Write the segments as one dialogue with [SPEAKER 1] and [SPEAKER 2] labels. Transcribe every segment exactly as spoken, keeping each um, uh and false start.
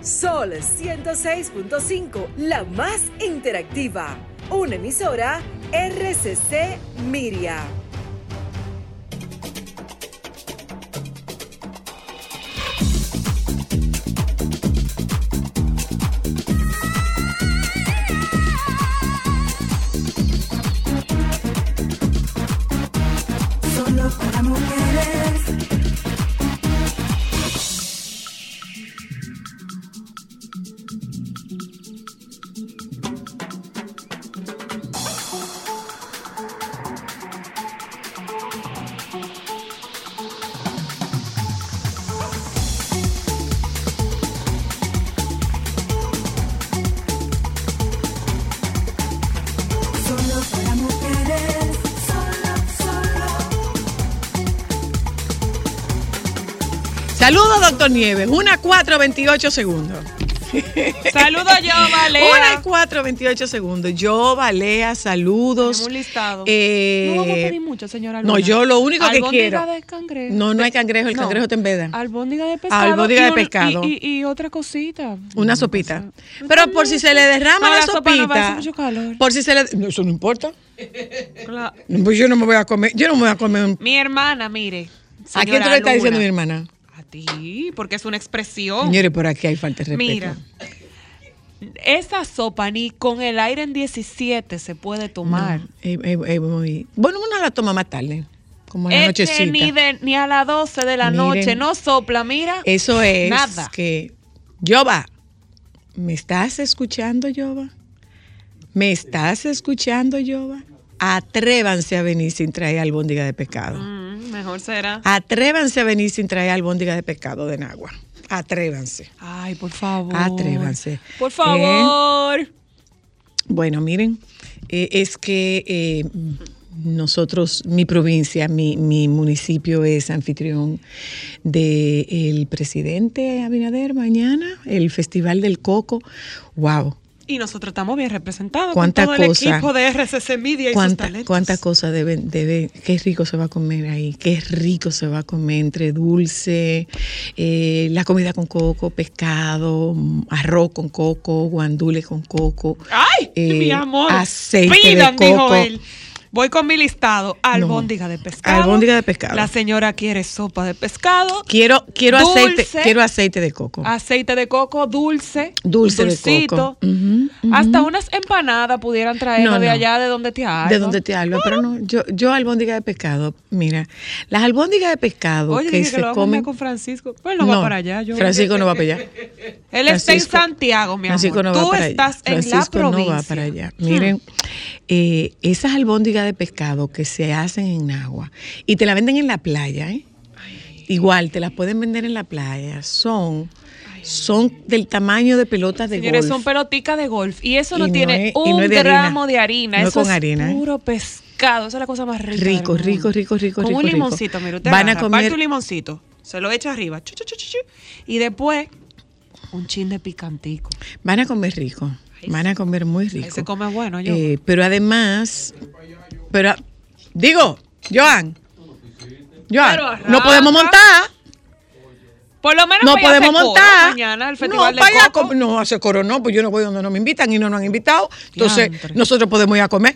[SPEAKER 1] Sol ciento seis punto cinco, la más interactiva. Una emisora R C C Miria.
[SPEAKER 2] Solo para mujeres.
[SPEAKER 3] Saludos, doctor Nieves. Una cuatro veintiocho segundos.
[SPEAKER 4] Saludos, yo, Valea.
[SPEAKER 3] Una cuatro veintiocho segundos. Yo, Valea, saludos.
[SPEAKER 4] Tenemos un listado.
[SPEAKER 3] Eh,
[SPEAKER 4] no vamos a pedir mucho, señora Luna.
[SPEAKER 3] No, yo lo único que quiero.
[SPEAKER 4] Albóndiga de cangrejo.
[SPEAKER 3] No, no hay cangrejo. El
[SPEAKER 4] No.
[SPEAKER 3] cangrejo te embeda.
[SPEAKER 4] Albóndiga de pescado.
[SPEAKER 3] Albóndiga de
[SPEAKER 4] y un-
[SPEAKER 3] pescado.
[SPEAKER 4] Y, y, y otra cosita.
[SPEAKER 3] Una sopita. Pero por si se le derrama
[SPEAKER 4] No,
[SPEAKER 3] la,
[SPEAKER 4] la sopa no va a hacer
[SPEAKER 3] sopita.
[SPEAKER 4] mucho calor.
[SPEAKER 3] Por si se le. No, eso no importa.
[SPEAKER 4] Claro.
[SPEAKER 3] Pues yo no me voy a comer. Yo no me voy a comer. un-
[SPEAKER 4] Mi hermana, mire.
[SPEAKER 3] ¿A quién tú le estás diciendo mi hermana?
[SPEAKER 4] A ti, porque es una expresión.
[SPEAKER 3] Señores, por aquí hay falta de respeto.
[SPEAKER 4] Mira, esa sopa ni con el aire en diecisiete se puede tomar.
[SPEAKER 3] No, eh, eh, eh, muy- bueno, uno la toma más tarde. Como en la
[SPEAKER 4] Es
[SPEAKER 3] nochecita.
[SPEAKER 4] que ni, de, ni a las doce de la
[SPEAKER 3] Miren,
[SPEAKER 4] noche no sopla, mira.
[SPEAKER 3] Eso es
[SPEAKER 4] Nada.
[SPEAKER 3] que, Yoba, ¿me estás escuchando, Yoba? ¿Me estás escuchando, Yoba? Atrévanse a venir sin traer albóndiga de pescado.
[SPEAKER 4] Mm, mejor será.
[SPEAKER 3] Atrévanse a venir sin traer albóndiga de pescado de Nagua. Atrévanse.
[SPEAKER 4] Ay, por favor.
[SPEAKER 3] Atrévanse.
[SPEAKER 4] Por favor.
[SPEAKER 3] Eh, bueno, miren, eh, es que eh, nosotros, mi provincia, mi, mi municipio es anfitrión del presidente Abinader mañana, el Festival del Coco. ¡Wow!
[SPEAKER 4] Y nosotros estamos bien representados con
[SPEAKER 3] ¿Cuánta
[SPEAKER 4] todo el
[SPEAKER 3] cosa?
[SPEAKER 4] equipo de R C C Media y sus
[SPEAKER 3] ¿Cuánta,
[SPEAKER 4] talentos.
[SPEAKER 3] cuántas cosas deben, debe, qué rico se va a comer ahí, qué rico se va a comer entre dulce, eh, la comida con coco, pescado, arroz con coco, guandules con coco.
[SPEAKER 4] ¡Ay,
[SPEAKER 3] eh,
[SPEAKER 4] mi amor!
[SPEAKER 3] aceite
[SPEAKER 4] Pidan,
[SPEAKER 3] de
[SPEAKER 4] dijo
[SPEAKER 3] coco.
[SPEAKER 4] él. Voy con mi listado. Albóndiga de pescado.
[SPEAKER 3] Albóndiga de pescado.
[SPEAKER 4] La señora quiere sopa de pescado.
[SPEAKER 3] Quiero, quiero
[SPEAKER 4] Dulce.
[SPEAKER 3] aceite, quiero aceite de coco.
[SPEAKER 4] Aceite de coco, dulce.
[SPEAKER 3] Dulce de
[SPEAKER 4] dulcito.
[SPEAKER 3] coco. Ujú, ujú.
[SPEAKER 4] Hasta unas empanadas pudieran traernos
[SPEAKER 3] No,
[SPEAKER 4] de
[SPEAKER 3] no.
[SPEAKER 4] allá de donde te hablo.
[SPEAKER 3] De donde te hablo, pero no, yo, yo albóndiga de pescado, mira, las albóndigas de pescado
[SPEAKER 4] Oye,
[SPEAKER 3] que
[SPEAKER 4] dije que
[SPEAKER 3] se
[SPEAKER 4] lo vamos a
[SPEAKER 3] comen.
[SPEAKER 4] enviar con Francisco. Pues no, va para allá. Yo.
[SPEAKER 3] Francisco no va para allá.
[SPEAKER 4] Él está en
[SPEAKER 3] Francisco-
[SPEAKER 4] Santiago, mi amor.
[SPEAKER 3] Francisco no
[SPEAKER 4] Tú
[SPEAKER 3] va para
[SPEAKER 4] estás
[SPEAKER 3] allá.
[SPEAKER 4] en
[SPEAKER 3] Francisco
[SPEAKER 4] la provincia.
[SPEAKER 3] no va para allá. Miren, eh, esas albóndigas de pescado que se hacen en agua y te la venden en la playa, ¿eh? Igual, te las pueden vender en la playa. Son, son del tamaño de pelotas de
[SPEAKER 4] Señores,
[SPEAKER 3] golf.
[SPEAKER 4] son peloticas de golf. Y eso
[SPEAKER 3] Y
[SPEAKER 4] no,
[SPEAKER 3] no
[SPEAKER 4] tiene
[SPEAKER 3] es- y
[SPEAKER 4] un
[SPEAKER 3] no es de
[SPEAKER 4] gramo
[SPEAKER 3] harina.
[SPEAKER 4] de harina.
[SPEAKER 3] No es
[SPEAKER 4] Eso
[SPEAKER 3] con harina, ¿eh?
[SPEAKER 4] puro pescado. Esa es la cosa más rica.
[SPEAKER 3] Rico,
[SPEAKER 4] del
[SPEAKER 3] rico,
[SPEAKER 4] mundo.
[SPEAKER 3] rico, rico,
[SPEAKER 4] Con
[SPEAKER 3] rico,
[SPEAKER 4] un
[SPEAKER 3] rico.
[SPEAKER 4] limoncito, mira, usted
[SPEAKER 3] Van a
[SPEAKER 4] agarra,
[SPEAKER 3] comer-
[SPEAKER 4] parte un limoncito, se lo echa arriba. Chu, chu, chu, chu, chu, y después, un chin de picantico.
[SPEAKER 3] Van a comer rico. Van a comer muy rico.
[SPEAKER 4] Ahí se come bueno, yo.
[SPEAKER 3] Eh, pero además, pero digo, Joan, Joan,
[SPEAKER 4] Pero arranca.
[SPEAKER 3] no podemos montar.
[SPEAKER 4] Por lo menos
[SPEAKER 3] No
[SPEAKER 4] vaya a hacer
[SPEAKER 3] podemos
[SPEAKER 4] coro
[SPEAKER 3] montar.
[SPEAKER 4] mañana al
[SPEAKER 3] No,
[SPEAKER 4] Festival del
[SPEAKER 3] vaya a
[SPEAKER 4] Coco.
[SPEAKER 3] com- no, hacer coro no, pues yo no voy donde no me invitan y no nos han invitado. Entonces,
[SPEAKER 4] Diantre.
[SPEAKER 3] nosotros podemos ir a comer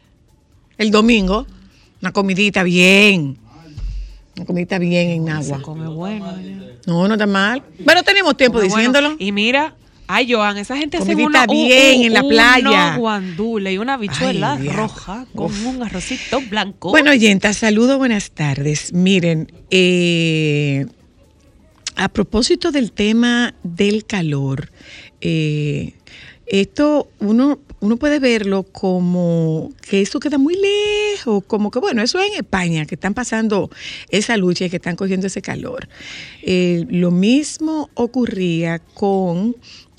[SPEAKER 3] el domingo, una comidita bien. Una comidita bien en agua.
[SPEAKER 4] Se come bueno. allá.
[SPEAKER 3] No, no está mal. Pero tenemos tiempo
[SPEAKER 4] Come bueno.
[SPEAKER 3] diciéndolo.
[SPEAKER 4] Y mira, ay, Joan, esa gente hace
[SPEAKER 3] Comidita
[SPEAKER 4] uno, un-
[SPEAKER 3] bien
[SPEAKER 4] un-
[SPEAKER 3] en la
[SPEAKER 4] unos
[SPEAKER 3] playa.
[SPEAKER 4] guandules y una habichuela
[SPEAKER 3] Ay, diablo.
[SPEAKER 4] roja con
[SPEAKER 3] Uf.
[SPEAKER 4] un arrocito blanco.
[SPEAKER 3] Bueno, oyentas, saludos, buenas tardes. Miren, eh, a propósito del tema del calor, eh, esto uno, uno puede verlo como que eso queda muy lejos, como que bueno, eso es en España, que están pasando esa lucha y que están cogiendo ese calor. Eh, lo mismo ocurría con,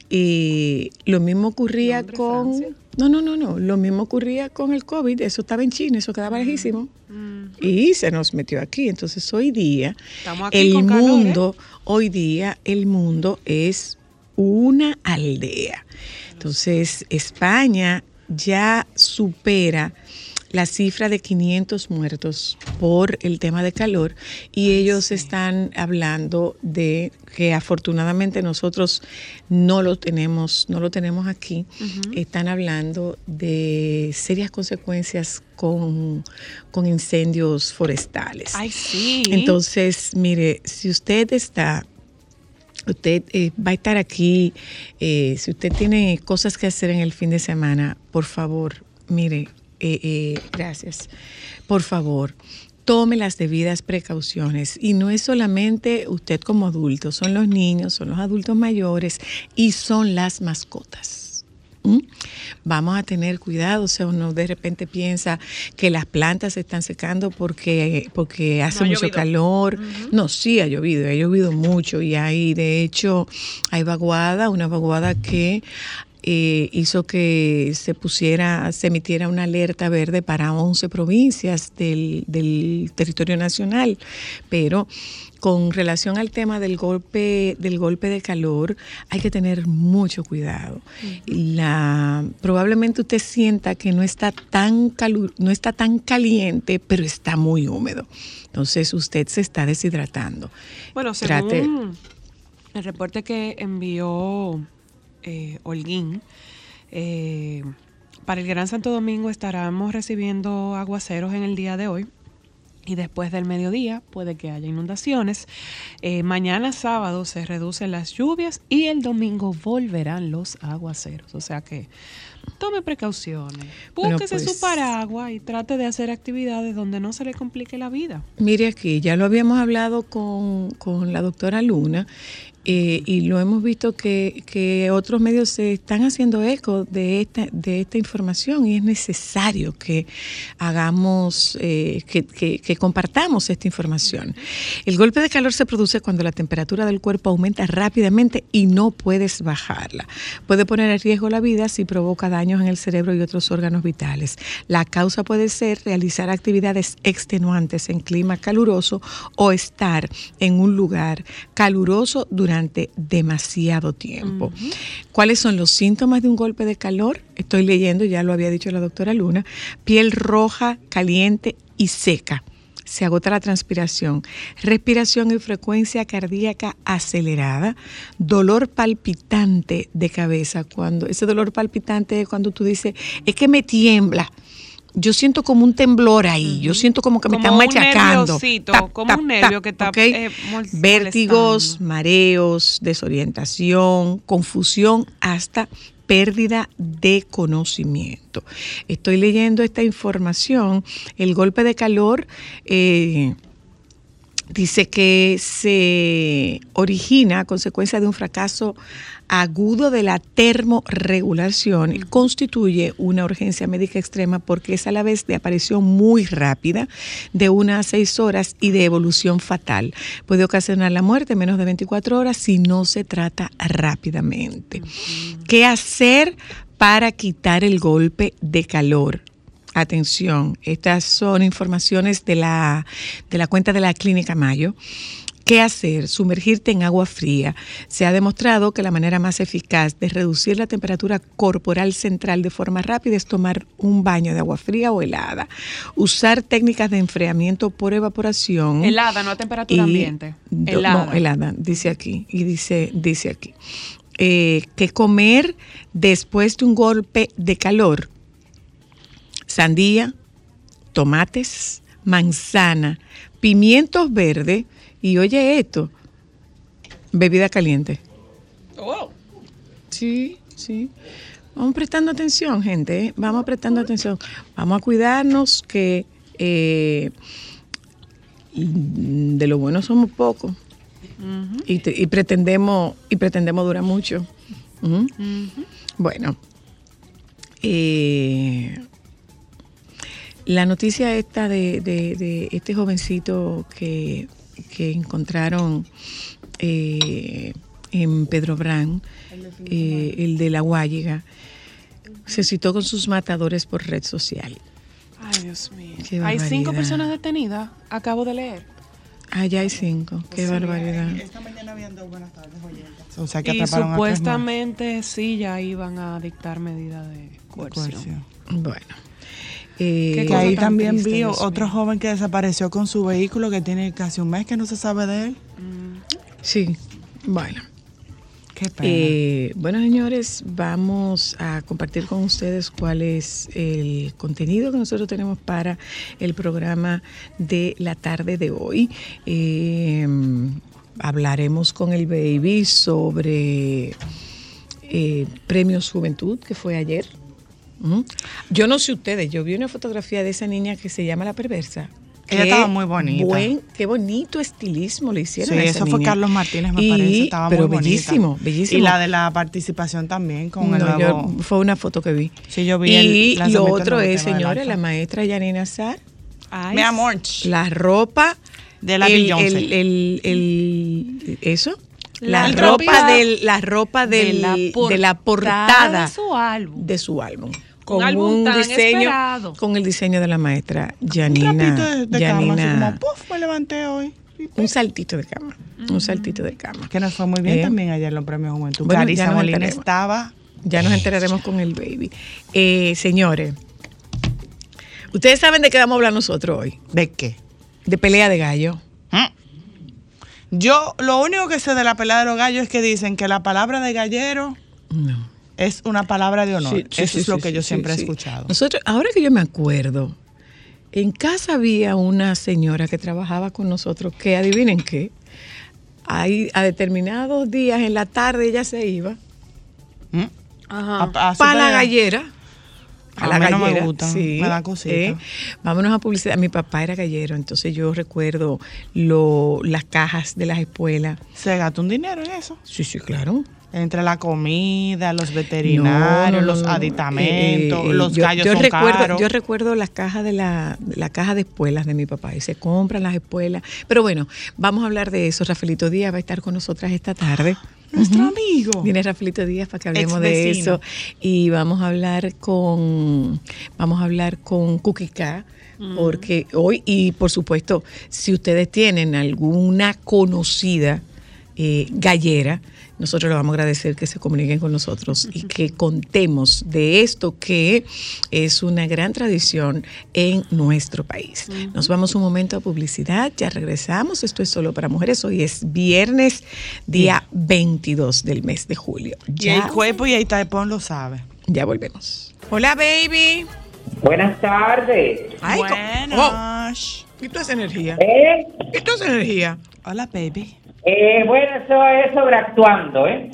[SPEAKER 3] eh, lo mismo ocurría
[SPEAKER 4] Londres,
[SPEAKER 3] con...
[SPEAKER 4] Francia.
[SPEAKER 3] No, no, no, no. Lo mismo ocurría con el COVID. Eso estaba en China, eso quedaba lejísimo.
[SPEAKER 4] Mm.
[SPEAKER 3] Y se nos metió aquí. Entonces, hoy día,
[SPEAKER 4] Estamos aquí
[SPEAKER 3] el
[SPEAKER 4] con calor,
[SPEAKER 3] mundo, hoy día, el mundo es una aldea. Entonces, España ya supera la cifra de quinientos muertos por el tema de calor y ellos sí. están hablando de que afortunadamente nosotros no lo tenemos, no lo tenemos aquí. Uh-huh. Están hablando de serias consecuencias con, con incendios forestales.
[SPEAKER 4] Ay, sí.
[SPEAKER 3] Entonces, mire, si usted está Usted eh, va a estar aquí, eh, si usted tiene cosas que hacer en el fin de semana, por favor, mire, eh, eh, gracias, por favor, tome las debidas precauciones. Y no es solamente usted como adulto, son los niños, son los adultos mayores y son las mascotas. ¿Mm? Vamos a tener cuidado, o sea, uno de repente piensa que las plantas se están secando porque, porque hace no mucho calor. Uh-huh. No, sí ha llovido, ha llovido mucho y hay, de hecho, hay vaguada, una vaguada que eh, hizo que se pusiera, se emitiera una alerta verde para once provincias del, del territorio nacional, pero con relación al tema del golpe del golpe de calor, hay que tener mucho cuidado. Uh-huh. La, probablemente usted sienta que no está tan calur, no está tan caliente, pero está muy húmedo. Entonces usted se está deshidratando.
[SPEAKER 4] Bueno, según Trate, el reporte que envió eh, Holguín, eh, para el Gran Santo Domingo estaremos recibiendo aguaceros en el día de hoy. Y después del mediodía puede que haya inundaciones. Eh, mañana sábado se reducen las lluvias y el domingo volverán los aguaceros. O sea que tome precauciones. Búsquese bueno, pues, su paraguas y trate de hacer actividades donde no se le complique la vida.
[SPEAKER 3] Mire aquí, ya lo habíamos hablado con, con la doctora Luna. Eh, y lo hemos visto que, que otros medios se están haciendo eco de esta, de esta información y es necesario que hagamos, eh, que, que, que compartamos esta información. El golpe de calor se produce cuando la temperatura del cuerpo aumenta rápidamente y no puedes bajarla. Puede poner en riesgo la vida si provoca daños en el cerebro y otros órganos vitales. La causa puede ser realizar actividades extenuantes en clima caluroso o estar en un lugar caluroso durante demasiado tiempo. Uh-huh. ¿Cuáles son los síntomas de un golpe de calor? Estoy leyendo, ya lo había dicho la doctora Luna, piel roja, caliente y seca. Se agota la transpiración, respiración y frecuencia cardíaca acelerada, dolor palpitante de cabeza. Cuando ese dolor palpitante es cuando tú dices, es que me tiembla. Yo siento como un temblor ahí, yo siento como que me
[SPEAKER 4] como
[SPEAKER 3] están machacando.
[SPEAKER 4] Un tap, como tap, un nervio tap, que está
[SPEAKER 3] okay.
[SPEAKER 4] eh, molestando.
[SPEAKER 3] Vértigos, mareos, desorientación, confusión, hasta pérdida de conocimiento. Estoy leyendo esta información. El golpe de calor eh, dice que se origina a consecuencia de un fracaso agudo de la termorregulación y constituye una urgencia médica extrema porque es a la vez de aparición muy rápida, de una a seis horas y de evolución fatal. Puede ocasionar la muerte en menos de veinticuatro horas si no se trata rápidamente. Uh-huh. ¿Qué hacer para quitar el golpe de calor? Atención, estas son informaciones de la, de la cuenta de la Clínica Mayo. ¿Qué hacer? Sumergirte en agua fría. Se ha demostrado que la manera más eficaz de reducir la temperatura corporal central de forma rápida es tomar un baño de agua fría o helada. Usar técnicas de enfriamiento por evaporación.
[SPEAKER 4] Helada, no a temperatura y, ambiente. Helada.
[SPEAKER 3] No, helada, dice aquí. Y dice, dice aquí. Eh, que comer después de un golpe de calor. Sandía, tomates, manzana, pimientos verdes. Y oye esto, bebida caliente.
[SPEAKER 4] Oh.
[SPEAKER 3] Sí, sí. Vamos prestando atención, gente. ¿eh? Vamos prestando atención. Vamos a cuidarnos que eh, de lo bueno somos pocos. Uh-huh. y, te, y pretendemos y pretendemos durar mucho. Uh-huh. Uh-huh. Bueno, eh, la noticia esta de, de, de este jovencito que que encontraron eh, en Pedro Brán, eh, el de La Guayiga, se citó con sus matadores por red social.
[SPEAKER 4] Ay, Dios mío. Hay cinco personas detenidas, acabo de leer.
[SPEAKER 3] Ah, ya hay cinco, qué sí, barbaridad.
[SPEAKER 5] Esta mañana habían dos buenas tardes oyentes. O sea, que
[SPEAKER 4] y supuestamente sí ya iban a dictar medidas de coerción.
[SPEAKER 3] Bueno. Eh,
[SPEAKER 5] Que ahí
[SPEAKER 4] tan
[SPEAKER 5] también
[SPEAKER 4] triste,
[SPEAKER 5] vi
[SPEAKER 4] Dios
[SPEAKER 5] otro
[SPEAKER 4] mío.
[SPEAKER 5] joven que desapareció con su vehículo que tiene casi un mes que no se sabe de él.
[SPEAKER 3] sí, bueno.
[SPEAKER 5] Qué pena.
[SPEAKER 3] Eh, bueno, señores, vamos a compartir con ustedes cuál es el contenido que nosotros tenemos para el programa de la tarde de hoy. Eh, hablaremos con el baby sobre eh, Premios Juventud, que fue ayer. ¿Mm? Yo no sé ustedes, yo vi una fotografía de esa niña que se llama La Perversa.
[SPEAKER 5] Ella
[SPEAKER 3] Qué
[SPEAKER 5] estaba muy bonita.
[SPEAKER 3] Buen, qué bonito estilismo le hicieron
[SPEAKER 5] Sí,
[SPEAKER 3] a esa
[SPEAKER 5] eso fue
[SPEAKER 3] niña.
[SPEAKER 5] Carlos Martínez, me
[SPEAKER 3] Y-
[SPEAKER 5] parece. Estaba
[SPEAKER 3] pero
[SPEAKER 5] muy bonita.
[SPEAKER 3] bellísimo, bellísimo.
[SPEAKER 5] Y la de la participación también con el
[SPEAKER 3] No,
[SPEAKER 5] nuevo...
[SPEAKER 3] yo- fue una foto que vi.
[SPEAKER 5] Sí, yo vi
[SPEAKER 3] y
[SPEAKER 5] el
[SPEAKER 3] lo
[SPEAKER 5] lanzamiento
[SPEAKER 3] otro
[SPEAKER 5] del nuevo
[SPEAKER 3] es,
[SPEAKER 5] tema del
[SPEAKER 3] señores,
[SPEAKER 5] iPhone.
[SPEAKER 3] la maestra Yanina Sar,
[SPEAKER 4] Ay,
[SPEAKER 5] Mi amor.
[SPEAKER 3] la ropa
[SPEAKER 5] De la
[SPEAKER 3] el,
[SPEAKER 5] Beyoncé.
[SPEAKER 3] el, el, el- eso,
[SPEAKER 4] La
[SPEAKER 3] la,
[SPEAKER 4] ropa
[SPEAKER 3] ropa del, la ropa
[SPEAKER 4] de
[SPEAKER 3] del,
[SPEAKER 4] la
[SPEAKER 3] de la
[SPEAKER 4] portada
[SPEAKER 3] portada
[SPEAKER 4] de su álbum.
[SPEAKER 3] de su álbum.
[SPEAKER 4] Un
[SPEAKER 3] Con
[SPEAKER 4] álbum
[SPEAKER 3] un
[SPEAKER 4] tan
[SPEAKER 3] diseño,
[SPEAKER 4] esperado.
[SPEAKER 3] con el diseño de la maestra
[SPEAKER 5] Un
[SPEAKER 3] Yanina,
[SPEAKER 5] trapito de, de cama, así
[SPEAKER 3] Yanina-
[SPEAKER 5] como, puf, me levanté hoy.
[SPEAKER 3] un saltito de cama, un saltito de cama.
[SPEAKER 5] Que nos fue muy bien
[SPEAKER 3] Eh,
[SPEAKER 5] también ayer en los premios Juventud.
[SPEAKER 3] bueno, ya
[SPEAKER 5] Carissa
[SPEAKER 3] nos
[SPEAKER 5] Molina
[SPEAKER 3] enteremos.
[SPEAKER 5] estaba...
[SPEAKER 3] Ya nos enteraremos con el baby. Eh, señores, ustedes saben de qué vamos a hablar nosotros hoy.
[SPEAKER 5] ¿De qué?
[SPEAKER 3] De pelea de gallo.
[SPEAKER 5] Yo lo único que sé de la pelea de los gallos es que dicen que la palabra de gallero
[SPEAKER 3] No.
[SPEAKER 5] es una palabra de honor.
[SPEAKER 3] Sí, sí,
[SPEAKER 5] Eso
[SPEAKER 3] sí,
[SPEAKER 5] es lo
[SPEAKER 3] sí,
[SPEAKER 5] que yo
[SPEAKER 3] sí,
[SPEAKER 5] siempre
[SPEAKER 3] sí.
[SPEAKER 5] he escuchado.
[SPEAKER 3] Nosotros, ahora que yo me acuerdo, en casa había una señora que trabajaba con nosotros que, adivinen qué, ahí a determinados días en la tarde ella se iba
[SPEAKER 5] ¿Mm?
[SPEAKER 4] Ajá.
[SPEAKER 5] A- a su
[SPEAKER 3] para la
[SPEAKER 5] pelea.
[SPEAKER 3] gallera.
[SPEAKER 5] A mí no me gustan, me da cosita.
[SPEAKER 3] eh. Vámonos a publicidad. Mi papá era gallero, entonces yo recuerdo lo, las cajas de las espuelas.
[SPEAKER 5] Se gasta un dinero en eso.
[SPEAKER 3] Sí, sí, claro.
[SPEAKER 5] Entre la comida, los veterinarios,
[SPEAKER 3] No, no, no,
[SPEAKER 5] los
[SPEAKER 3] no.
[SPEAKER 5] aditamentos,
[SPEAKER 3] Eh, eh,
[SPEAKER 5] los
[SPEAKER 3] yo,
[SPEAKER 5] gallos
[SPEAKER 3] yo
[SPEAKER 5] son
[SPEAKER 3] recuerdo,
[SPEAKER 5] caros.
[SPEAKER 3] Yo recuerdo las cajas de la, la caja de espuelas de mi papá y se compran las espuelas. Pero bueno, vamos a hablar de eso. Rafaelito Díaz va a estar con nosotras esta tarde.
[SPEAKER 5] Nuestro
[SPEAKER 3] Ujú.
[SPEAKER 5] amigo.
[SPEAKER 3] Viene Rafaelito Díaz para que hablemos de
[SPEAKER 5] Ex-vecino.
[SPEAKER 3] eso. Y vamos a hablar con, vamos a hablar con Cookie K, porque hoy, y por supuesto, si ustedes tienen alguna conocida eh, gallera, nosotros le vamos a agradecer que se comuniquen con nosotros y que contemos de esto que es una gran tradición en nuestro país. Nos vamos un momento a publicidad, ya regresamos. Esto es Solo para Mujeres. Hoy es viernes, día veintidós del mes de julio.
[SPEAKER 5] Y el
[SPEAKER 3] Ya,
[SPEAKER 5] cuerpo y el taipón lo sabe.
[SPEAKER 3] ya volvemos. Hola, baby.
[SPEAKER 6] Buenas tardes.
[SPEAKER 3] Ay, co-
[SPEAKER 5] Buenas.
[SPEAKER 3] oh, ¿y tú esa energía?
[SPEAKER 6] ¿Eh?
[SPEAKER 3] ¿Y tú esa energía?
[SPEAKER 5] Hola, baby.
[SPEAKER 6] Eh, bueno, eso es sobreactuando, ¿eh?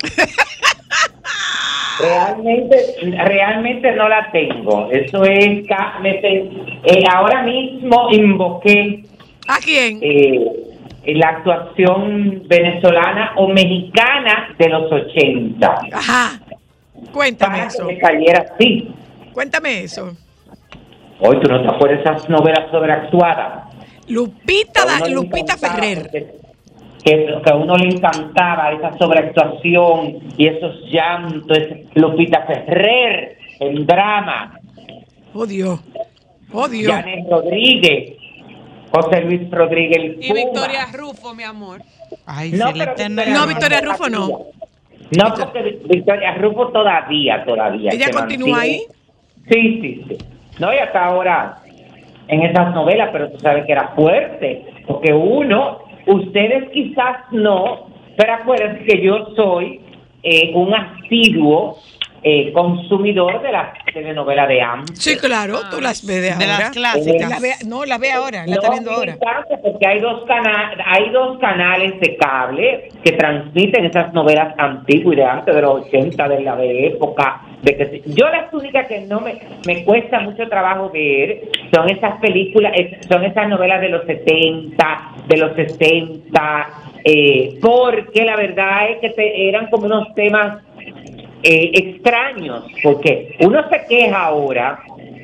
[SPEAKER 6] Realmente, realmente no la tengo. Eso es, ca- me sen- eh, ahora mismo invoqué
[SPEAKER 3] ¿A quién?
[SPEAKER 6] eh, la actuación venezolana o mexicana de los ochenta.
[SPEAKER 3] Ajá. Cuéntame
[SPEAKER 6] Para que
[SPEAKER 3] eso.
[SPEAKER 6] me cayera así.
[SPEAKER 3] Cuéntame eso.
[SPEAKER 6] Hoy tú no te acuerdas de esas novelas sobreactuadas.
[SPEAKER 3] Lupita,
[SPEAKER 6] A
[SPEAKER 3] da-
[SPEAKER 6] uno le
[SPEAKER 3] Lupita
[SPEAKER 6] encantaba,
[SPEAKER 3] Ferrer.
[SPEAKER 6] porque- Que, que a uno le encantaba esa sobreactuación y esos llantos, ese Lupita Ferrer en drama,
[SPEAKER 3] Oh, Dios. Oh, Dios.
[SPEAKER 6] Janet Rodríguez, José Luis Rodríguez el
[SPEAKER 4] Y
[SPEAKER 6] Puma.
[SPEAKER 4] Victoria Rufo, mi amor.
[SPEAKER 5] Ay,
[SPEAKER 6] No,
[SPEAKER 5] si
[SPEAKER 6] pero
[SPEAKER 5] le ten-
[SPEAKER 6] Victoria
[SPEAKER 3] No, Victoria Rufo no.
[SPEAKER 6] No, porque Victoria Rufo todavía, todavía.
[SPEAKER 3] ¿Ella
[SPEAKER 6] se
[SPEAKER 3] continúa
[SPEAKER 6] mantiene. Sí, sí, sí. No, y hasta ahora en esas novelas, pero tú sabes que era fuerte, porque uno, ustedes quizás no, pero acuérdense que yo soy eh, un asiduo eh, consumidor de las telenovelas de antes.
[SPEAKER 3] Sí, claro, tú las ves de ahora.
[SPEAKER 5] De las clásicas.
[SPEAKER 3] La ve- no, la ve ahora, la
[SPEAKER 6] No,
[SPEAKER 3] está viendo
[SPEAKER 6] me
[SPEAKER 3] ahora.
[SPEAKER 6] encanta porque hay dos cana hay dos canales de cable que transmiten esas novelas antiguas y de antes de los ochenta, de la de época de que se- yo las únicas que no me me cuesta mucho trabajo ver son esas películas, es- son esas novelas de los setenta, de los sesenta, eh, porque la verdad es que te- eran como unos temas eh, extraños, porque uno se queja ahora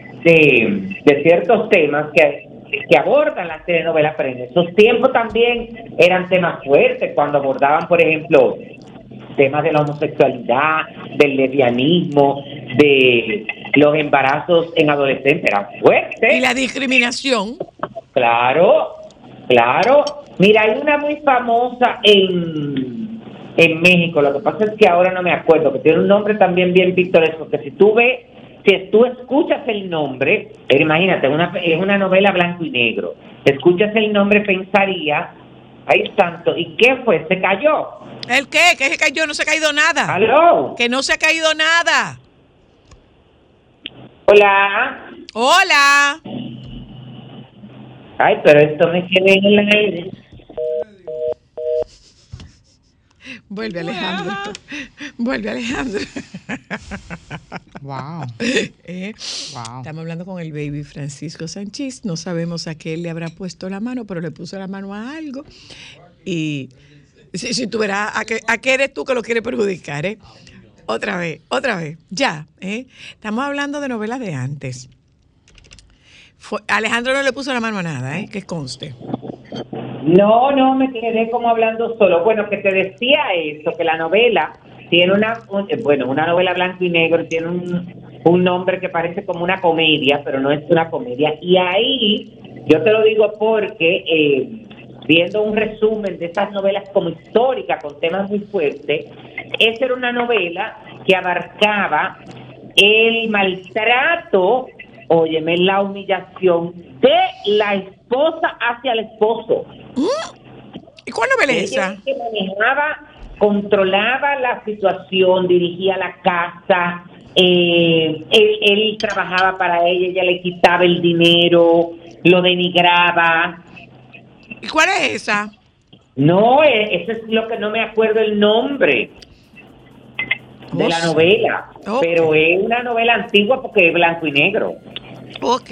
[SPEAKER 6] de, de ciertos temas que, que abordan las telenovelas, pero en esos tiempos también eran temas fuertes, cuando abordaban, por ejemplo, temas de la homosexualidad, del lesbianismo, de los embarazos en adolescentes, eran fuertes.
[SPEAKER 3] Y la discriminación.
[SPEAKER 6] Claro, claro. Mira, hay una muy famosa en, en México, lo que pasa es que ahora no me acuerdo, que tiene un nombre también bien pintoresco, que si tú ves si tú escuchas el nombre, pero imagínate, una, es una novela blanco y negro, escuchas el nombre, pensaría, ay santo, ¿y qué fue? ¿Se cayó?
[SPEAKER 3] ¿El qué? ¿Qué se cayó? No se ha caído nada.
[SPEAKER 6] ¿Aló?
[SPEAKER 3] Que no se ha caído nada.
[SPEAKER 6] Hola.
[SPEAKER 3] Hola.
[SPEAKER 6] Ay, pero esto me quedé en el aire.
[SPEAKER 3] Vuelve Alejandro. Vuelve Alejandro.
[SPEAKER 5] Wow.
[SPEAKER 3] Eh,
[SPEAKER 5] Wow.
[SPEAKER 3] Estamos hablando con el baby Francisco Sánchez. No sabemos a qué él le habrá puesto la mano, pero le puso la mano a algo. Y si, si tú verás a qué, a qué eres tú que lo quieres perjudicar, ¿eh? Otra vez, otra vez. Ya, ¿eh? Estamos hablando de novelas de antes. Fue, Alejandro no le puso la mano a nada, ¿eh? Que conste.
[SPEAKER 6] No, no, me quedé como hablando solo. Bueno, que te decía eso, que la novela tiene una, un, bueno, una novela blanco y negro, tiene un, un nombre que parece como una comedia, pero no es una comedia. Y ahí, yo te lo digo porque, eh, viendo un resumen de esas novelas como históricas, con temas muy fuertes, esa era una novela que abarcaba el maltrato, óyeme, la humillación de la esposa hacia el esposo.
[SPEAKER 3] ¿Y cuál novela es
[SPEAKER 6] Ella
[SPEAKER 3] esa?
[SPEAKER 6] que manejaba, controlaba la situación, dirigía la casa, eh, él, él trabajaba para ella, ella le quitaba el dinero, lo denigraba.
[SPEAKER 3] ¿Y cuál es esa?
[SPEAKER 6] No, eh, eso es lo que no me acuerdo el nombre de
[SPEAKER 3] Oh,
[SPEAKER 6] la
[SPEAKER 3] sí.
[SPEAKER 6] novela,
[SPEAKER 3] Ok.
[SPEAKER 6] pero es una novela antigua porque es blanco y negro.
[SPEAKER 3] Ok,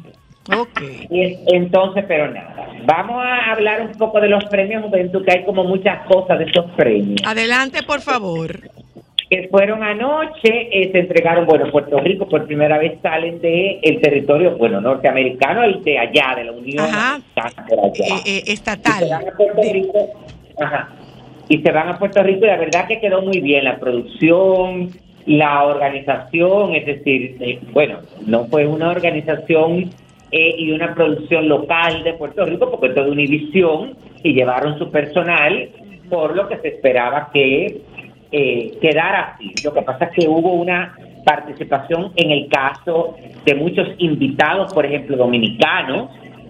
[SPEAKER 3] ok.
[SPEAKER 6] Y es- entonces, pero nada, vamos a hablar un poco de los premios Juventud, que hay como muchas cosas de esos premios.
[SPEAKER 3] Adelante, por favor.
[SPEAKER 6] Que fueron anoche, eh, se entregaron, bueno, Puerto Rico por primera vez salen de el territorio, bueno, norteamericano, el de allá, de la Unión
[SPEAKER 3] Ajá.
[SPEAKER 6] Americana, por allá.
[SPEAKER 3] Eh, eh,
[SPEAKER 6] Y
[SPEAKER 3] estatal.
[SPEAKER 6] se van a Puerto
[SPEAKER 3] De-
[SPEAKER 6] Rico, ajá, y se van a Puerto Rico y la verdad que quedó muy bien la producción, la organización, es decir, eh, bueno, no fue una organización eh, y una producción local de Puerto Rico porque es toda Univisión y llevaron su personal por lo que se esperaba que eh, quedara así. Lo que pasa es que hubo una participación en el caso de muchos invitados, por ejemplo, dominicanos.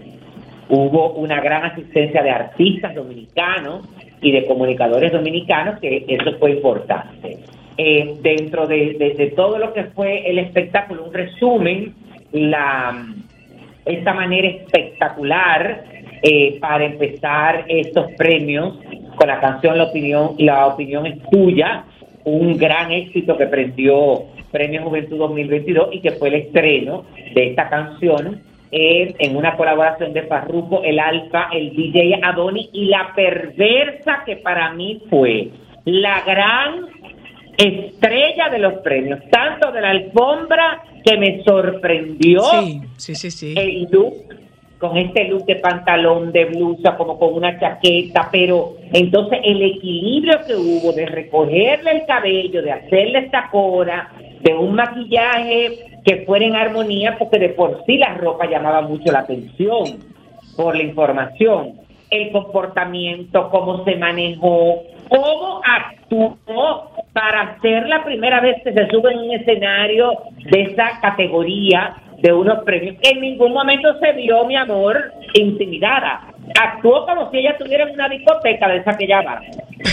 [SPEAKER 6] Hubo una gran asistencia de artistas dominicanos y de comunicadores dominicanos, que eso fue importante. Eh, dentro de, de, de todo lo que fue el espectáculo, un resumen, la esta manera espectacular eh, para empezar estos premios con la canción La Opinión, La Opinión es Tuya, un gran éxito que prendió Premio Juventud dos mil veintidós y que fue el estreno de esta canción eh, en una colaboración de Farruko, el Alfa, el D J Adoni y la perversa que para mí fue la gran estrella de los premios, tanto de la alfombra que me sorprendió.
[SPEAKER 3] Sí, sí, sí, sí.
[SPEAKER 6] El look, con este look de pantalón, de blusa, como con una chaqueta, pero entonces el equilibrio que hubo de recogerle el cabello, de hacerle esta cora, de un maquillaje que fuera en armonía, porque de por sí la ropa llamaba mucho la atención por la información, el comportamiento, cómo se manejó, cómo actuó para ser la primera vez que se sube en un escenario de esa categoría de unos premios. En ningún momento se vio, mi amor, intimidada. Actuó como si ella estuviera en una discoteca de esa que ella va.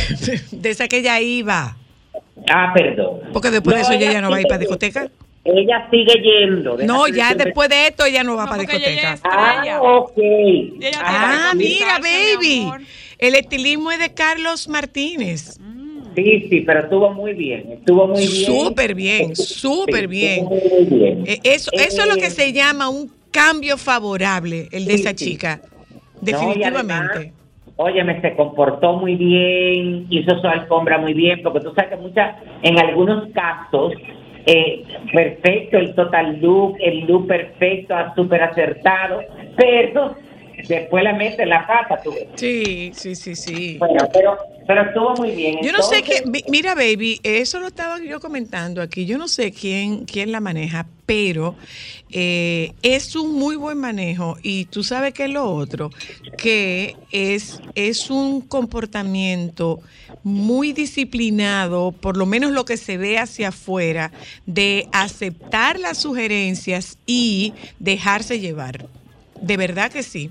[SPEAKER 3] De esa que ella iba.
[SPEAKER 6] Ah, perdón.
[SPEAKER 3] Porque después de eso ella
[SPEAKER 6] ella
[SPEAKER 3] ya no va a ir
[SPEAKER 6] sigue-
[SPEAKER 3] para discoteca.
[SPEAKER 6] Ella sigue yendo. Deja
[SPEAKER 3] No,
[SPEAKER 6] que
[SPEAKER 3] ya
[SPEAKER 6] siempre-
[SPEAKER 3] después de esto ella no va
[SPEAKER 4] No,
[SPEAKER 3] para
[SPEAKER 4] porque ella ya
[SPEAKER 3] discoteca.
[SPEAKER 4] es-
[SPEAKER 6] Ah,
[SPEAKER 4] Estrella.
[SPEAKER 6] ok.
[SPEAKER 4] Ella
[SPEAKER 3] Ah,
[SPEAKER 4] tiene que
[SPEAKER 3] mira,
[SPEAKER 4] actualizarse, mi
[SPEAKER 3] baby.
[SPEAKER 4] amor.
[SPEAKER 3] El estilismo es de Carlos Martínez.
[SPEAKER 6] Sí, sí, pero estuvo muy bien, estuvo muy bien.
[SPEAKER 3] Súper bien, súper
[SPEAKER 6] Sí,
[SPEAKER 3] bien.
[SPEAKER 6] estuvo muy, muy bien.
[SPEAKER 3] Eh, Eso, eso es lo que
[SPEAKER 6] Eh,
[SPEAKER 3] se llama un cambio favorable, el de
[SPEAKER 6] Sí,
[SPEAKER 3] esa
[SPEAKER 6] sí.
[SPEAKER 3] chica.
[SPEAKER 6] No, y
[SPEAKER 3] Definitivamente.
[SPEAKER 6] además, óyeme, se comportó muy bien, hizo su alfombra muy bien, porque tú sabes que muchas, en algunos casos, eh, perfecto, el total look, el look perfecto, súper acertado, pero después la mete en la pata, tú ves.
[SPEAKER 3] Sí, sí, sí, sí.
[SPEAKER 6] Bueno, pero, pero estuvo muy bien.
[SPEAKER 3] Yo no sé
[SPEAKER 6] Entonces,
[SPEAKER 3] qué, mi- mira, baby, eso lo estaba yo comentando aquí. Yo no sé quién, quién la maneja, pero eh, es un muy buen manejo. Y tú sabes que es lo otro, que es, es un comportamiento muy disciplinado, por lo menos lo que se ve hacia afuera, de aceptar las sugerencias y dejarse llevar. De verdad que sí.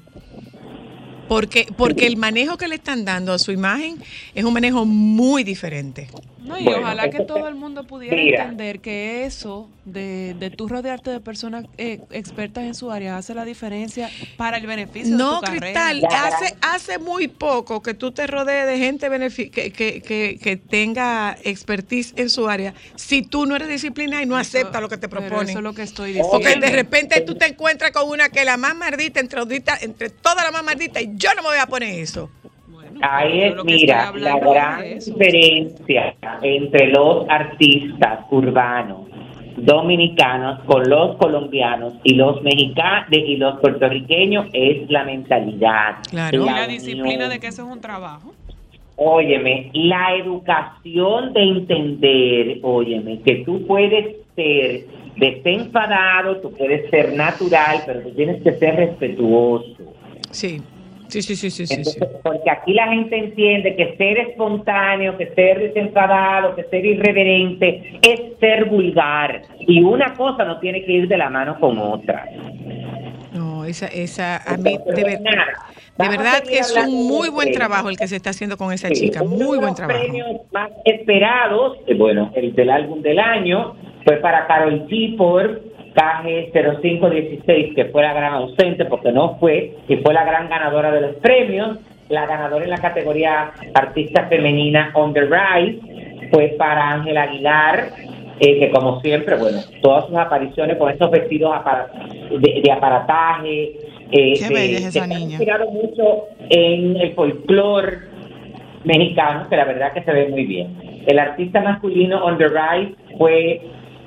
[SPEAKER 3] Porque, porque el manejo que le están dando a su imagen es un manejo muy diferente.
[SPEAKER 4] No, y
[SPEAKER 6] Bueno,
[SPEAKER 4] ojalá que
[SPEAKER 6] eso
[SPEAKER 4] todo
[SPEAKER 6] te-
[SPEAKER 4] el mundo pudiera
[SPEAKER 6] Mira.
[SPEAKER 4] entender que eso de, de tú rodearte de personas eh, expertas en su área hace la diferencia para el beneficio
[SPEAKER 3] No,
[SPEAKER 4] de tu carrera.
[SPEAKER 3] Cristal,
[SPEAKER 6] La
[SPEAKER 3] hace,
[SPEAKER 6] gran-
[SPEAKER 3] hace muy poco que tú te rodees de gente benefi- que, que, que, que tenga expertise en su área, si tú no eres disciplinada y no aceptas lo que te
[SPEAKER 4] Pero
[SPEAKER 3] proponen.
[SPEAKER 4] eso es lo que estoy
[SPEAKER 6] Oye,
[SPEAKER 3] Porque
[SPEAKER 4] diciendo.
[SPEAKER 3] de repente tú te encuentras con una que es la más maldita entre, audita- entre toda la más maldita y yo no me voy a poner eso.
[SPEAKER 4] Bueno,
[SPEAKER 6] Ahí
[SPEAKER 4] yo
[SPEAKER 6] es,
[SPEAKER 4] lo que
[SPEAKER 6] mira,
[SPEAKER 4] estoy
[SPEAKER 6] la
[SPEAKER 4] hablando
[SPEAKER 6] gran
[SPEAKER 4] es de eso.
[SPEAKER 6] diferencia entre los artistas urbanos dominicanos con los colombianos y los mexicanos y los puertorriqueños es la mentalidad.
[SPEAKER 3] Claro.
[SPEAKER 4] Y la
[SPEAKER 6] unión.
[SPEAKER 4] disciplina de que eso es un trabajo.
[SPEAKER 6] Óyeme, la educación de entender, óyeme, que tú puedes ser desenfadado, tú puedes ser natural, pero tú tienes que ser respetuoso.
[SPEAKER 3] Sí, sí, sí, sí, sí, sí, sí.
[SPEAKER 6] Entonces, porque aquí la gente entiende que ser espontáneo, que ser desenfadado, que ser irreverente es ser vulgar. Y una cosa no tiene que ir de la mano con otra.
[SPEAKER 3] No, esa, esa, a mí,
[SPEAKER 6] Entonces,
[SPEAKER 3] de, ver-
[SPEAKER 6] nada,
[SPEAKER 3] de
[SPEAKER 6] vamos a
[SPEAKER 3] verdad
[SPEAKER 6] seguir
[SPEAKER 3] que es
[SPEAKER 6] hablando
[SPEAKER 3] un muy
[SPEAKER 6] de
[SPEAKER 3] buen
[SPEAKER 6] premios.
[SPEAKER 3] trabajo el que se está haciendo con esa
[SPEAKER 6] Sí,
[SPEAKER 3] chica,
[SPEAKER 6] uno
[SPEAKER 3] muy
[SPEAKER 6] de
[SPEAKER 3] buen
[SPEAKER 6] los
[SPEAKER 3] trabajo.
[SPEAKER 6] premios más esperados, eh, bueno, el del álbum del año, fue para Karol G por K G cero cinco dieciséis, que fue la gran ausente porque no fue, y fue la gran ganadora de los premios. La ganadora en la categoría Artista Femenina On The Rise fue para Ángela Aguilar, eh, que como siempre, bueno, todas sus apariciones con esos vestidos apara- de, de aparataje, eh,
[SPEAKER 5] Qué
[SPEAKER 6] de-
[SPEAKER 5] bella es esa
[SPEAKER 6] que se ha
[SPEAKER 5] niña.
[SPEAKER 6] inspirado mucho en el folclore mexicano, que la verdad que se ve muy bien. El artista masculino On The Rise fue,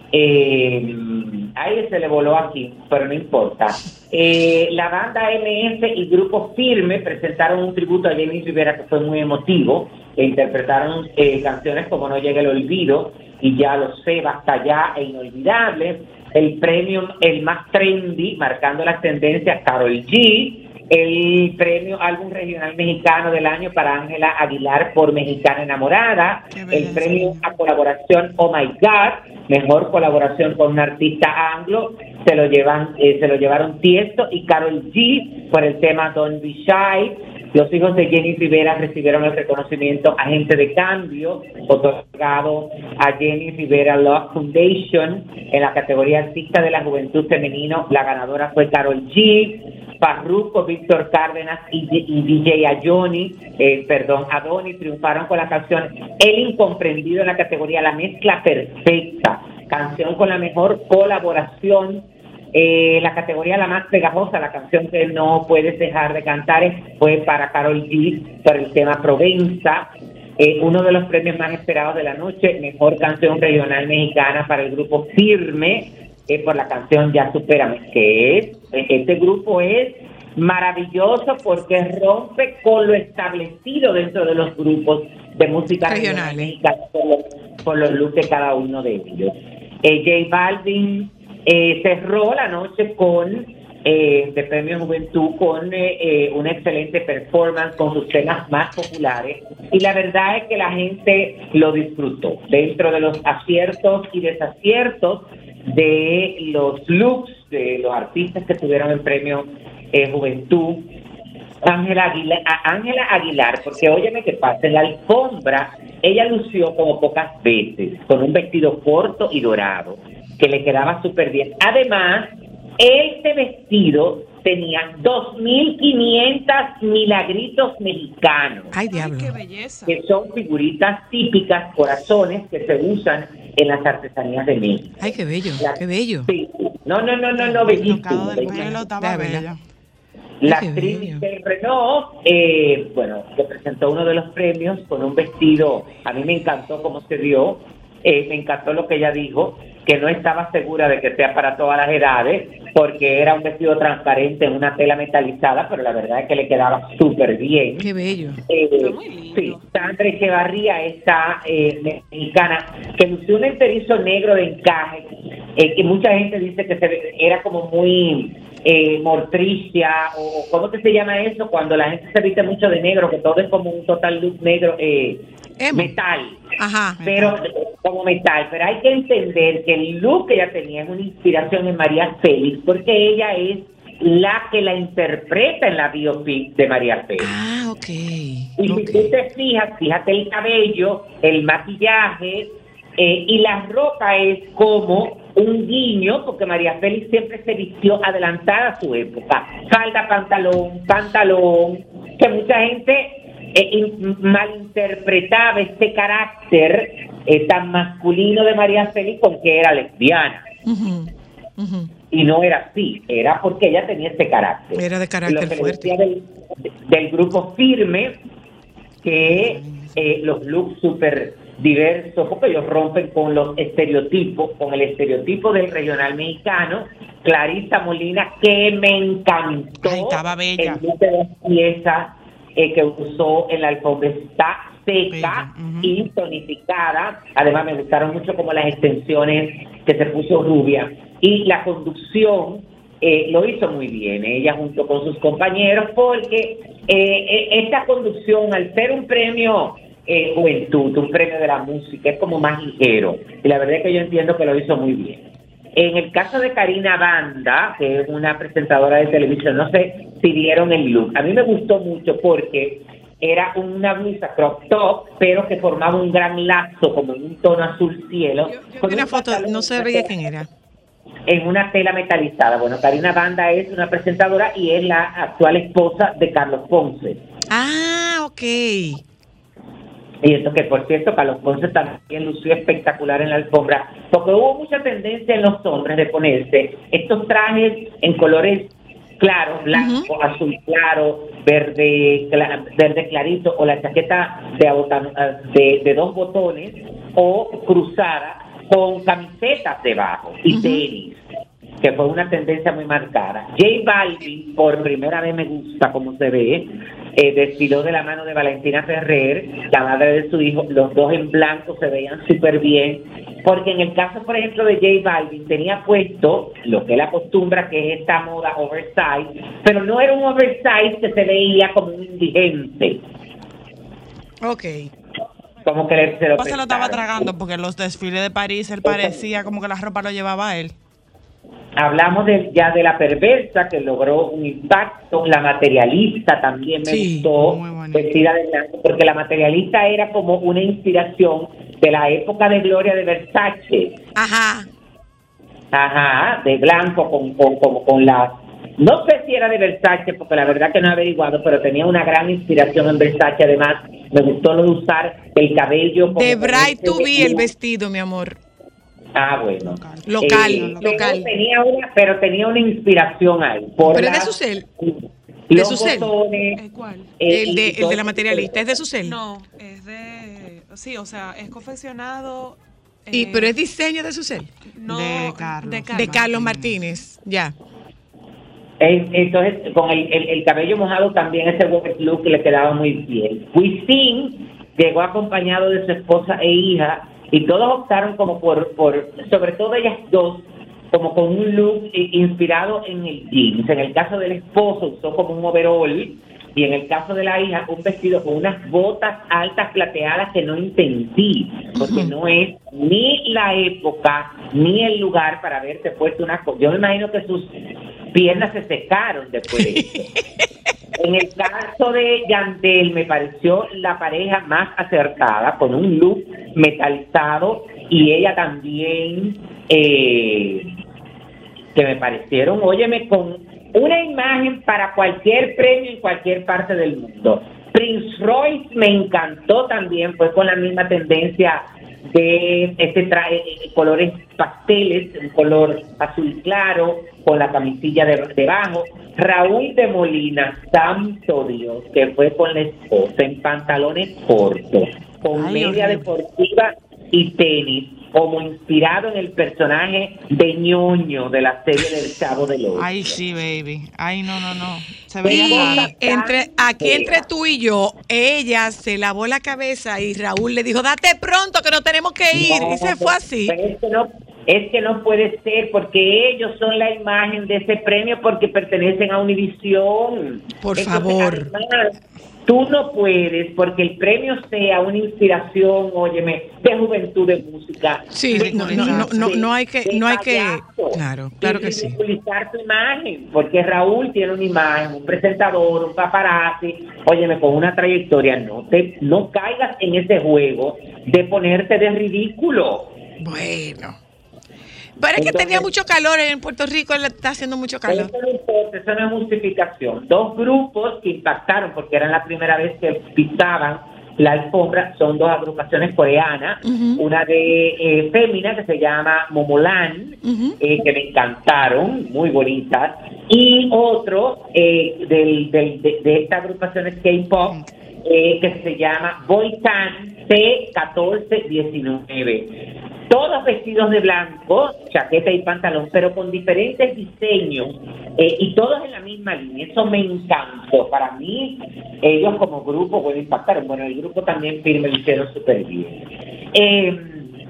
[SPEAKER 6] eh, ahí se le voló aquí, pero no importa. Eh, la banda M S y Grupo Firme presentaron un tributo a Jenny Rivera que fue muy emotivo, e interpretaron eh, canciones como No Llega el Olvido y Ya Lo Sé, Basta Ya e Inolvidable. El premio, el más trendy, marcando las tendencias, Karol G. El premio Álbum Regional Mexicano del Año para Ángela Aguilar por Mexicana Enamorada.
[SPEAKER 5] Qué bella
[SPEAKER 6] El
[SPEAKER 5] esa
[SPEAKER 6] premio
[SPEAKER 5] niña.
[SPEAKER 6] a colaboración Oh My God, mejor colaboración con un artista anglo, se lo llevan, eh, se lo llevaron Tiesto y Karol G por el tema Don't Be Shy. Los hijos de Jenny Rivera recibieron el reconocimiento Agente de Cambio, otorgado a Jenny Rivera Love Foundation en la categoría Artista de la Juventud Femenino. La ganadora fue Karol G. Farruko, Víctor Cárdenas y, y D J Ayoni, eh, perdón, Adoni triunfaron con la canción El Incomprendido en la categoría La Mezcla Perfecta, canción con la mejor colaboración. Eh, la categoría la más pegajosa, la canción que no puedes dejar de cantar, es- fue para Karol G por el tema Provenza. Eh, uno de los premios más esperados de la noche, mejor canción regional mexicana para el grupo Firme, eh, por la canción Ya Supérame, que es, eh, este grupo es maravilloso porque rompe con lo establecido dentro de los grupos de música regional
[SPEAKER 3] Regionales.
[SPEAKER 6] mexicana por los, por los looks de cada uno de ellos. Eh, J Balvin eh, cerró la noche con eh, de Premio Juventud con eh, eh, una excelente performance con sus temas más populares, y la verdad es que la gente lo disfrutó. Dentro de los aciertos y desaciertos de los looks de los artistas que tuvieron el Premio eh, Juventud, Ángela Aguilar, a Ángela Aguilar, porque óyeme qué pasa, en la alfombra ella lució como pocas veces, con un vestido corto y dorado, que le quedaba súper bien. Además, este vestido tenía dos mil quinientos milagritos mexicanos,
[SPEAKER 3] Ay,
[SPEAKER 4] Ay,
[SPEAKER 3] diablo.
[SPEAKER 4] qué belleza.
[SPEAKER 6] que son figuritas típicas, corazones, que se usan en las artesanías de México.
[SPEAKER 3] Ay, qué bello, qué bello.
[SPEAKER 6] Sí. No, no, no, no, no,
[SPEAKER 5] El
[SPEAKER 6] bellísimo.
[SPEAKER 5] tocado del
[SPEAKER 6] bellísimo.
[SPEAKER 5] pelo estaba
[SPEAKER 3] La verdad.
[SPEAKER 5] bella.
[SPEAKER 6] La
[SPEAKER 3] Ay, qué
[SPEAKER 6] actriz
[SPEAKER 3] bello.
[SPEAKER 6] Michelle Renaud, eh, bueno, que presentó uno de los premios con un vestido, a mí me encantó cómo se dio, eh, me encantó lo que ella dijo, que no estaba segura de que sea para todas las edades, porque era un vestido transparente en una tela metalizada, pero la verdad es que le quedaba súper bien.
[SPEAKER 3] Qué bello.
[SPEAKER 6] Eh, sí, Sandra Echevarría, esta eh, mexicana, que lució un enterizo negro de encaje, eh, que mucha gente dice que se ve, era como muy eh, mortricia, o ¿cómo que se llama eso? Cuando la gente se viste mucho de negro, que todo es como un total look negro, eh, metal.
[SPEAKER 3] Ajá.
[SPEAKER 6] Pero como metal, pero hay que entender que el look que ella tenía es una inspiración en María Félix, porque ella es la que la interpreta en la biopic de María Félix.
[SPEAKER 3] Ah, ok.
[SPEAKER 6] Y
[SPEAKER 3] okay.
[SPEAKER 6] si tú te fijas, fíjate el cabello, el maquillaje eh, y la ropa es como un guiño, porque María Félix siempre se vistió adelantada a su época. Falda, pantalón, pantalón, que mucha gente Eh, in, malinterpretaba este carácter eh, tan masculino de María Félix porque era lesbiana.
[SPEAKER 3] Uh-huh. Uh-huh.
[SPEAKER 6] Y no era así, era porque ella tenía este carácter.
[SPEAKER 3] Era de carácter
[SPEAKER 6] Lo que
[SPEAKER 3] fuerte.
[SPEAKER 6] decía del, del grupo Firme, que eh, los looks súper diversos, porque ellos rompen con los estereotipos, con el estereotipo del regional mexicano. Clarisa Molina, que me encantó.
[SPEAKER 5] Ay, estaba bella.
[SPEAKER 6] El look de las piezas Eh, que usó en la alfombra está seca
[SPEAKER 5] uh-huh.
[SPEAKER 6] y tonificada. Además me gustaron mucho como las extensiones que se puso rubia, y la conducción eh, lo hizo muy bien ella junto con sus compañeros, porque eh, esta conducción, al ser un premio eh, juventud, un premio de la música, es como más ligero, y la verdad es que yo entiendo que lo hizo muy bien. En el caso de Karina Banda, que es una presentadora de televisión, no sé si vieron el look. A mí me gustó mucho porque era una blusa crop top, pero que formaba un gran lazo, como en un tono azul cielo.
[SPEAKER 3] Yo, yo vi una foto, no sabía quién era.
[SPEAKER 6] En una tela metalizada. Bueno, Karina Banda es una presentadora y es la actual esposa de Carlos Ponce.
[SPEAKER 3] Ah, ok.
[SPEAKER 6] Y esto que, por cierto, Carlos Ponce también lució espectacular en la alfombra, porque hubo mucha tendencia en los hombres de ponerse estos trajes en colores claros, blanco, uh-huh. azul claro, verde, cla- verde clarito, o la chaqueta de, abotan- de, de dos botones, o cruzada con camisetas debajo y uh-huh. tenis, que fue una tendencia muy marcada. J Balvin, por primera vez me gusta como se ve, eh, desfiló de la mano de Valentina Ferrer, la madre de su hijo, los dos en blanco se veían súper bien, porque en el caso, por ejemplo, de J Balvin, tenía puesto lo que él acostumbra, que es esta moda oversize, pero no era un oversize que se veía como un indigente.
[SPEAKER 3] Ok.
[SPEAKER 6] Como que le, se lo,
[SPEAKER 5] pues se lo estaba tragando, porque en los desfiles de París él parecía como que la ropa lo llevaba a él.
[SPEAKER 6] Hablamos de, ya de la perversa, que logró un impacto. La materialista también me
[SPEAKER 3] sí,
[SPEAKER 6] gustó, vestida de blanco, porque la materialista era como una inspiración de la época de gloria de Versace.
[SPEAKER 3] Ajá.
[SPEAKER 6] Ajá, de blanco, con, con, con, con la... No sé si era de Versace, porque la verdad que no he averiguado, pero tenía una gran inspiración en Versace. Además, me gustó lo de usar el cabello...
[SPEAKER 3] De Bright to Be el vestido, mi amor.
[SPEAKER 6] Ah, bueno.
[SPEAKER 3] Local,
[SPEAKER 6] eh,
[SPEAKER 3] local.
[SPEAKER 6] Pero tenía, una, pero tenía una inspiración ahí. Por
[SPEAKER 3] pero
[SPEAKER 6] la,
[SPEAKER 3] es de Susel.
[SPEAKER 6] ¿De
[SPEAKER 3] Susel?
[SPEAKER 4] ¿El cuál?
[SPEAKER 6] Eh,
[SPEAKER 3] el, de, el de la
[SPEAKER 6] todo,
[SPEAKER 3] materialista, ¿es de Susel?
[SPEAKER 4] No, es de... Sí, o sea, es confeccionado...
[SPEAKER 3] Y,
[SPEAKER 4] eh,
[SPEAKER 3] ¿pero es diseño de Susel?
[SPEAKER 4] No,
[SPEAKER 5] de Carlos.
[SPEAKER 4] De Carlos,
[SPEAKER 3] de Carlos Martínez, ya.
[SPEAKER 6] Eh, entonces, con el, el, el cabello mojado también ese white look le quedaba muy bien. Wisin llegó acompañado de su esposa e hija, y todos optaron como por, por sobre todo ellas dos, como con un look inspirado en el jeans. En el caso del esposo usó como un overall, y en el caso de la hija un vestido con unas botas altas plateadas que no entendí, porque uh-huh. no es ni la época ni el lugar para haberte puesto unas cosas. Yo me imagino que sus piernas se secaron después de eso. En el caso de Yandel me pareció la pareja más acertada, con un look metalizado, y ella también, eh, que me parecieron, óyeme, con una imagen para cualquier premio en cualquier parte del mundo. Prince Royce me encantó también, fue con la misma tendencia de este traje, colores pasteles, un color azul claro, con la camisilla de, debajo. Raúl de Molina, santo Dios, que fue con la esposa en pantalones cortos, con
[SPEAKER 5] Ay,
[SPEAKER 6] media
[SPEAKER 5] horrible.
[SPEAKER 6] deportiva y tenis. como inspirado en el personaje de ñoño de la serie del Chavo del Ocho.
[SPEAKER 5] Ay, sí, baby. Ay, no, no, no. Se
[SPEAKER 3] Y
[SPEAKER 5] veía raro.
[SPEAKER 3] entre, aquí entre tú y yo, ella se lavó la cabeza y Raúl le dijo, date pronto que no tenemos que ir.
[SPEAKER 6] No,
[SPEAKER 3] y se fue así.
[SPEAKER 6] pero es que no, es que no puede ser porque ellos son la imagen de ese premio porque pertenecen a Univisión.
[SPEAKER 3] Por
[SPEAKER 6] Entonces,
[SPEAKER 3] favor.
[SPEAKER 6] además, tú no puedes porque el premio sea una inspiración, óyeme, de juventud de música.
[SPEAKER 3] Sí,
[SPEAKER 6] de
[SPEAKER 3] no, no, no, no, no hay que,
[SPEAKER 6] de
[SPEAKER 3] no hay que,
[SPEAKER 6] payaso,
[SPEAKER 3] claro, claro
[SPEAKER 6] de
[SPEAKER 3] que sí.
[SPEAKER 6] ridiculizar tu imagen, porque Raúl tiene una imagen, un presentador, un paparazzi, óyeme, con una trayectoria, no te, no caigas en ese juego de ponerte de ridículo.
[SPEAKER 3] Bueno. Pero es que
[SPEAKER 6] Entonces,
[SPEAKER 3] tenía mucho calor en Puerto Rico, le está haciendo mucho calor.
[SPEAKER 6] Eso no importa, eso no es justificación. Dos grupos que impactaron porque eran la primera vez que pisaban la alfombra, son dos agrupaciones coreanas,
[SPEAKER 3] Uh-huh.
[SPEAKER 6] una de eh, fémina que se llama Momoland,
[SPEAKER 3] Uh-huh.
[SPEAKER 6] eh, que me encantaron, muy bonitas, y otro eh, del, del, de, de esta agrupación es K-pop, eh, que se llama Boytan T catorce diecinueve. Todos vestidos de blanco, chaqueta y pantalón, pero con diferentes diseños eh, y todos en la misma línea. Eso me encantó. Para mí, ellos como grupo, bueno, impactaron. Bueno, el grupo también firme lo hicieron súper bien. Eh,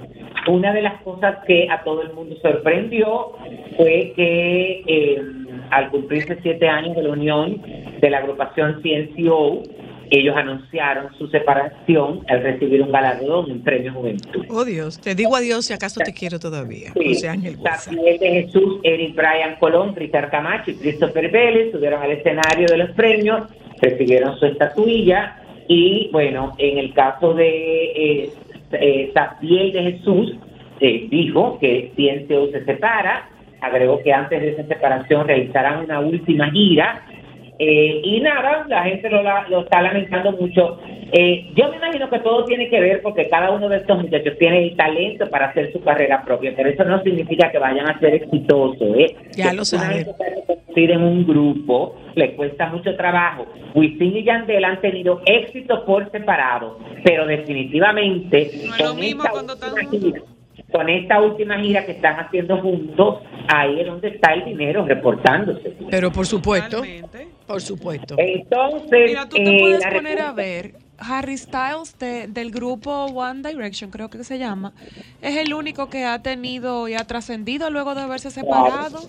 [SPEAKER 6] una de las cosas que a todo el mundo sorprendió fue que eh, al cumplirse siete años de la unión de la agrupación C N C O, ellos anunciaron su separación al recibir un galardón, un premio Juventud.
[SPEAKER 3] Oh Dios, te digo adiós si acaso te quiero todavía.
[SPEAKER 6] Sí,
[SPEAKER 3] José Ángel Guasa.
[SPEAKER 6] Samuel de Jesús, Eric Brian Colón, Richard Camacho y Christopher Vélez subieron al escenario de los premios, recibieron su estatuilla y bueno, en el caso de eh, eh, Samuel de Jesús, eh, dijo que C N C O se separa, agregó que antes de esa separación realizarán una última gira. Eh, y nada, la gente lo, lo está lamentando mucho. Eh, yo me imagino que todo tiene que ver porque cada uno de estos muchachos tiene el talento para hacer su carrera propia, pero eso no significa que vayan a ser exitosos. ¿eh?
[SPEAKER 3] Ya lo
[SPEAKER 6] Una vez
[SPEAKER 3] saben.
[SPEAKER 6] que se conocen en un grupo, les cuesta mucho trabajo. Wisin y Yandel han tenido éxito por separado, pero definitivamente
[SPEAKER 5] No es lo
[SPEAKER 6] con
[SPEAKER 5] mismo
[SPEAKER 6] esta
[SPEAKER 5] cuando están
[SPEAKER 6] última
[SPEAKER 5] juntos.
[SPEAKER 6] gira, con esta última gira que están haciendo juntos, ahí es donde está el dinero reportándose.
[SPEAKER 3] Pero por supuesto,
[SPEAKER 5] Realmente.
[SPEAKER 3] por supuesto.
[SPEAKER 6] Entonces,
[SPEAKER 4] Mira, tú te
[SPEAKER 6] eh,
[SPEAKER 4] puedes
[SPEAKER 6] la
[SPEAKER 4] poner a
[SPEAKER 6] República-
[SPEAKER 4] ver, Harry Styles de- del grupo One Direction, creo que se llama, es el único que ha tenido y ha trascendido luego de haberse separado.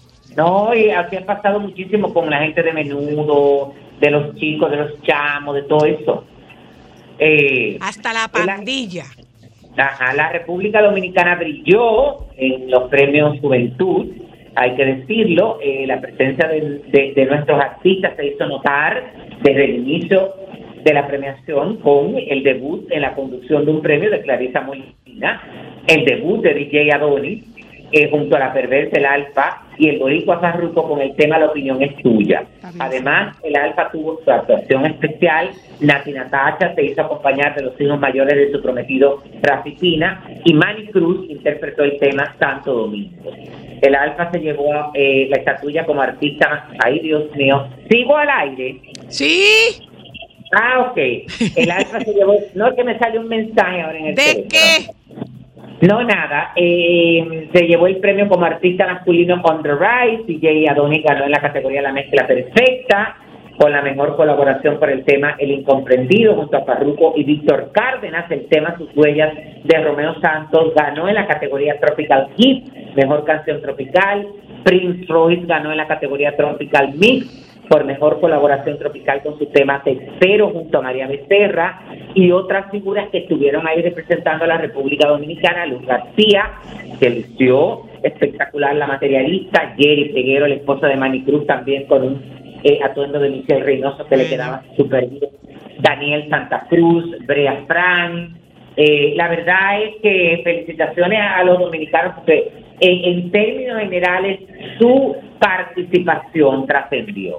[SPEAKER 6] No, y así ha pasado muchísimo con la gente de Menudo, de los chicos, de los chamos, de todo eso. Eh,
[SPEAKER 3] Hasta la
[SPEAKER 6] la-
[SPEAKER 3] pandilla.
[SPEAKER 6] Ajá, la República Dominicana brilló en los premios Juventud, hay que decirlo. Eh, la presencia de, de- de nuestros artistas se hizo notar desde el inicio de la premiación con el debut en la conducción de un premio de Clarisa Molina, el debut de D J Adonis, eh, junto a la perversa El Alfa y el boricua Farruko con el tema La opinión es tuya. Además, el Alfa tuvo su actuación especial, Nati Natacha se hizo acompañar de los hijos mayores de su prometido Rafi Pina y Manny Cruz interpretó el tema Santo Domingo. El Alfa se llevó eh, la estatuilla como artista. Ay, Dios mío, sigo al aire.
[SPEAKER 3] Sí,
[SPEAKER 6] Ah, ok. El Alfa se llevó, no es que me sale un mensaje ahora en el
[SPEAKER 3] ¿de
[SPEAKER 6] teléfono.
[SPEAKER 3] qué?
[SPEAKER 6] No, nada. Eh, se llevó el premio como artista masculino On the Rise. D J Adonis ganó en la categoría La Mezcla Perfecta con la mejor colaboración por el tema El Incomprendido junto a Farruko y Víctor Cárdenas. El tema Sus Huellas de Romeo Santos ganó en la categoría Tropical Hit, mejor canción tropical. Prince Royce ganó en la categoría Tropical Mix por mejor colaboración tropical con su tema Te Espero junto a María Becerra y otras figuras que estuvieron ahí representando a la República Dominicana. Luz García, que lució espectacular, la materialista. Jerry Peguero, el esposo de Manny Cruz, también con un eh, atuendo de Michelle Reynoso que le quedaba súper bien. Daniel Santa Cruz, Brea Frank. Eh, la verdad es que felicitaciones a los dominicanos porque en, en términos generales su participación trascendió.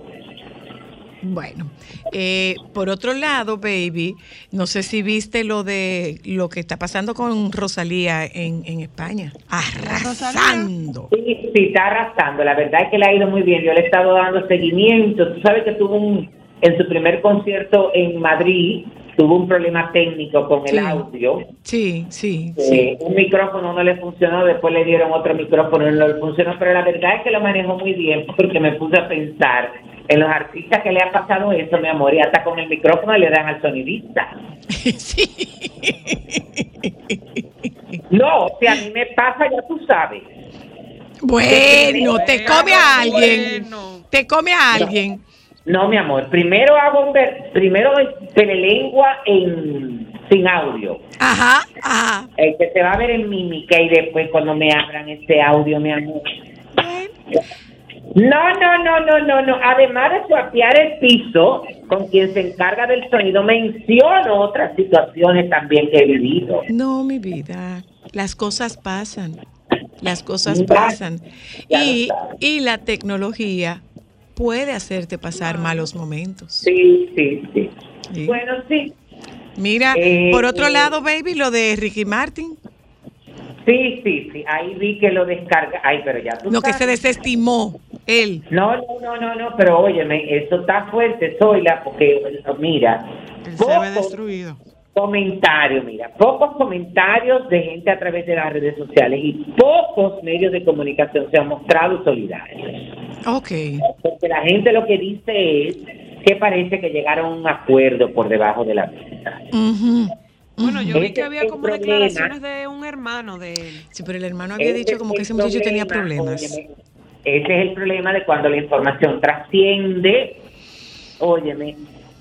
[SPEAKER 3] Bueno, eh, por otro lado, baby, no sé si viste lo de lo que está pasando con Rosalía en, en España. Arrasando.
[SPEAKER 6] Sí, sí, está arrasando. La verdad es que le ha ido muy bien. Yo le he estado dando seguimiento. Tú sabes que tuvo un, en su primer concierto en Madrid, tuvo un problema técnico con
[SPEAKER 3] Sí.
[SPEAKER 6] el audio.
[SPEAKER 3] Sí, sí,
[SPEAKER 6] Eh,
[SPEAKER 3] sí.
[SPEAKER 6] Un micrófono no le funcionó, después le dieron otro micrófono y no le funcionó, pero la verdad es que lo manejó muy bien porque me puse a pensar en los artistas que le ha pasado eso, mi amor, y hasta con el micrófono le dan al sonidista.
[SPEAKER 3] Sí.
[SPEAKER 6] No, si a mí me pasa, ya tú sabes.
[SPEAKER 3] Bueno, te come a alguien.
[SPEAKER 5] Bueno.
[SPEAKER 3] Te come a alguien.
[SPEAKER 6] No, mi amor, primero hago un ver, primero doy pelelengua en sin audio.
[SPEAKER 3] Ajá, ajá.
[SPEAKER 6] El que se va a ver en mímica y después cuando me abran ese audio, mi amor. No, no, no, no, no, no. Además de suapear el piso, con quien se encarga del sonido, menciono otras situaciones también que he vivido.
[SPEAKER 3] No, mi vida, las cosas pasan, las cosas
[SPEAKER 6] Ya,
[SPEAKER 3] pasan.
[SPEAKER 6] ya
[SPEAKER 3] Y,
[SPEAKER 6] lo sabes.
[SPEAKER 3] y la tecnología puede hacerte pasar malos momentos.
[SPEAKER 6] Sí, sí, sí.
[SPEAKER 3] Sí.
[SPEAKER 6] Bueno, sí,
[SPEAKER 3] Mira,
[SPEAKER 6] Eh,
[SPEAKER 3] por otro
[SPEAKER 6] eh.
[SPEAKER 3] lado, baby, lo de Ricky Martin,
[SPEAKER 6] sí, sí, sí. Ahí vi que lo descarga. Ay, pero ya tú
[SPEAKER 3] lo que se
[SPEAKER 6] sabes.
[SPEAKER 3] desestimó él.
[SPEAKER 6] No, no, no, no, no, pero óyeme, eso está fuerte, Zoila, porque, mira,
[SPEAKER 5] Él se ve
[SPEAKER 6] pocos
[SPEAKER 5] destruido.
[SPEAKER 6] comentarios, mira, pocos comentarios de gente a través de las redes sociales y pocos medios de comunicación se han mostrado solidarios.
[SPEAKER 3] Ok.
[SPEAKER 6] Porque la gente lo que dice es que parece que llegaron a un acuerdo por debajo de la mesa.
[SPEAKER 3] Ujú.
[SPEAKER 4] Bueno, yo
[SPEAKER 6] Ese
[SPEAKER 4] vi que había
[SPEAKER 6] es el
[SPEAKER 4] como
[SPEAKER 6] problema.
[SPEAKER 4] declaraciones de un hermano de él.
[SPEAKER 3] Sí, pero el hermano había
[SPEAKER 6] Ese
[SPEAKER 3] dicho
[SPEAKER 6] es
[SPEAKER 3] como que
[SPEAKER 6] el
[SPEAKER 3] ese muchacho tenía
[SPEAKER 6] problema,
[SPEAKER 3] problemas.
[SPEAKER 6] óyeme, ese es el problema de cuando la información trasciende, óyeme,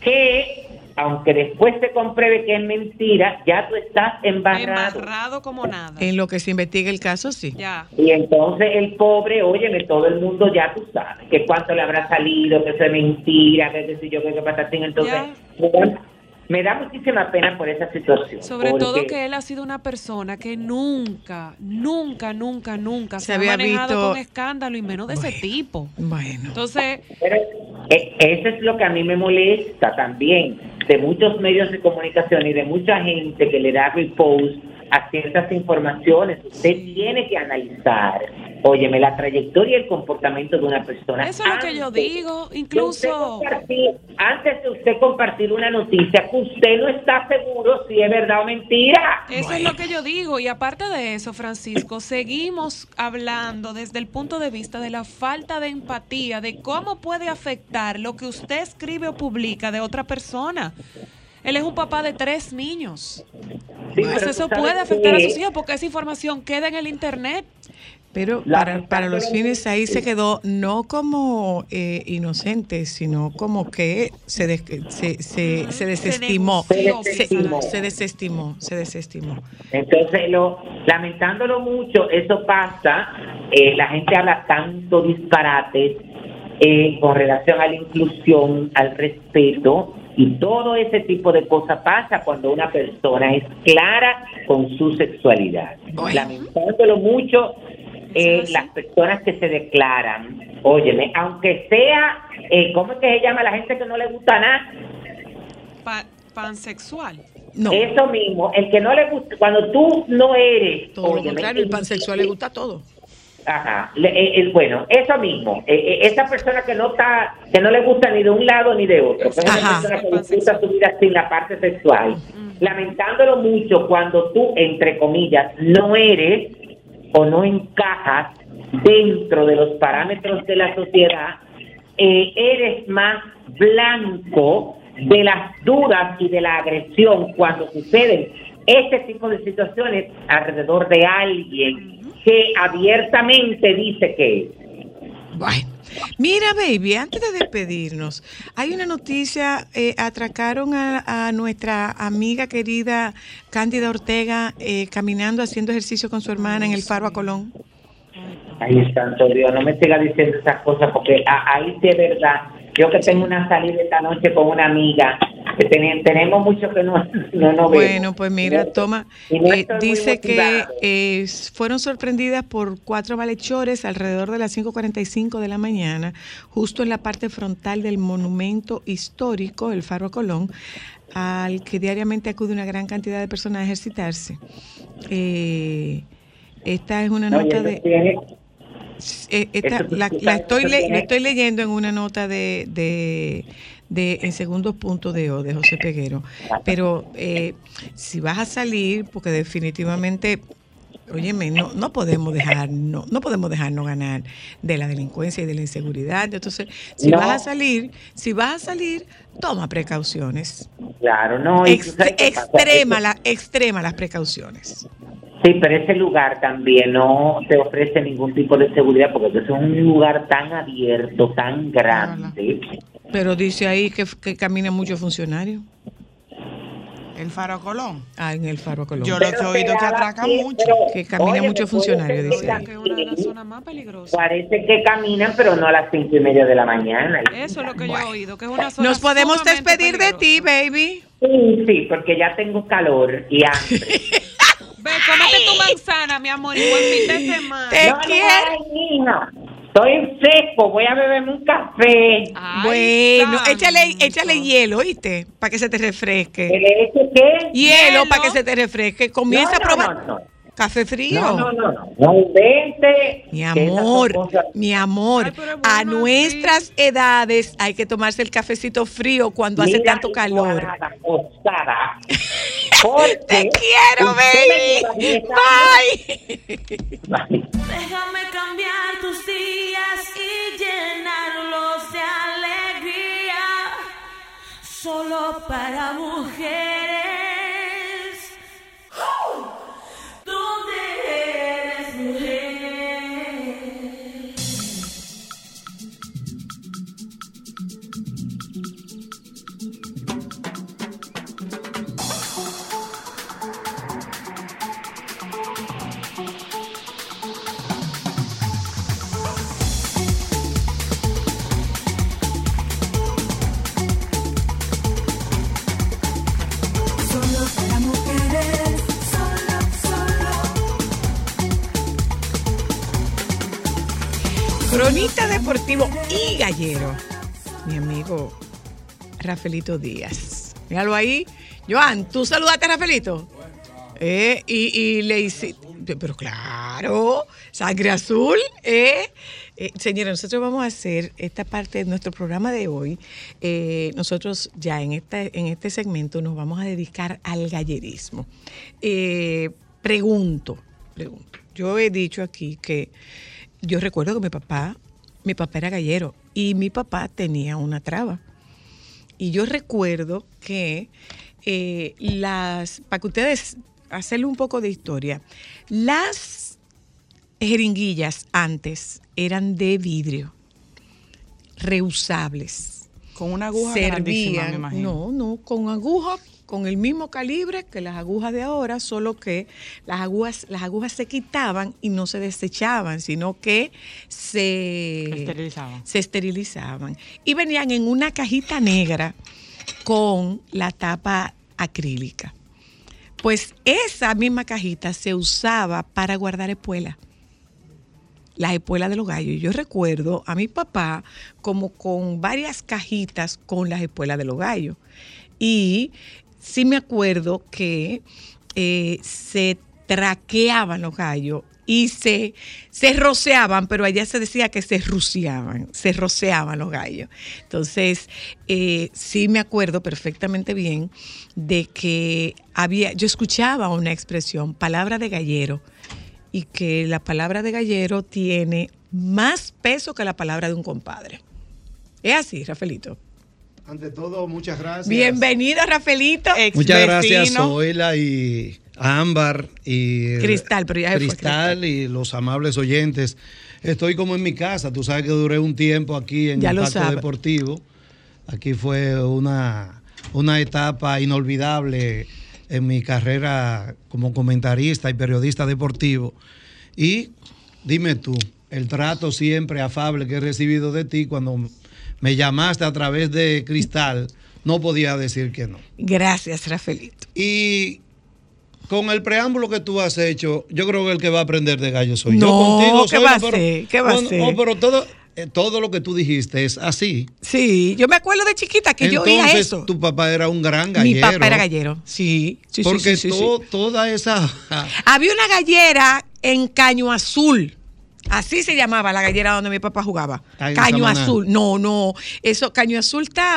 [SPEAKER 6] que aunque después se compruebe que es mentira, ya tú estás embarrado.
[SPEAKER 4] Embarrado como nada.
[SPEAKER 3] En lo que se investiga el caso, sí.
[SPEAKER 4] Ya.
[SPEAKER 6] Y entonces el pobre, óyeme, todo el mundo ya tú sabes, que cuánto le habrá salido, que eso es mentira, que qué sé yo, que qué patatín. Entonces,
[SPEAKER 4] Ya.
[SPEAKER 6] me da muchísima pena por esa situación.
[SPEAKER 4] Sobre
[SPEAKER 6] porque-
[SPEAKER 4] todo que él ha sido una persona que nunca, nunca, nunca, nunca se,
[SPEAKER 3] Se
[SPEAKER 4] ha
[SPEAKER 3] había
[SPEAKER 4] manejado
[SPEAKER 3] visto-
[SPEAKER 4] con escándalo y menos de ese tipo.
[SPEAKER 3] Bueno.
[SPEAKER 4] Entonces,
[SPEAKER 6] Pero eh, eso es lo que a mí me molesta también, de muchos medios de comunicación y de mucha gente que le da repost a ciertas informaciones. Usted tiene que analizar, óyeme, la trayectoria y el comportamiento de una persona.
[SPEAKER 4] eso es lo que yo
[SPEAKER 6] antes
[SPEAKER 4] digo.
[SPEAKER 6] de usted
[SPEAKER 4] Incluso,
[SPEAKER 6] compartir- antes de usted compartir una noticia que usted no está seguro si es verdad o mentira.
[SPEAKER 4] eso es lo que yo digo. Y aparte de eso, Francisco, seguimos hablando desde el punto de vista de la falta de empatía, de cómo puede afectar lo que usted escribe o publica de otra persona. Él es un papá de tres niños.
[SPEAKER 6] Sí,
[SPEAKER 4] Pues
[SPEAKER 6] pero
[SPEAKER 4] eso
[SPEAKER 6] tú sabes
[SPEAKER 4] puede afectar a
[SPEAKER 6] que-
[SPEAKER 4] sus hijos porque esa información queda en el internet.
[SPEAKER 3] Pero
[SPEAKER 6] La-
[SPEAKER 3] para, para los fines ahí se quedó no como eh, inocente, sino como que se, des- se, se, se desestimó.
[SPEAKER 6] Se
[SPEAKER 4] negoció,
[SPEAKER 3] Se,
[SPEAKER 6] desestimó.
[SPEAKER 3] se desestimó, se desestimó.
[SPEAKER 6] Entonces, lo, lamentándolo mucho, eso pasa. Eh, la gente habla tanto disparates eh, con relación a la inclusión, al respeto, y todo ese tipo de cosas pasa cuando una persona es clara con su sexualidad.
[SPEAKER 3] Bueno.
[SPEAKER 6] Lamentándolo mucho, eh, las personas que se declaran, óyeme, aunque sea, eh, ¿cómo es que se llama la gente que no le gusta nada?
[SPEAKER 4] Pa- pansexual.
[SPEAKER 3] No,
[SPEAKER 6] Eso mismo, el que no le gusta, cuando tú no eres,
[SPEAKER 3] todo lo
[SPEAKER 6] óyeme,
[SPEAKER 3] contrario, el pansexual le gusta todo.
[SPEAKER 6] Ajá, le- eh, eh, bueno, eso mismo, eh, eh, esa persona que no está, que no le gusta ni de un lado ni de otro, que es una
[SPEAKER 3] Ajá.
[SPEAKER 6] persona que disfruta su vida sin la parte sexual, lamentándolo mucho cuando tú, entre comillas, no eres o no encajas dentro de los parámetros de la sociedad, eh, eres más blanco de las dudas y de la agresión cuando suceden este tipo de situaciones alrededor de alguien que abiertamente dice que es.
[SPEAKER 3] Bueno, mira, baby, antes de despedirnos, hay una noticia, eh, atracaron a, a nuestra amiga querida Cándida Ortega eh, caminando, haciendo ejercicio con su hermana en el Faro a Colón.
[SPEAKER 6] Ay, santo Dios, no me siga diciendo esas cosas porque a- ahí sí es verdad. Yo que tengo una salida esta noche con una amiga, que ten- tenemos mucho que no, no nos vemos.
[SPEAKER 3] Bueno, pues mira, toma,
[SPEAKER 6] Y no
[SPEAKER 3] eh,
[SPEAKER 6] estoy muy
[SPEAKER 3] dice que
[SPEAKER 6] motivado.
[SPEAKER 3] eh, fueron sorprendidas por cuatro malhechores alrededor de las cinco cuarenta y cinco de la mañana, justo en la parte frontal del monumento histórico, el Faro a Colón, al que diariamente acude una gran cantidad de personas a ejercitarse. Eh, esta es una
[SPEAKER 6] Oye,
[SPEAKER 3] nota
[SPEAKER 6] eso
[SPEAKER 3] de...
[SPEAKER 6] tiene-
[SPEAKER 3] Eh, esta-
[SPEAKER 6] Eso-
[SPEAKER 3] la,
[SPEAKER 6] eso-
[SPEAKER 3] la estoy
[SPEAKER 6] eso
[SPEAKER 3] le-
[SPEAKER 6] tiene-
[SPEAKER 3] la estoy leyendo en una nota de, de, de En Segundos Puntos de O, de José Peguero. Pero eh, si vas a salir, porque definitivamente, óyeme, no, no podemos dejar, no, no podemos dejarnos ganar de la delincuencia y de la inseguridad. Entonces, si
[SPEAKER 6] No.
[SPEAKER 3] vas a salir, si vas a salir, toma precauciones.
[SPEAKER 6] Claro, no. y tú
[SPEAKER 3] Ex-
[SPEAKER 6] sabes qué pasa,
[SPEAKER 3] extrema,
[SPEAKER 6] ese-
[SPEAKER 3] la, extrema las precauciones.
[SPEAKER 6] Sí, pero ese lugar también no te ofrece ningún tipo de seguridad porque es un lugar tan abierto, tan grande.
[SPEAKER 3] Pero dice ahí que, que camina mucho funcionario.
[SPEAKER 5] El Faro Colón.
[SPEAKER 3] Ah, en el Faro Colón.
[SPEAKER 5] Yo lo que he oído que atracan mucho.
[SPEAKER 3] Que camina mucho funcionario, dice
[SPEAKER 4] Que
[SPEAKER 3] ahí.
[SPEAKER 4] es una de las zonas más peligrosas.
[SPEAKER 6] Parece que caminan, pero no a las cinco y media de la mañana.
[SPEAKER 4] Eso es lo que yo he oído, que es una zona
[SPEAKER 3] Nos podemos
[SPEAKER 4] sumamente
[SPEAKER 3] despedir de ti,
[SPEAKER 4] peligrosa.
[SPEAKER 3] baby.
[SPEAKER 6] Sí, sí, porque ya tengo calor y hambre.
[SPEAKER 4] Ve, cómete tu manzana, mi amor, y buen fin de semana.
[SPEAKER 3] Te
[SPEAKER 6] No, no,
[SPEAKER 3] quiero.
[SPEAKER 6] ay, hija, estoy en seco, voy a beberme un café.
[SPEAKER 4] Ay,
[SPEAKER 3] Bueno,
[SPEAKER 4] santo.
[SPEAKER 3] échale, échale hielo, ¿oíste? Para que se te
[SPEAKER 6] ¿Que
[SPEAKER 3] refresque.
[SPEAKER 6] le eche qué?
[SPEAKER 3] Hielo
[SPEAKER 4] Hielo.
[SPEAKER 3] para que se te refresque. Comienza
[SPEAKER 6] No,
[SPEAKER 3] a
[SPEAKER 6] no,
[SPEAKER 3] probar.
[SPEAKER 6] no, no.
[SPEAKER 3] Café frío.
[SPEAKER 6] No, no, no, no, no invente.
[SPEAKER 3] Mi
[SPEAKER 6] que esas son
[SPEAKER 3] amor,
[SPEAKER 6] cosas-
[SPEAKER 3] mi amor,
[SPEAKER 4] Ay, pero es
[SPEAKER 3] a
[SPEAKER 4] bueno
[SPEAKER 3] nuestras edades hay que tomarse el cafecito frío cuando hace
[SPEAKER 6] Mira,
[SPEAKER 3] tanto calor.
[SPEAKER 6] Igualada, osada. Porque
[SPEAKER 3] Te quiero,
[SPEAKER 6] usted me
[SPEAKER 3] baby.
[SPEAKER 6] lleva diez
[SPEAKER 3] Bye.
[SPEAKER 6] años.
[SPEAKER 2] Déjame cambiar tus días y llenarlos de alegría. Solo para mujeres. ¿Dónde eres mujer? Solo para mujeres, solo, solo.
[SPEAKER 3] Cronista deportivo y gallero, mi amigo Rafaelito Díaz. Míralo ahí. Joan, ¿tú saludaste a Rafaelito? Eh, y, y le hiciste, pero claro, sangre azul, ¿eh? Eh, señora, nosotros vamos a hacer esta parte de nuestro programa de hoy. Eh, nosotros ya en, esta, en este segmento nos vamos a dedicar al gallerismo. Eh, pregunto, pregunto. Yo he dicho aquí que yo recuerdo que mi papá, mi papá era gallero y mi papá tenía una traba. Y yo recuerdo que eh, las, para que ustedes hacerle un poco de historia, las jeringuillas antes eran de vidrio, reusables.
[SPEAKER 5] Con una aguja grandísima, me imagino.
[SPEAKER 3] no, no, con agujas, con el mismo calibre que las agujas de ahora, solo que las agujas, las agujas se quitaban y no se desechaban, sino que se
[SPEAKER 5] Esterilizaban.
[SPEAKER 3] se esterilizaban. Y venían en una cajita negra con la tapa acrílica. Pues esa misma cajita se usaba para guardar espuelas. Las espuelas de los gallos. Yo recuerdo a mi papá como con varias cajitas con las espuelas de los gallos. Y sí me acuerdo que eh, se traqueaban los gallos y se, se roceaban, pero allá se decía que se ruciaban, se roceaban los gallos. Entonces, eh, sí me acuerdo perfectamente bien de que había, yo escuchaba una expresión, palabra de gallero, y que la palabra de gallero tiene más peso que la palabra de un compadre. Es así, Rafaelito.
[SPEAKER 7] Ante todo, muchas gracias.
[SPEAKER 3] Bienvenido, Rafaelito.
[SPEAKER 5] Ex
[SPEAKER 7] Muchas gracias,
[SPEAKER 5] vecino.
[SPEAKER 7] Zoila y a Ámbar y
[SPEAKER 3] Cristal, pero ya se fue
[SPEAKER 7] Cristal y los amables oyentes. Estoy como en mi casa. Tú sabes que duré un tiempo aquí en
[SPEAKER 3] Ya lo
[SPEAKER 7] Impacto
[SPEAKER 3] sabe.
[SPEAKER 7] Deportivo. Aquí fue una, una etapa inolvidable en mi carrera como comentarista y periodista deportivo. Y dime tú, el trato siempre afable que he recibido de ti cuando me llamaste a través de Cristal, no podía decir que no.
[SPEAKER 3] Gracias, Rafaelito.
[SPEAKER 7] Y con el preámbulo que tú has hecho, yo creo que el que va a aprender de gallo soy
[SPEAKER 3] No,
[SPEAKER 7] yo contigo.
[SPEAKER 3] ¿qué
[SPEAKER 7] Zoila,
[SPEAKER 3] va a
[SPEAKER 7] pero-
[SPEAKER 3] ser? ¿Qué va a
[SPEAKER 7] no, no,
[SPEAKER 3] ser?
[SPEAKER 7] pero todo, eh, todo lo que tú dijiste es así.
[SPEAKER 3] Sí, yo me acuerdo de chiquita que yo oía
[SPEAKER 7] Entonces,
[SPEAKER 3] eso.
[SPEAKER 7] tu papá era un gran
[SPEAKER 3] Mi
[SPEAKER 7] gallero.
[SPEAKER 3] papá era gallero. Sí, sí, sí,
[SPEAKER 7] Porque
[SPEAKER 3] sí, sí,
[SPEAKER 7] to-
[SPEAKER 3] sí.
[SPEAKER 7] toda esa...
[SPEAKER 3] Había una gallera en Caño Azul. Así se llamaba la gallera donde mi papá jugaba.
[SPEAKER 7] Ah, en
[SPEAKER 3] Caño
[SPEAKER 7] Samaná.
[SPEAKER 3] Azul. No, no. Eso, Caño Azul está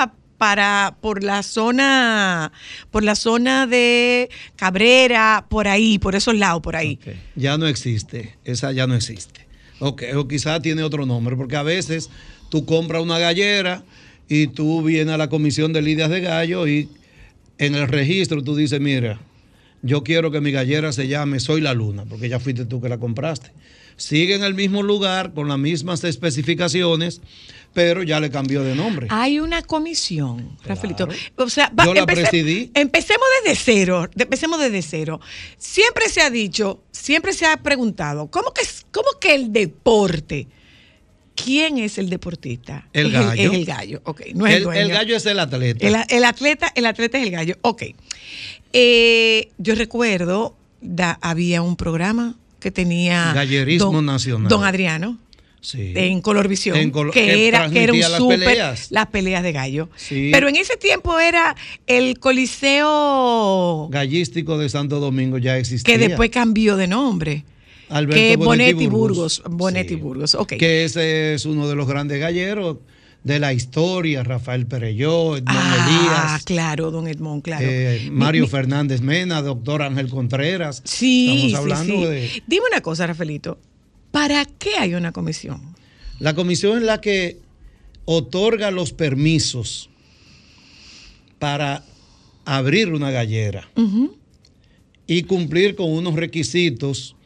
[SPEAKER 3] para por la zona, por la zona de Cabrera, por ahí, por esos lados, por ahí.
[SPEAKER 7] Okay. Ya no existe, esa ya no existe. Ok, o quizás tiene otro nombre, porque a veces tú compras una gallera y tú vienes a la comisión de lidias de gallo y en el registro tú dices, mira, yo quiero que mi gallera se llame Soy la Luna, porque ya fuiste tú que la compraste. Sigue en el mismo lugar, con las mismas especificaciones, pero ya le cambió de nombre.
[SPEAKER 3] Hay una comisión,
[SPEAKER 7] Claro.
[SPEAKER 3] Rafaelito. O sea, va-
[SPEAKER 7] Yo la
[SPEAKER 3] empece-
[SPEAKER 7] presidí.
[SPEAKER 3] Empecemos desde cero. de- Empecemos desde cero. Siempre se ha dicho, siempre se ha preguntado, ¿cómo que, es- cómo que el deporte? ¿Quién es el deportista?
[SPEAKER 7] El
[SPEAKER 3] Es
[SPEAKER 7] gallo.
[SPEAKER 3] es el gallo, ok. No es el,
[SPEAKER 7] el,
[SPEAKER 3] dueño.
[SPEAKER 7] el gallo es el atleta.
[SPEAKER 3] El, el atleta, el atleta es el gallo. Ok. Eh, yo recuerdo, da- había un programa que tenía
[SPEAKER 7] Gallerismo
[SPEAKER 3] don,
[SPEAKER 7] Nacional.
[SPEAKER 3] Don Adriano.
[SPEAKER 7] Sí.
[SPEAKER 3] En Colorvisión,
[SPEAKER 7] En Colo-
[SPEAKER 3] que,
[SPEAKER 7] que
[SPEAKER 3] era, que era un
[SPEAKER 7] transmitía las
[SPEAKER 3] súper,
[SPEAKER 7] peleas.
[SPEAKER 3] las peleas de gallo.
[SPEAKER 7] Sí.
[SPEAKER 3] Pero en ese tiempo era el Coliseo
[SPEAKER 7] Gallístico de Santo Domingo ya existía.
[SPEAKER 3] que después cambió de nombre.
[SPEAKER 7] Alberto
[SPEAKER 3] que
[SPEAKER 7] Bonetti
[SPEAKER 3] Bonetti
[SPEAKER 7] Burgos.
[SPEAKER 3] Burgos. Bonetti
[SPEAKER 7] Sí.
[SPEAKER 3] Burgos, ok.
[SPEAKER 7] Que ese es uno de los grandes galleros de la historia, Rafael Perelló, Edmond
[SPEAKER 3] Ah,
[SPEAKER 7] Elías,
[SPEAKER 3] claro, don Edmond, claro.
[SPEAKER 7] eh,
[SPEAKER 3] Mi-
[SPEAKER 7] Mario
[SPEAKER 3] mi-
[SPEAKER 7] Fernández Mena, doctor Ángel Contreras.
[SPEAKER 3] Sí,
[SPEAKER 7] Estamos hablando
[SPEAKER 3] sí, sí.
[SPEAKER 7] de...
[SPEAKER 3] Dime una cosa, Rafaelito. ¿Para qué hay una comisión?
[SPEAKER 7] La comisión es la que otorga los permisos para abrir una gallera
[SPEAKER 3] Ujú.
[SPEAKER 7] y cumplir con unos requisitos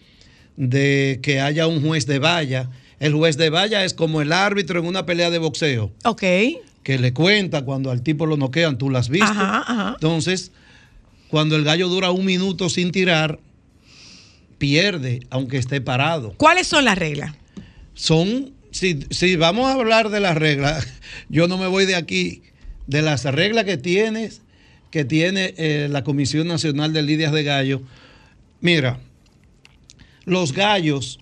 [SPEAKER 7] de que haya un juez de valla. El juez de valla es como el árbitro en una pelea de boxeo,
[SPEAKER 3] Ok.
[SPEAKER 7] que le cuenta cuando al tipo lo noquean, tú lo has visto.
[SPEAKER 3] Ajá, ajá.
[SPEAKER 7] Entonces, cuando el gallo dura un minuto sin tirar, pierde, aunque esté parado.
[SPEAKER 3] ¿Cuáles son las reglas?
[SPEAKER 7] Son, si, si vamos a hablar de las reglas, yo no me voy de aquí, de las reglas que tienes, que tiene eh, la Comisión Nacional de Lidias de Gallo. Mira, los gallos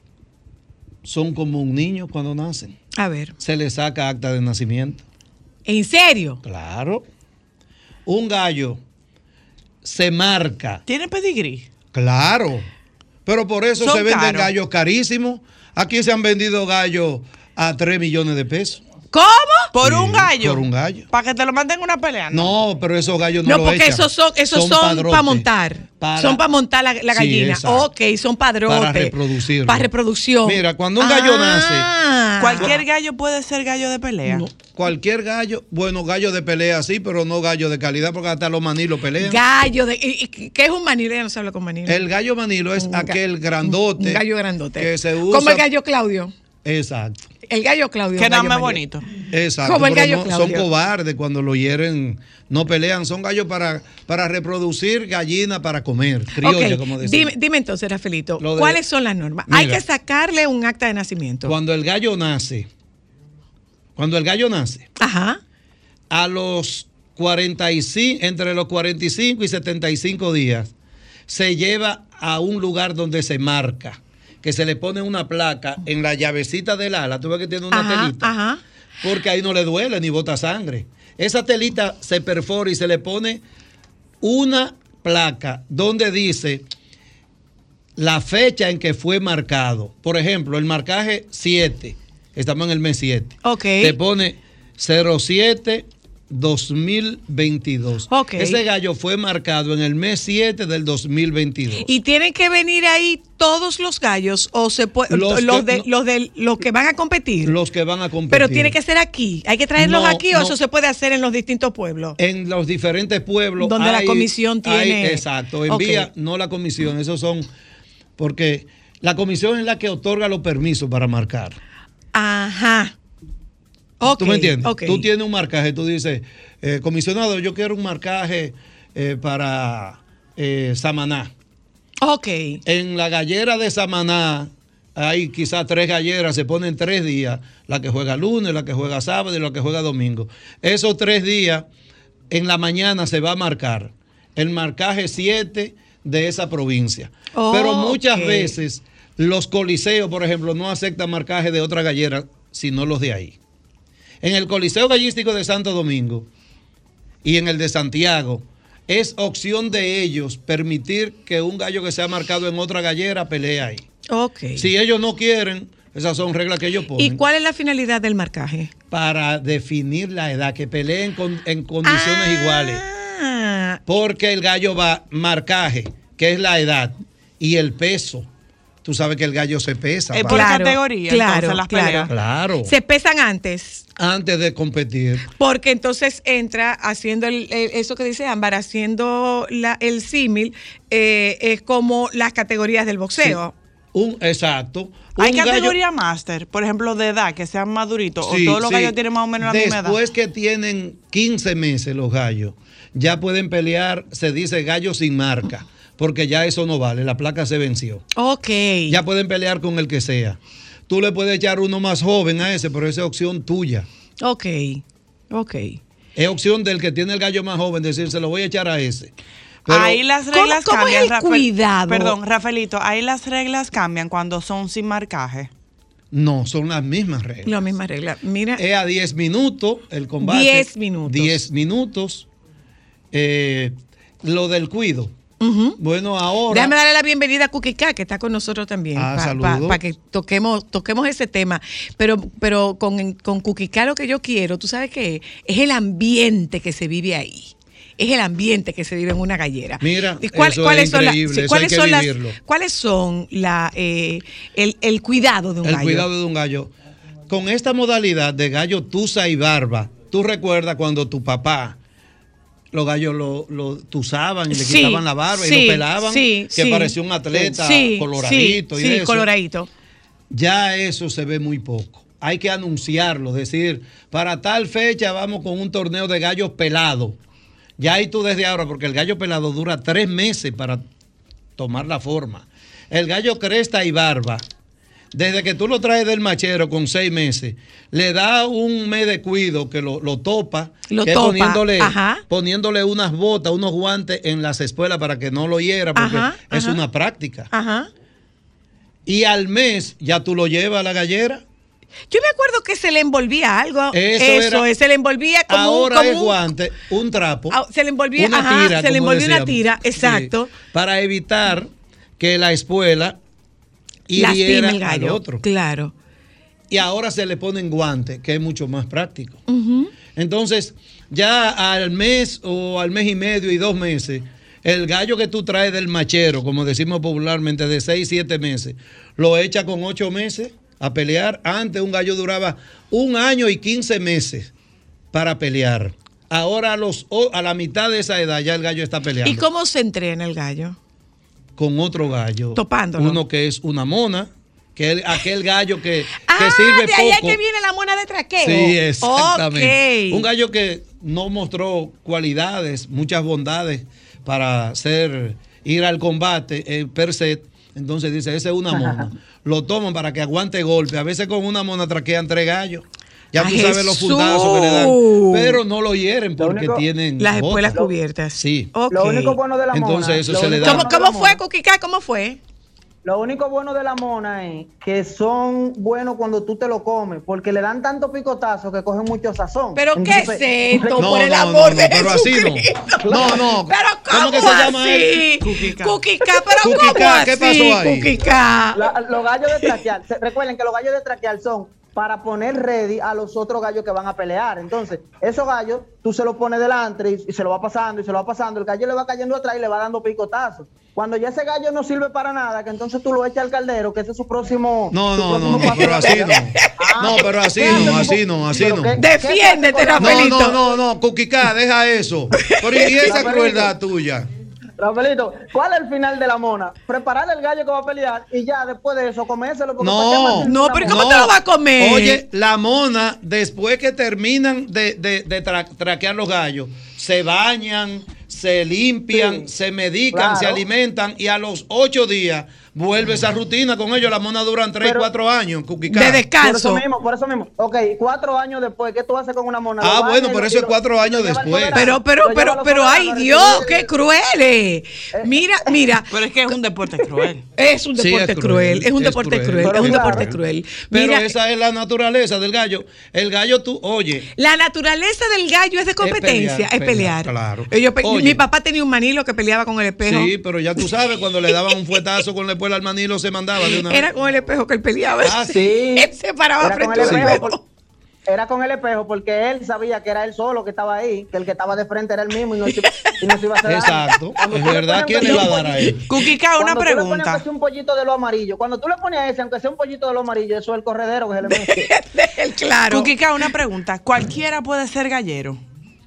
[SPEAKER 7] son como un niño cuando nacen.
[SPEAKER 3] A ver.
[SPEAKER 7] Se les saca acta de nacimiento.
[SPEAKER 3] ¿En serio?
[SPEAKER 7] Claro. Un gallo se marca.
[SPEAKER 5] ¿Tiene pedigrí?
[SPEAKER 7] Claro. Pero por eso
[SPEAKER 5] Son
[SPEAKER 7] se venden
[SPEAKER 5] caros.
[SPEAKER 7] gallos carísimos. Aquí se han vendido gallos a tres millones de pesos.
[SPEAKER 3] ¿Cómo?
[SPEAKER 5] ¿Por
[SPEAKER 7] Sí,
[SPEAKER 5] un gallo?
[SPEAKER 7] por un gallo.
[SPEAKER 5] ¿Para que te lo manden en una pelea?
[SPEAKER 7] No, pero esos gallos no,
[SPEAKER 3] No,
[SPEAKER 7] lo
[SPEAKER 3] porque
[SPEAKER 7] echan.
[SPEAKER 3] esos son, esos son,
[SPEAKER 7] padrotes.
[SPEAKER 3] para montar.
[SPEAKER 7] Para-
[SPEAKER 3] son para montar la, la
[SPEAKER 7] Sí,
[SPEAKER 3] gallina.
[SPEAKER 7] exacto.
[SPEAKER 3] Ok, son padrotes.
[SPEAKER 7] Para reproducirlo.
[SPEAKER 3] Para reproducción.
[SPEAKER 7] Mira, cuando un gallo
[SPEAKER 3] Ah.
[SPEAKER 5] ¿Cualquier gallo puede ser gallo de pelea?
[SPEAKER 7] No, cualquier gallo, bueno, gallo de pelea sí, pero no gallo de calidad, porque hasta los manilos pelean.
[SPEAKER 3] Gallo de. y- y- ¿Qué es un manilo? Ya no se habla con manilo.
[SPEAKER 7] El gallo manilo es
[SPEAKER 3] Un ga-
[SPEAKER 7] aquel grandote.
[SPEAKER 3] Un gallo grandote.
[SPEAKER 7] Que se usa.
[SPEAKER 3] Como el gallo Claudio.
[SPEAKER 7] Exacto.
[SPEAKER 3] El gallo Claudio.
[SPEAKER 5] Que
[SPEAKER 3] un
[SPEAKER 5] nada
[SPEAKER 3] gallo
[SPEAKER 5] más
[SPEAKER 3] manilo.
[SPEAKER 5] bonito.
[SPEAKER 7] Exacto.
[SPEAKER 3] Como el
[SPEAKER 7] pero
[SPEAKER 3] gallo
[SPEAKER 7] no- son
[SPEAKER 3] Claudio.
[SPEAKER 7] cobardes cuando lo hieren, no pelean. Son gallos para, para reproducir gallina para comer. Criolla,
[SPEAKER 3] Ok,
[SPEAKER 7] como decimos.
[SPEAKER 3] dime, dime entonces, Rafaelito,
[SPEAKER 7] Lo de-
[SPEAKER 3] ¿cuáles son las normas?
[SPEAKER 7] Mira.
[SPEAKER 3] Hay que sacarle un acta de nacimiento.
[SPEAKER 7] Cuando el gallo nace, cuando el gallo nace,
[SPEAKER 3] Ajá.
[SPEAKER 7] a los cuarenta y cinco, entre los cuarenta y cinco y setenta y cinco días, se lleva a un lugar donde se marca, que se le pone una placa en la llavecita del ala. Tú ves que tiene una
[SPEAKER 3] Ajá,
[SPEAKER 7] telita.
[SPEAKER 3] ajá.
[SPEAKER 7] Porque ahí no le duele ni bota sangre. Esa telita se perfora y se le pone una placa donde dice la fecha en que fue marcado. Por ejemplo, el marcaje siete, estamos en el mes siete.
[SPEAKER 3] Ok.
[SPEAKER 7] Te pone cero siete dos mil veintidós.
[SPEAKER 3] Ok.
[SPEAKER 7] Ese gallo fue marcado en el mes siete del dos mil veintidós.
[SPEAKER 3] ¿Y tienen que venir ahí todos los gallos o se puede,
[SPEAKER 7] Los
[SPEAKER 3] los,
[SPEAKER 7] que-
[SPEAKER 3] de,
[SPEAKER 7] no.
[SPEAKER 3] los, de, los que van a competir?
[SPEAKER 7] Los que van a competir.
[SPEAKER 3] Pero tiene que ser aquí. ¿Hay que traerlos
[SPEAKER 7] No,
[SPEAKER 3] aquí o
[SPEAKER 7] no.
[SPEAKER 3] eso se puede hacer en los distintos pueblos?
[SPEAKER 7] En los diferentes pueblos.
[SPEAKER 3] Donde la
[SPEAKER 7] hay-
[SPEAKER 3] comisión
[SPEAKER 7] hay-
[SPEAKER 3] tiene-
[SPEAKER 7] exacto, envía,
[SPEAKER 3] Ok.
[SPEAKER 7] no la comisión, esos son. Porque la comisión es la que otorga los permisos para marcar.
[SPEAKER 3] Ajá. Ok,
[SPEAKER 7] ¿Tú me entiendes?
[SPEAKER 3] ok.
[SPEAKER 7] Tú tienes un marcaje, tú dices, eh, comisionado, yo quiero un marcaje eh, para eh, Samaná.
[SPEAKER 3] Ok.
[SPEAKER 7] En la gallera de Samaná hay quizás tres galleras, se ponen tres días, la que juega lunes, la que juega sábado y la que juega domingo. Esos tres días, en la mañana se va a marcar el marcaje siete de esa provincia.
[SPEAKER 3] Oh,
[SPEAKER 7] Pero muchas
[SPEAKER 3] ok.
[SPEAKER 7] veces los coliseos, por ejemplo, no aceptan marcaje de otra gallera, sino los de ahí. En el Coliseo Gallístico de Santo Domingo y en el de Santiago, es opción de ellos permitir que un gallo que sea marcado en otra gallera pelee ahí.
[SPEAKER 3] Ok.
[SPEAKER 7] Si ellos no quieren, Esas son reglas que ellos ponen.
[SPEAKER 3] ¿Y cuál es la finalidad del marcaje?
[SPEAKER 7] Para definir la edad, que peleen con- en condiciones
[SPEAKER 3] Ah.
[SPEAKER 7] iguales. Porque el gallo va marcaje, que es la edad, y el peso. Tú sabes que el gallo se pesa.
[SPEAKER 5] Es
[SPEAKER 7] para-
[SPEAKER 5] por
[SPEAKER 3] Claro,
[SPEAKER 5] categoría,
[SPEAKER 3] claro,
[SPEAKER 5] entonces, las
[SPEAKER 3] claro.
[SPEAKER 5] peleas.
[SPEAKER 7] Claro.
[SPEAKER 3] Se pesan antes.
[SPEAKER 7] Antes de competir.
[SPEAKER 3] Porque entonces entra haciendo el, el- eso que dice Ámbar, haciendo la, el símil, eh, es como las categorías del boxeo.
[SPEAKER 7] Un, exacto.
[SPEAKER 5] Hay
[SPEAKER 7] Un gallo-
[SPEAKER 5] categoría máster, por ejemplo, de edad, que sean más duritos,
[SPEAKER 7] Sí,
[SPEAKER 5] o todos los
[SPEAKER 7] sí.
[SPEAKER 5] gallos tienen más o menos la misma edad.
[SPEAKER 7] Después que tienen quince meses los gallos, ya pueden pelear, se dice gallo sin marca, porque ya eso no vale, la placa se venció.
[SPEAKER 3] Ok.
[SPEAKER 7] Ya pueden pelear con el que sea. Tú le puedes echar uno más joven a ese, pero esa es opción tuya.
[SPEAKER 3] Ok. Ok.
[SPEAKER 7] Es opción del que tiene el gallo más joven, decir, se lo voy a echar a ese. Pero
[SPEAKER 5] ahí las
[SPEAKER 3] ¿Cómo-
[SPEAKER 5] reglas
[SPEAKER 3] cómo es
[SPEAKER 5] cambian.
[SPEAKER 3] el
[SPEAKER 5] Rafael-
[SPEAKER 3] cuidado?
[SPEAKER 5] Perdón, Rafaelito, ahí las reglas cambian cuando son sin marcaje.
[SPEAKER 7] no, son las mismas reglas.
[SPEAKER 3] La misma regla. Mira.
[SPEAKER 7] Es a diez minutos el combate.
[SPEAKER 3] diez minutos.
[SPEAKER 7] diez minutos. Eh, lo del cuido.
[SPEAKER 3] Ujú.
[SPEAKER 7] Bueno, ahora.
[SPEAKER 3] Déjame darle la bienvenida a Kukika, que está con nosotros también,
[SPEAKER 7] Ah,
[SPEAKER 3] para
[SPEAKER 7] saludos.
[SPEAKER 3] que toquemos, toquemos ese tema. Pero, pero con, con Kukika lo que yo quiero, tú sabes qué es, es el ambiente que se vive ahí. Es el ambiente que se vive en una gallera.
[SPEAKER 7] Mira,
[SPEAKER 3] ¿Y cuál-
[SPEAKER 7] eso
[SPEAKER 3] cuáles
[SPEAKER 7] es
[SPEAKER 3] son las-
[SPEAKER 7] increíble,
[SPEAKER 3] sí,
[SPEAKER 7] eso
[SPEAKER 3] cuáles
[SPEAKER 7] hay que
[SPEAKER 3] son las-
[SPEAKER 7] vivirlo.
[SPEAKER 3] ¿Cuáles son la, eh, el, el cuidado de un
[SPEAKER 7] El
[SPEAKER 3] gallo?
[SPEAKER 7] cuidado de un gallo. Con esta modalidad de gallo tusa y barba, tú recuerdas cuando tu papá, los gallos lo, lo tusaban y le
[SPEAKER 3] Sí,
[SPEAKER 7] quitaban la barba y
[SPEAKER 3] sí,
[SPEAKER 7] lo pelaban,
[SPEAKER 3] sí,
[SPEAKER 7] que
[SPEAKER 3] sí.
[SPEAKER 7] parecía un atleta
[SPEAKER 3] Sí,
[SPEAKER 7] coloradito
[SPEAKER 3] sí,
[SPEAKER 7] y
[SPEAKER 3] sí,
[SPEAKER 7] eso.
[SPEAKER 3] coloradito.
[SPEAKER 7] Ya eso se ve muy poco. Hay que anunciarlo, decir, para tal fecha vamos con un torneo de gallos pelados. Ya ahí tú desde ahora, porque el gallo pelado dura tres meses para tomar la forma. El gallo cresta y barba, desde que tú lo traes del machero con seis meses, le da un mes de cuido que lo, lo topa,
[SPEAKER 3] Lo
[SPEAKER 7] que es
[SPEAKER 3] topa,
[SPEAKER 7] poniéndole,
[SPEAKER 3] ajá.
[SPEAKER 7] poniéndole unas botas, unos guantes en las espuelas para que no lo hiera, porque
[SPEAKER 3] Ajá,
[SPEAKER 7] es
[SPEAKER 3] ajá.
[SPEAKER 7] una práctica.
[SPEAKER 3] Ajá.
[SPEAKER 7] Y al mes ya tú lo llevas a la gallera.
[SPEAKER 3] Yo me acuerdo que se le envolvía algo.
[SPEAKER 7] Eso
[SPEAKER 3] Eso,
[SPEAKER 7] era-
[SPEAKER 3] es, se le envolvía como
[SPEAKER 7] Ahora
[SPEAKER 3] un, como
[SPEAKER 7] es
[SPEAKER 3] un-
[SPEAKER 7] guante, un trapo.
[SPEAKER 3] Ah, se le envolvía,
[SPEAKER 7] una
[SPEAKER 3] ajá,
[SPEAKER 7] tira,
[SPEAKER 3] se le
[SPEAKER 7] como
[SPEAKER 3] envolvía una
[SPEAKER 7] decíamos.
[SPEAKER 3] tira,
[SPEAKER 7] Sí,
[SPEAKER 3] exacto.
[SPEAKER 7] para evitar que la espuela
[SPEAKER 3] Lastima
[SPEAKER 7] hiriera
[SPEAKER 3] el
[SPEAKER 7] al
[SPEAKER 3] gallo.
[SPEAKER 7] otro.
[SPEAKER 3] Claro.
[SPEAKER 7] Y ahora se le ponen guantes, que es mucho más práctico.
[SPEAKER 3] Ujú.
[SPEAKER 7] Entonces, ya al mes o al mes y medio y dos meses, el gallo que tú traes del machero, como decimos popularmente, de seis, siete meses, lo echa con ocho meses a pelear. Antes un gallo duraba un año y quince meses para pelear. Ahora a, los, o- a la mitad de esa edad ya el gallo está peleando.
[SPEAKER 3] ¿Y cómo se entrena el gallo?
[SPEAKER 7] Con otro gallo.
[SPEAKER 3] Topándolo.
[SPEAKER 7] Uno que es una mona, que es aquel gallo que, que
[SPEAKER 3] Ah,
[SPEAKER 7] sirve
[SPEAKER 3] de ahí es
[SPEAKER 7] poco.
[SPEAKER 3] que viene la mona de traqueo.
[SPEAKER 7] Sí, exactamente.
[SPEAKER 3] Ok.
[SPEAKER 7] Un gallo que no mostró cualidades, muchas bondades para ser, ir al combate eh, per se. Entonces dice, esa es una mona. Lo toman para que aguante golpe. A veces con una mona traquean tres gallos. Ya
[SPEAKER 3] ¡A
[SPEAKER 7] tú sabes los
[SPEAKER 3] Jesús!
[SPEAKER 7] puntazos que le dan. Pero no lo hieren porque
[SPEAKER 8] único-
[SPEAKER 7] tienen
[SPEAKER 3] Las
[SPEAKER 7] botas.
[SPEAKER 3] espuelas cubiertas.
[SPEAKER 7] Sí.
[SPEAKER 3] Ok.
[SPEAKER 8] Lo único bueno de la mona.
[SPEAKER 7] Entonces eso
[SPEAKER 8] lo
[SPEAKER 7] se le
[SPEAKER 8] único
[SPEAKER 7] da.
[SPEAKER 3] ¿Cómo,
[SPEAKER 8] bueno de
[SPEAKER 3] cómo
[SPEAKER 8] la
[SPEAKER 3] fue,
[SPEAKER 8] mona-
[SPEAKER 3] Kukika? ¿Cómo fue?
[SPEAKER 8] Lo único bueno de la mona es que son buenos cuando tú te lo comes, porque le dan tanto picotazo que cogen mucho sazón.
[SPEAKER 3] ¿Pero
[SPEAKER 8] Entonces,
[SPEAKER 3] qué es esto?
[SPEAKER 7] No,
[SPEAKER 3] por el
[SPEAKER 7] no,
[SPEAKER 3] amor
[SPEAKER 7] no,
[SPEAKER 3] de
[SPEAKER 7] no, pero así no.
[SPEAKER 3] Jesucristo.
[SPEAKER 7] No, no.
[SPEAKER 3] Pero ¿cómo,
[SPEAKER 7] ¿Cómo que se llama
[SPEAKER 3] así?
[SPEAKER 7] él?
[SPEAKER 5] Kukika.
[SPEAKER 3] Kukika, pero
[SPEAKER 7] Kukika,
[SPEAKER 3] ¿cómo así?
[SPEAKER 7] ¿qué pasó ahí?
[SPEAKER 3] Kukika.
[SPEAKER 8] La- los gallos de traquear, se- recuerden que los gallos de traquear son para poner ready a los otros gallos que van a pelear. Entonces, esos gallos, tú se los pones delante y, y se lo va pasando y se lo va pasando. El gallo le va cayendo atrás y le va dando picotazos. Cuando ya ese gallo no sirve para nada, que entonces tú lo echas al caldero, que ese es su próximo.
[SPEAKER 7] No,
[SPEAKER 8] su
[SPEAKER 7] no,
[SPEAKER 8] próximo
[SPEAKER 7] no, no,
[SPEAKER 8] paso
[SPEAKER 7] pero
[SPEAKER 8] de la
[SPEAKER 7] así
[SPEAKER 8] vida.
[SPEAKER 7] no.
[SPEAKER 8] Ah,
[SPEAKER 7] No, pero así
[SPEAKER 8] ¿qué
[SPEAKER 7] no,
[SPEAKER 8] hace
[SPEAKER 7] así
[SPEAKER 8] con-
[SPEAKER 7] no, así
[SPEAKER 8] pero
[SPEAKER 7] no.
[SPEAKER 8] qué-
[SPEAKER 3] Defiéndete,
[SPEAKER 8] ¿qué hace con la-
[SPEAKER 7] No,
[SPEAKER 3] Rafaelito.
[SPEAKER 7] no, no, no, Kukika, deja eso. Pero y esa
[SPEAKER 8] Rafaelito.
[SPEAKER 7] crueldad tuya.
[SPEAKER 8] Rafaelito, ¿cuál es el final de la mona? Preparar el gallo que va a pelear y ya después de eso comérselo. porque ¿para qué
[SPEAKER 7] No,
[SPEAKER 8] mantener
[SPEAKER 3] No,
[SPEAKER 8] una
[SPEAKER 3] pero
[SPEAKER 8] mona?
[SPEAKER 3] ¿cómo te lo vas a comer?
[SPEAKER 7] Oye, la mona, después que terminan de, de- de tra- traquear los gallos, se bañan, se limpian,
[SPEAKER 8] Sí,
[SPEAKER 7] se medican,
[SPEAKER 8] claro.
[SPEAKER 7] se alimentan y a los ocho días vuelve esa rutina con ellos. Las monas duran tres,
[SPEAKER 8] Pero-
[SPEAKER 7] cuatro años, Kukika.
[SPEAKER 3] de
[SPEAKER 8] Por eso
[SPEAKER 3] descanso.
[SPEAKER 8] mismo, por eso mismo. Ok, cuatro años después, ¿qué tú haces con una mona?
[SPEAKER 7] Ah,
[SPEAKER 8] Lo
[SPEAKER 7] bueno,
[SPEAKER 8] bañas
[SPEAKER 7] por
[SPEAKER 8] y
[SPEAKER 7] eso
[SPEAKER 8] lo-
[SPEAKER 7] es cuatro años
[SPEAKER 8] lo lleva al
[SPEAKER 7] después.
[SPEAKER 8] soberano.
[SPEAKER 3] Pero, pero,
[SPEAKER 8] Lo lleva
[SPEAKER 3] pero,
[SPEAKER 8] a los
[SPEAKER 3] pero, ay
[SPEAKER 8] soberanos,
[SPEAKER 3] Dios,
[SPEAKER 8] recibe-
[SPEAKER 3] qué crueles. Mira, mira.
[SPEAKER 5] Pero es que es un deporte cruel.
[SPEAKER 3] Es un
[SPEAKER 7] Sí,
[SPEAKER 3] deporte
[SPEAKER 7] es
[SPEAKER 3] cruel,
[SPEAKER 7] cruel,
[SPEAKER 3] es un
[SPEAKER 7] es
[SPEAKER 3] deporte
[SPEAKER 7] cruel.
[SPEAKER 3] cruel,
[SPEAKER 8] Pero
[SPEAKER 3] es un
[SPEAKER 8] claro.
[SPEAKER 3] deporte cruel.
[SPEAKER 7] Pero
[SPEAKER 3] Mira,
[SPEAKER 7] esa es la naturaleza del gallo. El gallo, tú, oye,
[SPEAKER 3] la naturaleza del gallo es de competencia, es
[SPEAKER 7] pelear,
[SPEAKER 3] pelear.
[SPEAKER 7] pelear, claro.
[SPEAKER 3] Ellos pe-
[SPEAKER 7] Oye.
[SPEAKER 3] mi papá tenía un manilo que peleaba con el espejo.
[SPEAKER 7] sí, pero ya tú sabes, cuando le daban un fuetazo con la espuela después el almanilo se mandaba de una
[SPEAKER 3] Era con el espejo que él peleaba.
[SPEAKER 7] Ah,
[SPEAKER 8] sí.
[SPEAKER 3] Él se paraba
[SPEAKER 8] Era con
[SPEAKER 3] frente
[SPEAKER 8] el
[SPEAKER 3] a un
[SPEAKER 8] espejo,
[SPEAKER 3] espejo.
[SPEAKER 8] por- era con el espejo porque él sabía que era él solo que estaba ahí, que el que estaba de frente era él mismo y no se iba, y no se iba a hacer daño.
[SPEAKER 7] Exacto,
[SPEAKER 8] Cuando
[SPEAKER 7] es
[SPEAKER 8] tú le
[SPEAKER 7] verdad,
[SPEAKER 8] pones
[SPEAKER 7] ¿quién
[SPEAKER 8] aunque
[SPEAKER 7] le iba a
[SPEAKER 8] sea un
[SPEAKER 7] dar a
[SPEAKER 8] pollito-
[SPEAKER 7] él?
[SPEAKER 5] Cuquica, una
[SPEAKER 8] cuando tú le pones
[SPEAKER 5] pregunta.
[SPEAKER 8] aunque sea un pollito de lo amarillo, cuando tú le pones a ese, aunque sea un pollito de lo amarillo, eso es el corredero que se le mete.
[SPEAKER 3] Él, claro.
[SPEAKER 5] Cuquica, una pregunta. ¿Cualquiera puede ser gallero?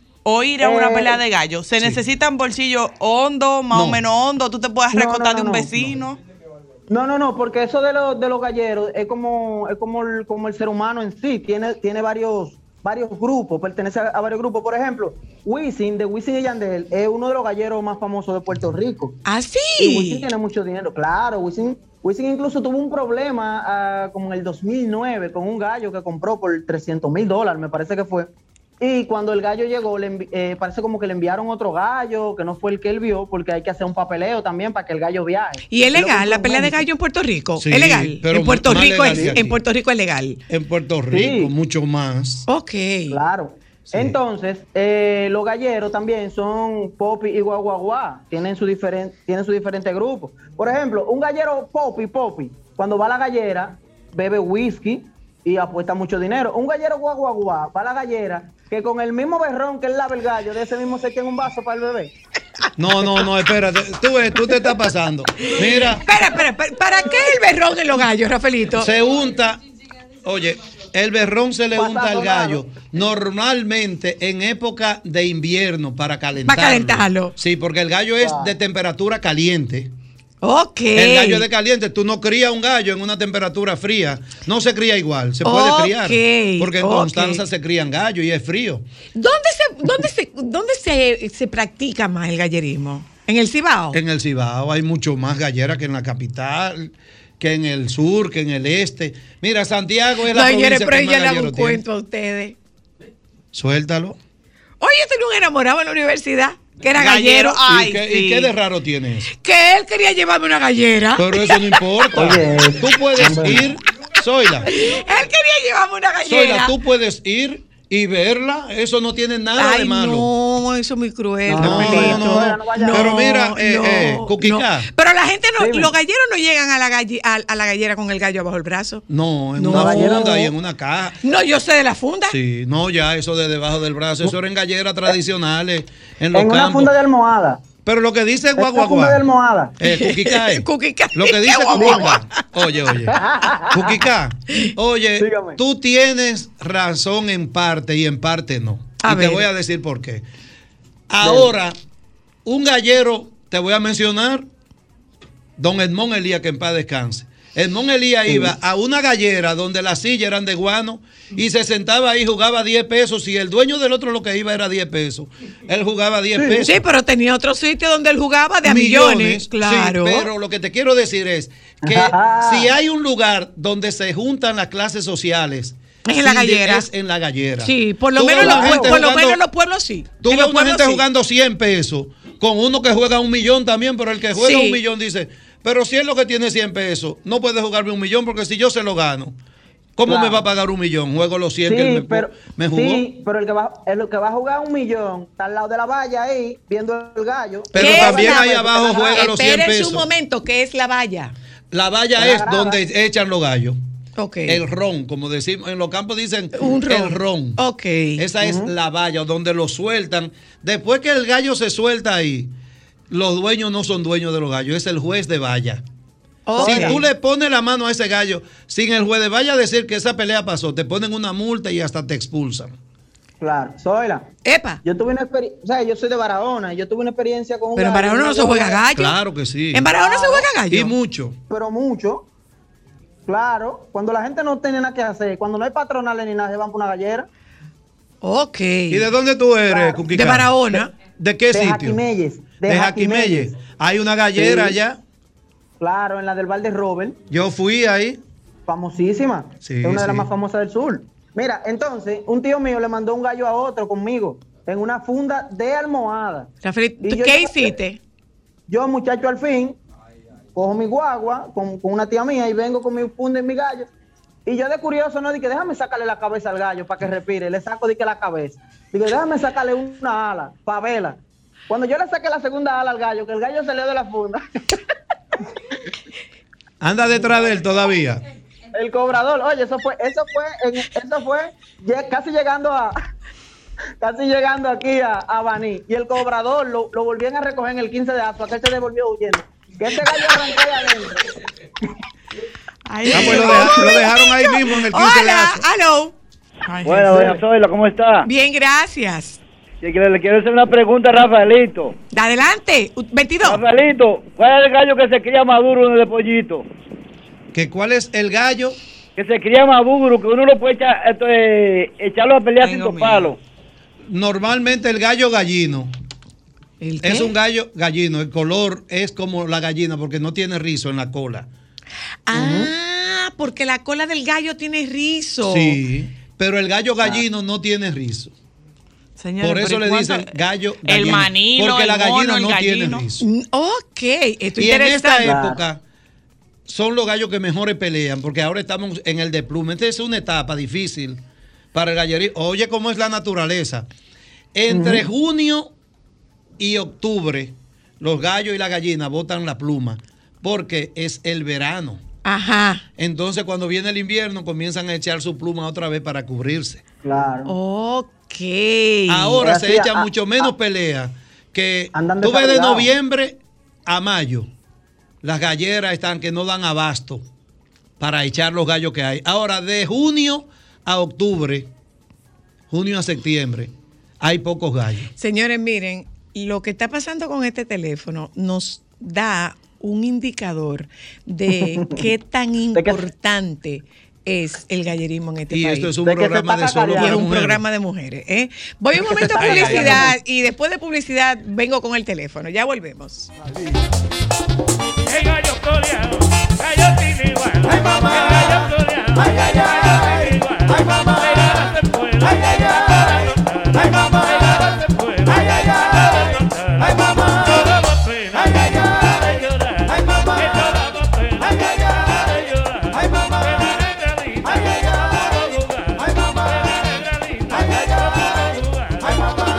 [SPEAKER 5] O ir a una
[SPEAKER 8] Eh,
[SPEAKER 5] pelea de gallos. ¿Se
[SPEAKER 7] sí.
[SPEAKER 5] necesitan bolsillos hondos, más o
[SPEAKER 7] No.
[SPEAKER 5] menos hondos? ¿Tú te puedes
[SPEAKER 8] No,
[SPEAKER 5] recortar
[SPEAKER 8] no,
[SPEAKER 5] de un
[SPEAKER 8] no, no.
[SPEAKER 5] vecino?
[SPEAKER 8] No, no, no, porque eso de, los de los galleros es como, es como, el, como el ser humano en sí, tiene, tiene varios, varios grupos, pertenece a, a varios grupos. Por ejemplo, Wisin, de Wisin y Yandel, es uno de los galleros más famosos de Puerto Rico.
[SPEAKER 3] ¿Ah,
[SPEAKER 8] Y Wisin
[SPEAKER 3] sí?
[SPEAKER 8] tiene mucho dinero, claro. Wisin, Wisin incluso tuvo un problema ah, como en el dos mil nueve con un gallo que compró por trescientos mil dólares, me parece que fue. Y cuando el gallo llegó, le envi- eh, parece como que le enviaron otro gallo, que no fue el que él vio, porque hay que hacer un papeleo también para que el gallo viaje.
[SPEAKER 3] ¿Y es
[SPEAKER 8] lo que
[SPEAKER 3] legal la
[SPEAKER 8] fue
[SPEAKER 3] pelea de
[SPEAKER 8] México.
[SPEAKER 3] gallo en Puerto Rico?
[SPEAKER 7] Sí,
[SPEAKER 3] ¿Es legal?
[SPEAKER 7] pero
[SPEAKER 3] En Puerto
[SPEAKER 7] más
[SPEAKER 3] Rico
[SPEAKER 7] legal
[SPEAKER 3] es,
[SPEAKER 7] que aquí.
[SPEAKER 3] en Puerto Rico es legal.
[SPEAKER 7] En Puerto Rico,
[SPEAKER 8] Sí.
[SPEAKER 7] mucho más.
[SPEAKER 3] Ok.
[SPEAKER 8] Claro.
[SPEAKER 7] Sí.
[SPEAKER 8] Entonces, eh, los galleros también son Popi y Guaguaguá. Tienen su, diferen- tienen su diferente grupo. Por ejemplo, un gallero Popi, Popi, cuando va a la gallera, bebe whisky y apuesta mucho dinero. Un gallero Guaguaguá va a la gallera que con el mismo berrón que él lava el gallo, de ese mismo se echa en un vaso para el bebé.
[SPEAKER 7] No, no, no, espérate. Tú ves, tú te estás pasando. Mira,
[SPEAKER 3] Espera, espera, espera, ¿para qué el berrón en los gallos, Rafaelito?
[SPEAKER 7] se unta. Oye, el berrón se le
[SPEAKER 8] Pasa
[SPEAKER 7] unta al
[SPEAKER 8] donado.
[SPEAKER 7] gallo normalmente en época de invierno para calentarlo.
[SPEAKER 3] Para calentarlo.
[SPEAKER 7] Sí, porque el gallo es
[SPEAKER 8] Ah.
[SPEAKER 7] de temperatura caliente.
[SPEAKER 3] Ok.
[SPEAKER 7] El gallo es de caliente. Tú no crías un gallo en una temperatura fría. No se cría igual. Se puede
[SPEAKER 3] Ok,
[SPEAKER 7] criar. Porque en
[SPEAKER 3] ok.
[SPEAKER 7] Constanza se crían gallos y es frío.
[SPEAKER 3] ¿Dónde se, dónde se, dónde se, se practica más el gallerismo? ¿En el Cibao?
[SPEAKER 7] En el Cibao hay mucho más gallera que en la capital, que en el sur, que en el este. Mira, Santiago es la
[SPEAKER 3] No, señores,
[SPEAKER 7] provincia
[SPEAKER 3] pero
[SPEAKER 7] que
[SPEAKER 3] yo
[SPEAKER 7] más
[SPEAKER 3] le hago
[SPEAKER 7] gallero
[SPEAKER 3] un
[SPEAKER 7] tiene.
[SPEAKER 3] cuento a ustedes.
[SPEAKER 7] Suéltalo.
[SPEAKER 3] Oye, yo tenía un enamorado en la universidad que era
[SPEAKER 5] Gallero,
[SPEAKER 3] gallero.
[SPEAKER 5] Ay,
[SPEAKER 7] ¿Y, qué,
[SPEAKER 5] sí.
[SPEAKER 7] ¿Y qué de raro tiene eso?
[SPEAKER 3] Que él quería llevarme una gallera.
[SPEAKER 7] Pero eso no importa.
[SPEAKER 8] Oye,
[SPEAKER 7] Tú puedes ir, Zoila,
[SPEAKER 3] Él quería llevarme una gallera.
[SPEAKER 7] Zoila, tú puedes ir y verla. Eso no tiene nada
[SPEAKER 3] Ay,
[SPEAKER 7] de malo.
[SPEAKER 3] no, eso es muy cruel,
[SPEAKER 8] No,
[SPEAKER 3] Rafaelito.
[SPEAKER 7] no,
[SPEAKER 8] no vaya.
[SPEAKER 7] Pero mira, eh, eh, Cuquica.
[SPEAKER 3] Pero la gente no,
[SPEAKER 8] Dime.
[SPEAKER 3] los galleros no llegan a la, galle- a, a la gallera con el gallo bajo el brazo.
[SPEAKER 7] No, en
[SPEAKER 3] No.
[SPEAKER 7] una
[SPEAKER 8] Gallera
[SPEAKER 7] funda
[SPEAKER 8] no.
[SPEAKER 7] y en una caja.
[SPEAKER 3] No, yo sé de la funda.
[SPEAKER 7] Sí, no, ya eso de debajo del brazo, eso era en galleras tradicionales, en los
[SPEAKER 8] En una
[SPEAKER 7] campos.
[SPEAKER 8] funda de almohada.
[SPEAKER 7] Pero lo que dice
[SPEAKER 8] En una funda de
[SPEAKER 7] Guaguaguá,
[SPEAKER 8] almohada.
[SPEAKER 7] eh, Cuquica,
[SPEAKER 3] Cuquica.
[SPEAKER 7] lo que dice
[SPEAKER 3] Guaguaguá.
[SPEAKER 7] Cuquica, oye, oye, Cuquica, oye,
[SPEAKER 8] Dígame.
[SPEAKER 7] tú tienes razón en parte y en parte no.
[SPEAKER 3] A
[SPEAKER 7] y
[SPEAKER 3] ver.
[SPEAKER 7] te voy a decir por qué. Ahora, un gallero, te voy a mencionar, don Edmond Elías, que en paz descanse. Edmond Elías iba a una gallera donde las sillas eran de guano y se sentaba ahí, jugaba diez pesos. Si el dueño del otro lo que iba era diez pesos, él jugaba diez pesos.
[SPEAKER 3] Sí, pero tenía otro sitio donde él jugaba de a millones.
[SPEAKER 7] sí,
[SPEAKER 3] Claro.
[SPEAKER 7] pero lo que te quiero decir es que si hay un lugar donde se juntan las clases sociales,
[SPEAKER 3] Es en la
[SPEAKER 7] sí,
[SPEAKER 3] gallera.
[SPEAKER 7] Es en la gallera.
[SPEAKER 3] Sí, por lo
[SPEAKER 7] Tú
[SPEAKER 3] menos,
[SPEAKER 7] ves
[SPEAKER 3] en
[SPEAKER 7] una
[SPEAKER 3] los,
[SPEAKER 7] gente
[SPEAKER 3] pue- por lo
[SPEAKER 7] jugando-
[SPEAKER 3] menos en los pueblos sí.
[SPEAKER 7] Tú
[SPEAKER 3] En
[SPEAKER 7] ves
[SPEAKER 3] los
[SPEAKER 7] una
[SPEAKER 3] pueblos
[SPEAKER 7] gente
[SPEAKER 3] sí.
[SPEAKER 7] jugando cien pesos con uno que juega un millón también, pero el que juega
[SPEAKER 3] Sí.
[SPEAKER 7] un millón dice, pero si es lo que tiene cien pesos, no puede jugarme un millón porque si yo se lo gano, ¿cómo
[SPEAKER 8] Claro.
[SPEAKER 7] me va a pagar un millón? Juego los cien que él me,
[SPEAKER 8] Sí, pero,
[SPEAKER 7] me jugó.
[SPEAKER 8] sí, pero el que, va, el que va a jugar un millón está al lado de la valla ahí, viendo el gallo.
[SPEAKER 7] Pero
[SPEAKER 3] ¿Qué
[SPEAKER 7] también
[SPEAKER 3] es la-
[SPEAKER 7] ahí abajo juega los cien
[SPEAKER 3] Espérense
[SPEAKER 7] pesos.
[SPEAKER 3] un momento, ¿qué es la valla?
[SPEAKER 7] La valla
[SPEAKER 8] La
[SPEAKER 7] es
[SPEAKER 8] grada.
[SPEAKER 7] donde echan los gallos.
[SPEAKER 3] Ok.
[SPEAKER 7] El ron, como decimos, en los campos dicen
[SPEAKER 3] Un ron.
[SPEAKER 7] el ron.
[SPEAKER 3] Ok.
[SPEAKER 7] Esa es la valla donde lo sueltan. Después que el gallo se suelta ahí, los dueños no son dueños de los gallos, es el juez de valla.
[SPEAKER 3] Ok.
[SPEAKER 7] Si tú le pones la mano a ese gallo, sin el juez de valla decir que esa pelea pasó, te ponen una multa y hasta te expulsan.
[SPEAKER 8] Claro, Zoila.
[SPEAKER 3] Epa.
[SPEAKER 8] Yo tuve una experiencia, o sea, yo soy de Barahona, yo tuve una experiencia con un
[SPEAKER 3] Pero en
[SPEAKER 8] gallo,
[SPEAKER 3] Barahona no
[SPEAKER 8] una
[SPEAKER 3] se juega
[SPEAKER 8] guagua,
[SPEAKER 3] gallo.
[SPEAKER 7] Claro que sí.
[SPEAKER 3] En Barahona se juega gallo.
[SPEAKER 7] Y mucho.
[SPEAKER 8] Pero mucho. Claro, cuando la gente no tiene nada que hacer, cuando no hay patronales ni nada, se van por una gallera.
[SPEAKER 3] Ok.
[SPEAKER 7] ¿Y de dónde tú eres,
[SPEAKER 8] Claro.
[SPEAKER 7] Cuquica?
[SPEAKER 3] De Barahona.
[SPEAKER 7] ¿De qué
[SPEAKER 8] De
[SPEAKER 7] sitio?
[SPEAKER 8] Jaquimelles.
[SPEAKER 7] De Jaquimelles. Hay una gallera
[SPEAKER 8] Sí.
[SPEAKER 7] allá.
[SPEAKER 8] Claro, en la del Val de Robert,
[SPEAKER 7] Yo fui ahí.
[SPEAKER 8] famosísima.
[SPEAKER 7] Sí,
[SPEAKER 8] es una de las
[SPEAKER 7] sí.
[SPEAKER 8] más famosas del sur. Mira, entonces, un tío mío le mandó un gallo a otro conmigo, en una funda de almohada.
[SPEAKER 3] Rafaelito,
[SPEAKER 8] Y yo-
[SPEAKER 3] ¿qué hiciste?
[SPEAKER 8] Yo, muchacho, al fin, cojo mi guagua con, con una tía mía y vengo con mi funda y mi gallo. Y yo de curioso, no, dije, déjame sacarle la cabeza al gallo para que respire. Le saco, dije, la cabeza. Digo, déjame sacarle una ala para verla. Cuando yo le saqué la segunda ala al gallo, que el gallo salió de la funda.
[SPEAKER 7] Anda detrás de él todavía.
[SPEAKER 8] El cobrador, oye, eso fue, eso fue, en- eso fue lle- casi llegando a, casi llegando aquí a, a Baní. Y el cobrador lo, lo volvían a recoger en el quince de agosto, aquel se devolvió huyendo. Que este gallo arrancó ahí adentro.
[SPEAKER 4] Ay,
[SPEAKER 7] Ah, pues lo, deja- lo dejaron ahí mismo en el quince de
[SPEAKER 3] Hola,
[SPEAKER 7] agosto.
[SPEAKER 3] hello.
[SPEAKER 4] ay,
[SPEAKER 9] Bueno, doña Zoila, ¿cómo está?
[SPEAKER 3] Bien, gracias.
[SPEAKER 9] Sí, que le quiero hacer una pregunta a Rafaelito.
[SPEAKER 3] Adelante, U- veintidós.
[SPEAKER 9] Rafaelito, ¿cuál es el gallo que se cría maduro en el pollito?
[SPEAKER 7] ¿Que ¿Cuál es el gallo?
[SPEAKER 9] Que se cría maduro, que uno lo puede echar, esto, eh, echarlo a pelear sin
[SPEAKER 5] Tengo
[SPEAKER 9] dos palos.
[SPEAKER 7] Normalmente el gallo gallino.
[SPEAKER 3] ¿El qué?
[SPEAKER 7] Es un gallo gallino. El color es como la gallina porque no tiene rizo en la cola.
[SPEAKER 3] Ah, porque la cola del gallo tiene rizo.
[SPEAKER 7] Sí, pero el gallo gallino no tiene rizo.
[SPEAKER 5] Señores,
[SPEAKER 7] Por eso
[SPEAKER 5] pero ¿y
[SPEAKER 7] le
[SPEAKER 5] cuánto-
[SPEAKER 7] dicen gallo
[SPEAKER 5] El
[SPEAKER 7] gallino.
[SPEAKER 5] manilo,
[SPEAKER 7] Porque la
[SPEAKER 5] el mono,
[SPEAKER 7] gallina
[SPEAKER 5] el
[SPEAKER 7] no
[SPEAKER 5] gallino.
[SPEAKER 7] tiene rizo.
[SPEAKER 3] Mm, Ok, esto es
[SPEAKER 7] Y en esta
[SPEAKER 3] interesante.
[SPEAKER 7] época son los gallos que mejores pelean, porque ahora estamos en el de pluma. Esta es una etapa difícil para el gallerío. Oye, cómo es la naturaleza. Entre junio y octubre, los gallos y la gallina botan la pluma, porque es el verano.
[SPEAKER 3] Ajá.
[SPEAKER 7] Entonces, cuando viene el invierno, comienzan a echar su pluma otra vez para cubrirse.
[SPEAKER 8] Claro.
[SPEAKER 3] Ok.
[SPEAKER 7] Ahora
[SPEAKER 8] Ahora
[SPEAKER 7] se
[SPEAKER 8] sí,
[SPEAKER 7] echan
[SPEAKER 8] a-
[SPEAKER 7] mucho menos
[SPEAKER 8] a-
[SPEAKER 7] peleas que
[SPEAKER 8] Andan
[SPEAKER 7] tú ves de
[SPEAKER 8] desabrigados.
[SPEAKER 7] noviembre a mayo. Las galleras están que no dan abasto para echar los gallos que hay. Ahora, de junio a octubre, junio a septiembre, hay pocos gallos.
[SPEAKER 3] Señores, miren, lo que está pasando con este teléfono nos da un indicador de qué tan importante es el gallerismo en este
[SPEAKER 7] Y
[SPEAKER 3] país.
[SPEAKER 7] esto es un
[SPEAKER 8] De que se
[SPEAKER 7] programa
[SPEAKER 8] está
[SPEAKER 7] de solo
[SPEAKER 3] Y es
[SPEAKER 7] para
[SPEAKER 3] un
[SPEAKER 7] mujeres.
[SPEAKER 3] programa de mujeres. ¿eh? Voy un momento a publicidad y después de publicidad vengo con el teléfono. Ya volvemos.
[SPEAKER 10] El gallo coleado, gallo sin igual. Ay, mamá. El gallo coleado, ay, ay, ay. Gallo sin igual. Ay, mamá. Se puede. Ay, ay, ay. Ay, mamá. Se puede. Ay, ay, ay. Ay, mamá. Todo pena. Ay, ay, ay. Llorar. Ay, mamá. Todo pena. Ay, ay, ay. Llorar. Ay, mamá. Ay, ay, ay. Ay, mamá. Ay, ay, ay. Ay, mamá.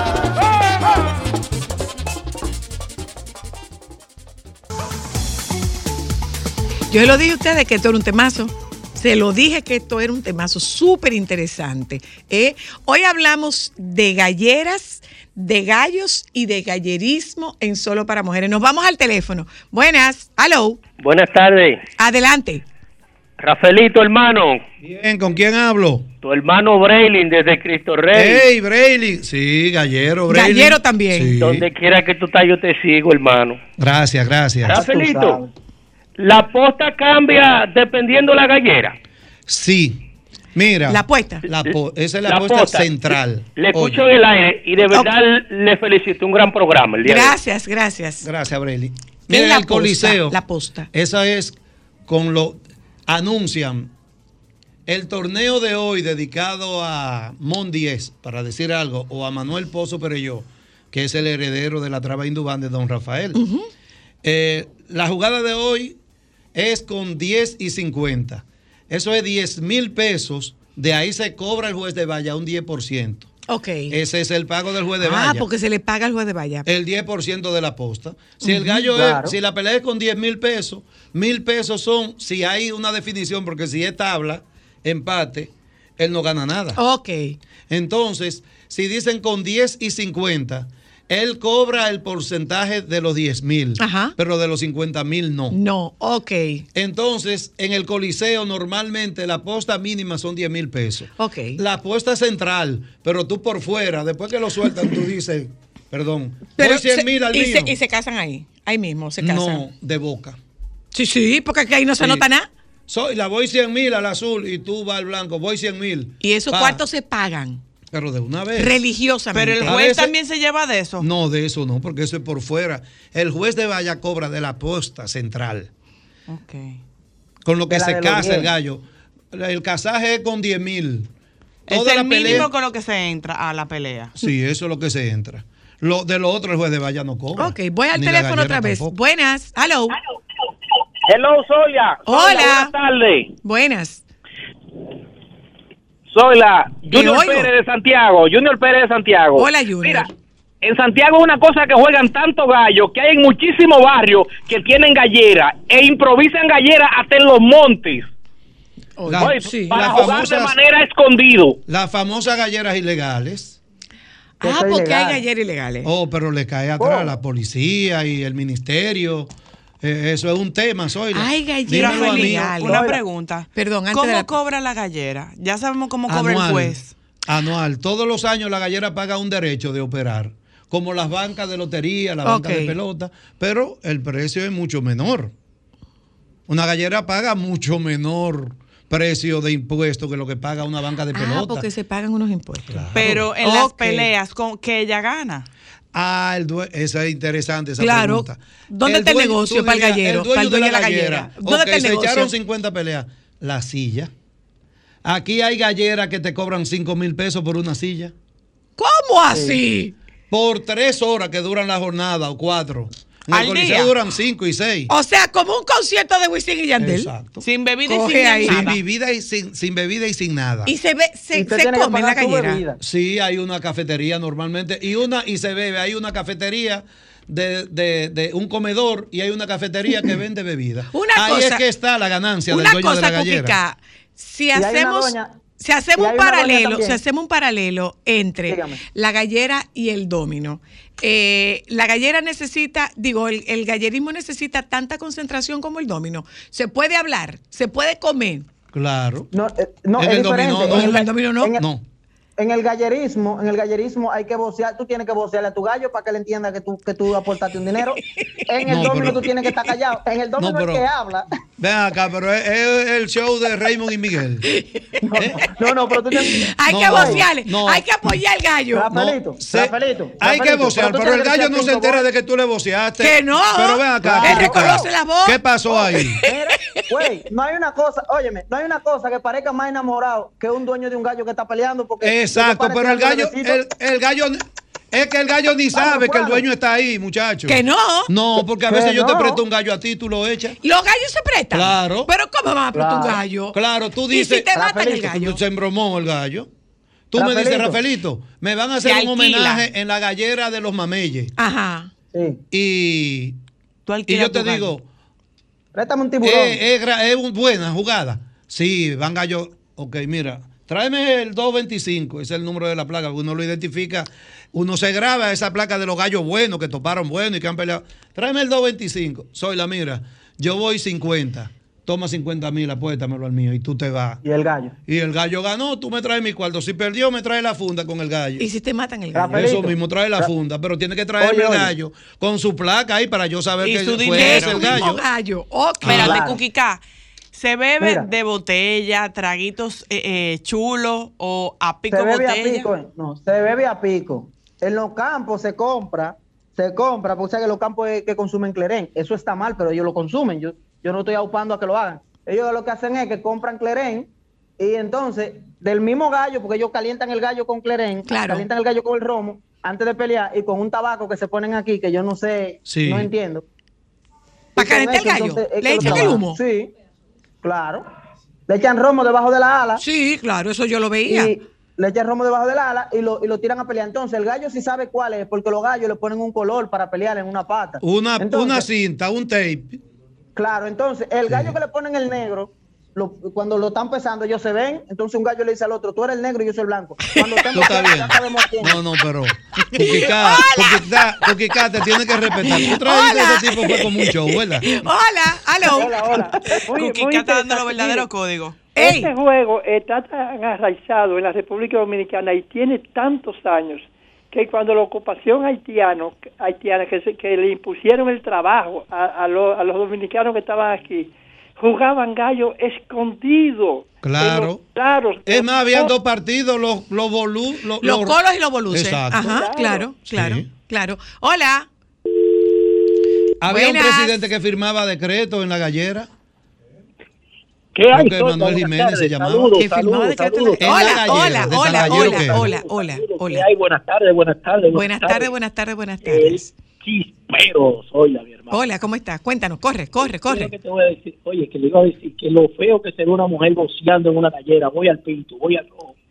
[SPEAKER 3] Yo lo dije a ustedes que esto era un temazo. Se lo dije que esto era un temazo súper interesante. ¿eh? Hoy hablamos de galleras, de gallos y de gallerismo en Solo para Mujeres. Nos vamos al teléfono. Buenas. Hello.
[SPEAKER 9] Buenas tardes.
[SPEAKER 3] Adelante.
[SPEAKER 9] Rafaelito, hermano.
[SPEAKER 7] Bien, ¿con quién hablo?
[SPEAKER 9] Tu hermano Braylin desde Cristo Rey.
[SPEAKER 7] Hey, Brayley. Sí, gallero, Brayley.
[SPEAKER 3] Gallero también.
[SPEAKER 7] Sí.
[SPEAKER 9] Donde quiera que tú estás, yo te sigo, hermano.
[SPEAKER 7] Gracias, gracias.
[SPEAKER 9] Rafaelito, la posta cambia dependiendo la gallera.
[SPEAKER 7] Sí. Mira.
[SPEAKER 3] La apuesta.
[SPEAKER 7] La po- esa es la,
[SPEAKER 9] La
[SPEAKER 7] apuesta
[SPEAKER 9] posta.
[SPEAKER 7] central.
[SPEAKER 9] Le escucho
[SPEAKER 7] Oye.
[SPEAKER 9] en el aire y de verdad le felicito. Un gran programa el día de hoy.
[SPEAKER 3] Gracias, gracias.
[SPEAKER 7] Gracias, Brayley.
[SPEAKER 3] ¿Qué es
[SPEAKER 7] Mira,
[SPEAKER 3] la
[SPEAKER 7] el Coliseo.
[SPEAKER 3] posta? La posta.
[SPEAKER 7] Esa es con lo anuncian el torneo de hoy dedicado a Mon diez, para decir algo, o a Manuel Pozo Perelló, que es el heredero de la traba Indubán de Don Rafael. Eh, la jugada de hoy es con diez y cincuenta. Eso es diez mil pesos. De ahí se cobra el juez de valla un diez por ciento.
[SPEAKER 3] Ok.
[SPEAKER 7] Ese es el pago del juez de
[SPEAKER 3] Ah,
[SPEAKER 7] valla.
[SPEAKER 3] porque se le paga al juez de valla.
[SPEAKER 7] El diez por ciento de la posta. Si el
[SPEAKER 3] Ujú,
[SPEAKER 7] gallo
[SPEAKER 3] claro.
[SPEAKER 7] es, si la pelea es con diez mil pesos, mil pesos son, si hay una definición, porque si es tabla, empate, él no gana nada.
[SPEAKER 3] Ok.
[SPEAKER 7] Entonces, si dicen con diez y cincuenta, él cobra el porcentaje de los diez mil,
[SPEAKER 3] Ajá.
[SPEAKER 7] pero de los cincuenta mil no.
[SPEAKER 3] No, ok.
[SPEAKER 7] Entonces, en el Coliseo normalmente la apuesta mínima son diez mil pesos.
[SPEAKER 3] Ok.
[SPEAKER 7] La apuesta central, pero tú por fuera, después que lo sueltan, tú dices, perdón,
[SPEAKER 3] Pero
[SPEAKER 7] voy cien
[SPEAKER 3] se-
[SPEAKER 7] mil al
[SPEAKER 3] y,
[SPEAKER 7] mío.
[SPEAKER 3] se, y se casan ahí. Ahí mismo se casan.
[SPEAKER 7] No, de boca.
[SPEAKER 3] Sí, sí, porque aquí ahí no se
[SPEAKER 7] Sí.
[SPEAKER 3] nota nada.
[SPEAKER 7] Soy, la voy cien mil al azul y tú vas al blanco, voy cien mil.
[SPEAKER 3] Y esos
[SPEAKER 7] Pa,
[SPEAKER 3] cuartos se pagan
[SPEAKER 7] Pero de una vez.
[SPEAKER 3] religiosamente.
[SPEAKER 5] Pero el
[SPEAKER 7] A
[SPEAKER 5] juez
[SPEAKER 7] veces-
[SPEAKER 5] también se lleva de eso.
[SPEAKER 7] No, de eso no, porque eso es por fuera. El juez de valla cobra de la apuesta central.
[SPEAKER 5] Ok.
[SPEAKER 7] Con lo que
[SPEAKER 8] De la
[SPEAKER 7] se
[SPEAKER 8] de los
[SPEAKER 7] casa
[SPEAKER 8] diez.
[SPEAKER 7] el gallo. El casaje es con diez mil.
[SPEAKER 5] Es
[SPEAKER 7] Toda
[SPEAKER 5] el
[SPEAKER 7] la
[SPEAKER 5] mínimo
[SPEAKER 7] pelea.
[SPEAKER 5] con lo que se entra a la pelea.
[SPEAKER 7] Sí, eso es lo que se entra. Lo, de lo otro el juez de valla no cobra.
[SPEAKER 3] Ok, voy al
[SPEAKER 7] Ni la
[SPEAKER 3] teléfono
[SPEAKER 7] gallera
[SPEAKER 3] otra vez.
[SPEAKER 7] tampoco.
[SPEAKER 3] Buenas. Hello.
[SPEAKER 9] Hello, Zoila.
[SPEAKER 3] Hola.
[SPEAKER 9] Buenas tardes.
[SPEAKER 3] Buenas.
[SPEAKER 9] Soy la
[SPEAKER 3] Te
[SPEAKER 9] Junior
[SPEAKER 3] oigo.
[SPEAKER 9] Pérez de Santiago. Junior Pérez de Santiago.
[SPEAKER 3] Hola, Junior.
[SPEAKER 9] Mira, En Santiago es una cosa que juegan tantos gallos que hay en muchísimos barrios que tienen gallera e improvisan gallera hasta en los montes.
[SPEAKER 7] La-
[SPEAKER 9] Oye,
[SPEAKER 7] sí,
[SPEAKER 9] para
[SPEAKER 7] las
[SPEAKER 9] jugar de
[SPEAKER 7] famosas-
[SPEAKER 9] manera escondido.
[SPEAKER 7] Las famosas galleras ilegales.
[SPEAKER 3] Ah, porque hay galleras ilegales.
[SPEAKER 7] Oh, pero le cae atrás la policía y el ministerio. Eh, eso es un tema, soy.
[SPEAKER 3] Hay galleras
[SPEAKER 7] Dímelo a mí.
[SPEAKER 3] ilegales.
[SPEAKER 5] Una pregunta.
[SPEAKER 3] Perdón, antes
[SPEAKER 5] ¿Cómo
[SPEAKER 3] de la-
[SPEAKER 5] cobra la gallera? Ya sabemos cómo cobra
[SPEAKER 7] Anual.
[SPEAKER 5] el juez.
[SPEAKER 7] Anual. Todos los años la gallera paga un derecho de operar, como las bancas de lotería, la banca
[SPEAKER 3] Ok.
[SPEAKER 7] de pelota, pero el precio es mucho menor. Una gallera paga mucho menor precio de impuesto que lo que paga una banca de
[SPEAKER 3] Ah,
[SPEAKER 7] pelota.
[SPEAKER 3] porque se pagan unos impuestos.
[SPEAKER 5] Pero en las
[SPEAKER 3] Ok.
[SPEAKER 5] peleas, ¿con que ella gana?
[SPEAKER 7] Ah, el due- esa es interesante esa
[SPEAKER 3] Claro.
[SPEAKER 7] pregunta.
[SPEAKER 3] ¿Dónde está el
[SPEAKER 7] dueño-
[SPEAKER 3] negocio
[SPEAKER 7] tú
[SPEAKER 3] para el
[SPEAKER 7] dirías,
[SPEAKER 3] gallero, para el dueño de la gallera? ¿Dónde
[SPEAKER 7] Ok,
[SPEAKER 3] está el
[SPEAKER 7] se
[SPEAKER 3] negocio?
[SPEAKER 7] echaron cincuenta peleas. La silla. Aquí hay galleras que te cobran cinco mil pesos por una silla.
[SPEAKER 3] ¿Cómo así?
[SPEAKER 7] Por tres horas que duran la jornada o cuatro. En
[SPEAKER 3] ¿Al
[SPEAKER 7] el Coliseo
[SPEAKER 3] día?
[SPEAKER 7] duran cinco y seis.
[SPEAKER 3] O sea, como un concierto de Wisin y Yandel.
[SPEAKER 7] Exacto.
[SPEAKER 5] Sin bebida
[SPEAKER 3] Coge
[SPEAKER 5] y
[SPEAKER 3] ahí.
[SPEAKER 5] sin
[SPEAKER 7] Sin
[SPEAKER 5] nada.
[SPEAKER 7] bebida y sin, sin bebida y sin nada.
[SPEAKER 3] Y se ve, se,
[SPEAKER 8] Y usted
[SPEAKER 3] se
[SPEAKER 8] tiene que
[SPEAKER 3] come en la
[SPEAKER 8] pagar su
[SPEAKER 3] gallera.
[SPEAKER 8] bebida.
[SPEAKER 7] Sí, hay una cafetería normalmente y una y se bebe. Hay una cafetería de, de, de un comedor y hay una cafetería que vende bebida.
[SPEAKER 3] Una
[SPEAKER 7] Ahí
[SPEAKER 3] cosa-
[SPEAKER 7] es que está la ganancia del
[SPEAKER 3] Una
[SPEAKER 7] dueño de la
[SPEAKER 3] cosa,
[SPEAKER 7] gallera.
[SPEAKER 3] Cuquica, si
[SPEAKER 8] Y hay una
[SPEAKER 3] hacemos,
[SPEAKER 8] doña-
[SPEAKER 3] si hacemos
[SPEAKER 8] y hay
[SPEAKER 3] un
[SPEAKER 8] una doña
[SPEAKER 3] paralelo,
[SPEAKER 8] también.
[SPEAKER 3] si hacemos un paralelo entre
[SPEAKER 8] Dígame.
[SPEAKER 3] la gallera y el domino, eh, la gallera necesita, digo, el, el gallerismo necesita tanta concentración como el domino. Se puede hablar, se puede comer.
[SPEAKER 7] Claro.
[SPEAKER 8] No, eh, no,
[SPEAKER 7] En
[SPEAKER 8] es
[SPEAKER 7] el dominó,
[SPEAKER 8] diferente.
[SPEAKER 7] no.
[SPEAKER 8] En
[SPEAKER 3] En el dominó no.
[SPEAKER 8] en el-
[SPEAKER 7] No.
[SPEAKER 8] En el gallerismo, en el gallerismo hay que vocear, tú tienes que vocearle a tu gallo para que él entienda que tú, que tú aportaste un dinero. En el
[SPEAKER 7] No,
[SPEAKER 8] domino
[SPEAKER 7] pero-
[SPEAKER 8] tú tienes que estar callado. En el domino
[SPEAKER 7] No, pero-
[SPEAKER 8] el que habla.
[SPEAKER 7] Ven acá, pero es, es el show de Raymond y Miguel.
[SPEAKER 8] No, no, pero tú tienes.
[SPEAKER 3] Hay
[SPEAKER 7] No,
[SPEAKER 3] que vocearle,
[SPEAKER 7] no.
[SPEAKER 3] hay que apoyar al gallo.
[SPEAKER 8] Rafaelito,
[SPEAKER 7] Se-
[SPEAKER 8] Rafaelito,
[SPEAKER 7] hay que
[SPEAKER 8] Rafaelito,
[SPEAKER 7] vocear,
[SPEAKER 8] pero tú
[SPEAKER 7] pero el
[SPEAKER 8] tienes que
[SPEAKER 7] gallo
[SPEAKER 8] decir
[SPEAKER 7] no se
[SPEAKER 8] cinco
[SPEAKER 7] entera
[SPEAKER 8] voces.
[SPEAKER 7] de que tú le voceaste.
[SPEAKER 3] Que no.
[SPEAKER 7] Pero ven acá,
[SPEAKER 8] Él
[SPEAKER 7] Cuquica,
[SPEAKER 3] reconoce la voz.
[SPEAKER 7] ¿qué pasó ahí?
[SPEAKER 8] Mira, güey, no hay una cosa, óyeme, no hay una cosa que parezca más enamorado que un dueño de un gallo que está peleando porque
[SPEAKER 7] Exacto,
[SPEAKER 8] lo que
[SPEAKER 7] pero el
[SPEAKER 8] parece
[SPEAKER 7] gallo,
[SPEAKER 8] que necesita-
[SPEAKER 7] el, el gallo, es que el gallo ni sabe que el
[SPEAKER 8] claro.
[SPEAKER 7] dueño está ahí, muchacho.
[SPEAKER 3] Que no.
[SPEAKER 7] No, porque a
[SPEAKER 8] Que
[SPEAKER 7] veces yo te
[SPEAKER 8] no.
[SPEAKER 7] presto un gallo a ti, tú lo echas.
[SPEAKER 3] Los gallos se prestan.
[SPEAKER 7] Claro.
[SPEAKER 3] Pero ¿cómo vas a prestar un
[SPEAKER 8] Claro.
[SPEAKER 3] gallo?
[SPEAKER 7] Claro, tú
[SPEAKER 3] ¿Y
[SPEAKER 7] dices.
[SPEAKER 3] si te matan el
[SPEAKER 8] Rafaelito,
[SPEAKER 3] gallo?
[SPEAKER 7] Se embromó el gallo. Tú me dices,
[SPEAKER 8] Rafaelito.
[SPEAKER 7] Rafaelito, me van a hacer
[SPEAKER 5] Se
[SPEAKER 7] un
[SPEAKER 5] alquila.
[SPEAKER 7] homenaje en la gallera de los mameyes.
[SPEAKER 3] Ajá.
[SPEAKER 8] Sí.
[SPEAKER 7] Y,
[SPEAKER 5] Tú
[SPEAKER 7] y
[SPEAKER 5] alquilas
[SPEAKER 7] yo te
[SPEAKER 5] tu gallo.
[SPEAKER 7] digo,
[SPEAKER 8] Préstame un tiburón.
[SPEAKER 7] eh, es, gra- es un- buena jugada. Sí, van gallos. Ok, mira, tráeme el doscientos veinticinco, ese es el número de la placa, porque uno lo identifica, uno se graba esa placa de los gallos buenos que toparon buenos y que han peleado. Tráeme el doscientos veinticinco, soy la mira, yo voy cincuenta, toma cincuenta mil, apuéstamelo al mío y tú te vas.
[SPEAKER 8] Y el gallo.
[SPEAKER 7] Y el gallo ganó, tú me traes mi cuarto. Si perdió, me trae la funda con el gallo.
[SPEAKER 3] ¿Y si te matan el gallo?
[SPEAKER 8] Rafaelito.
[SPEAKER 7] Eso mismo, trae la funda, pero tiene que traerme
[SPEAKER 8] Oye,
[SPEAKER 7] el
[SPEAKER 8] oye.
[SPEAKER 7] gallo con su placa ahí para yo saber
[SPEAKER 5] Y
[SPEAKER 7] que
[SPEAKER 5] su
[SPEAKER 7] fue
[SPEAKER 5] dinero.
[SPEAKER 7] ese el
[SPEAKER 3] Mismo
[SPEAKER 7] gallo.
[SPEAKER 3] gallo. Ok.
[SPEAKER 5] Espérate,
[SPEAKER 8] Claro.
[SPEAKER 5] Cuquica. ¿Se bebe
[SPEAKER 8] Mira.
[SPEAKER 5] de botella, traguitos eh, eh, chulos o a pico
[SPEAKER 8] Se bebe a
[SPEAKER 5] botella?
[SPEAKER 8] pico, eh. no, se bebe a pico. En los campos se compra, se compra, porque sabes que los campos es que consumen clerén. Eso está mal, pero ellos lo consumen. Yo, yo no estoy aupando a que lo hagan. Ellos lo que hacen es que compran clerén y entonces del mismo gallo, porque ellos calientan el gallo con clerén,
[SPEAKER 3] Claro.
[SPEAKER 8] calientan el gallo con el romo antes de pelear y con un tabaco que se ponen aquí que yo no sé,
[SPEAKER 7] Sí.
[SPEAKER 8] no entiendo.
[SPEAKER 3] ¿Para
[SPEAKER 8] Y con
[SPEAKER 3] calentar el
[SPEAKER 8] eso,
[SPEAKER 3] gallo?
[SPEAKER 8] entonces, es
[SPEAKER 3] ¿Le
[SPEAKER 8] que lo
[SPEAKER 3] echan el
[SPEAKER 8] trabajan.
[SPEAKER 3] humo?
[SPEAKER 8] Sí, claro. Le echan romo debajo de la ala.
[SPEAKER 3] Sí, claro, eso yo lo veía.
[SPEAKER 8] Y le echan romo debajo del ala y lo, y lo tiran a pelear. Entonces, el gallo sí sabe cuál es, porque los gallos le ponen un color para pelear en una pata.
[SPEAKER 7] Una,
[SPEAKER 8] Entonces,
[SPEAKER 7] una cinta, un tape.
[SPEAKER 8] Claro, entonces, el gallo que le ponen el negro, lo- cuando lo están pesando, ellos se ven. Entonces, un gallo le dice al otro, tú eres el negro y yo soy el blanco. Cuando estén
[SPEAKER 7] Tú estás
[SPEAKER 8] pesando,
[SPEAKER 7] bien.
[SPEAKER 8] ya sabemos quién.
[SPEAKER 7] No, no, pero Cuquica, Cuquica, Cuquica, te tiene que respetar. Tú traes
[SPEAKER 3] Hola.
[SPEAKER 7] ese tipo fue como un show, ¿verdad?
[SPEAKER 3] Hola, aló.
[SPEAKER 8] Hola, hola.
[SPEAKER 11] Muy- muy
[SPEAKER 5] Cuquica está dando los
[SPEAKER 11] interesante.
[SPEAKER 5] verdaderos
[SPEAKER 11] Mire,
[SPEAKER 5] códigos.
[SPEAKER 3] Ey.
[SPEAKER 11] Este juego está tan arraizado en la República Dominicana y tiene tantos años que cuando la ocupación haitiano, haitiana, que, se- que le impusieron el trabajo a, a, lo- a los dominicanos que estaban aquí, jugaban gallo escondido.
[SPEAKER 7] Claro.
[SPEAKER 11] Claro.
[SPEAKER 7] Es más, habían dos partidos, los, los bolú, los,
[SPEAKER 3] Los colos y los boluces.
[SPEAKER 7] Exacto.
[SPEAKER 3] Ajá, claro, claro,
[SPEAKER 7] Sí.
[SPEAKER 3] claro. Hola.
[SPEAKER 7] Había
[SPEAKER 3] Buenas.
[SPEAKER 7] un presidente que firmaba decretos en la gallera.
[SPEAKER 9] ¿Qué hay?
[SPEAKER 7] Creo que
[SPEAKER 9] Sonia?
[SPEAKER 7] Manuel
[SPEAKER 9] Buenas
[SPEAKER 7] Jiménez se
[SPEAKER 9] tardes.
[SPEAKER 7] llamaba.
[SPEAKER 9] Saludos,
[SPEAKER 3] Que firmaba
[SPEAKER 9] saludos,
[SPEAKER 3] decretos
[SPEAKER 9] saludos.
[SPEAKER 3] de-
[SPEAKER 7] En la
[SPEAKER 3] Hola,
[SPEAKER 7] gallera,
[SPEAKER 3] hola,
[SPEAKER 7] de
[SPEAKER 3] hola,
[SPEAKER 7] San
[SPEAKER 3] hola,
[SPEAKER 7] Gallero,
[SPEAKER 3] hola, hola,
[SPEAKER 9] ¿Qué
[SPEAKER 3] hola.
[SPEAKER 9] hay? Buenas tardes, buenas tardes.
[SPEAKER 3] Buenas tardes, buenas tardes, buenas tardes.
[SPEAKER 9] Chispero, soy mi hermano.
[SPEAKER 3] Hola, ¿cómo estás? Cuéntanos, corre, corre,
[SPEAKER 9] Mira
[SPEAKER 3] corre.
[SPEAKER 9] que te voy a decir, oye, que le iba a decir que lo feo que se ve una mujer boceando en una gallera, voy al pinto, voy al rojo.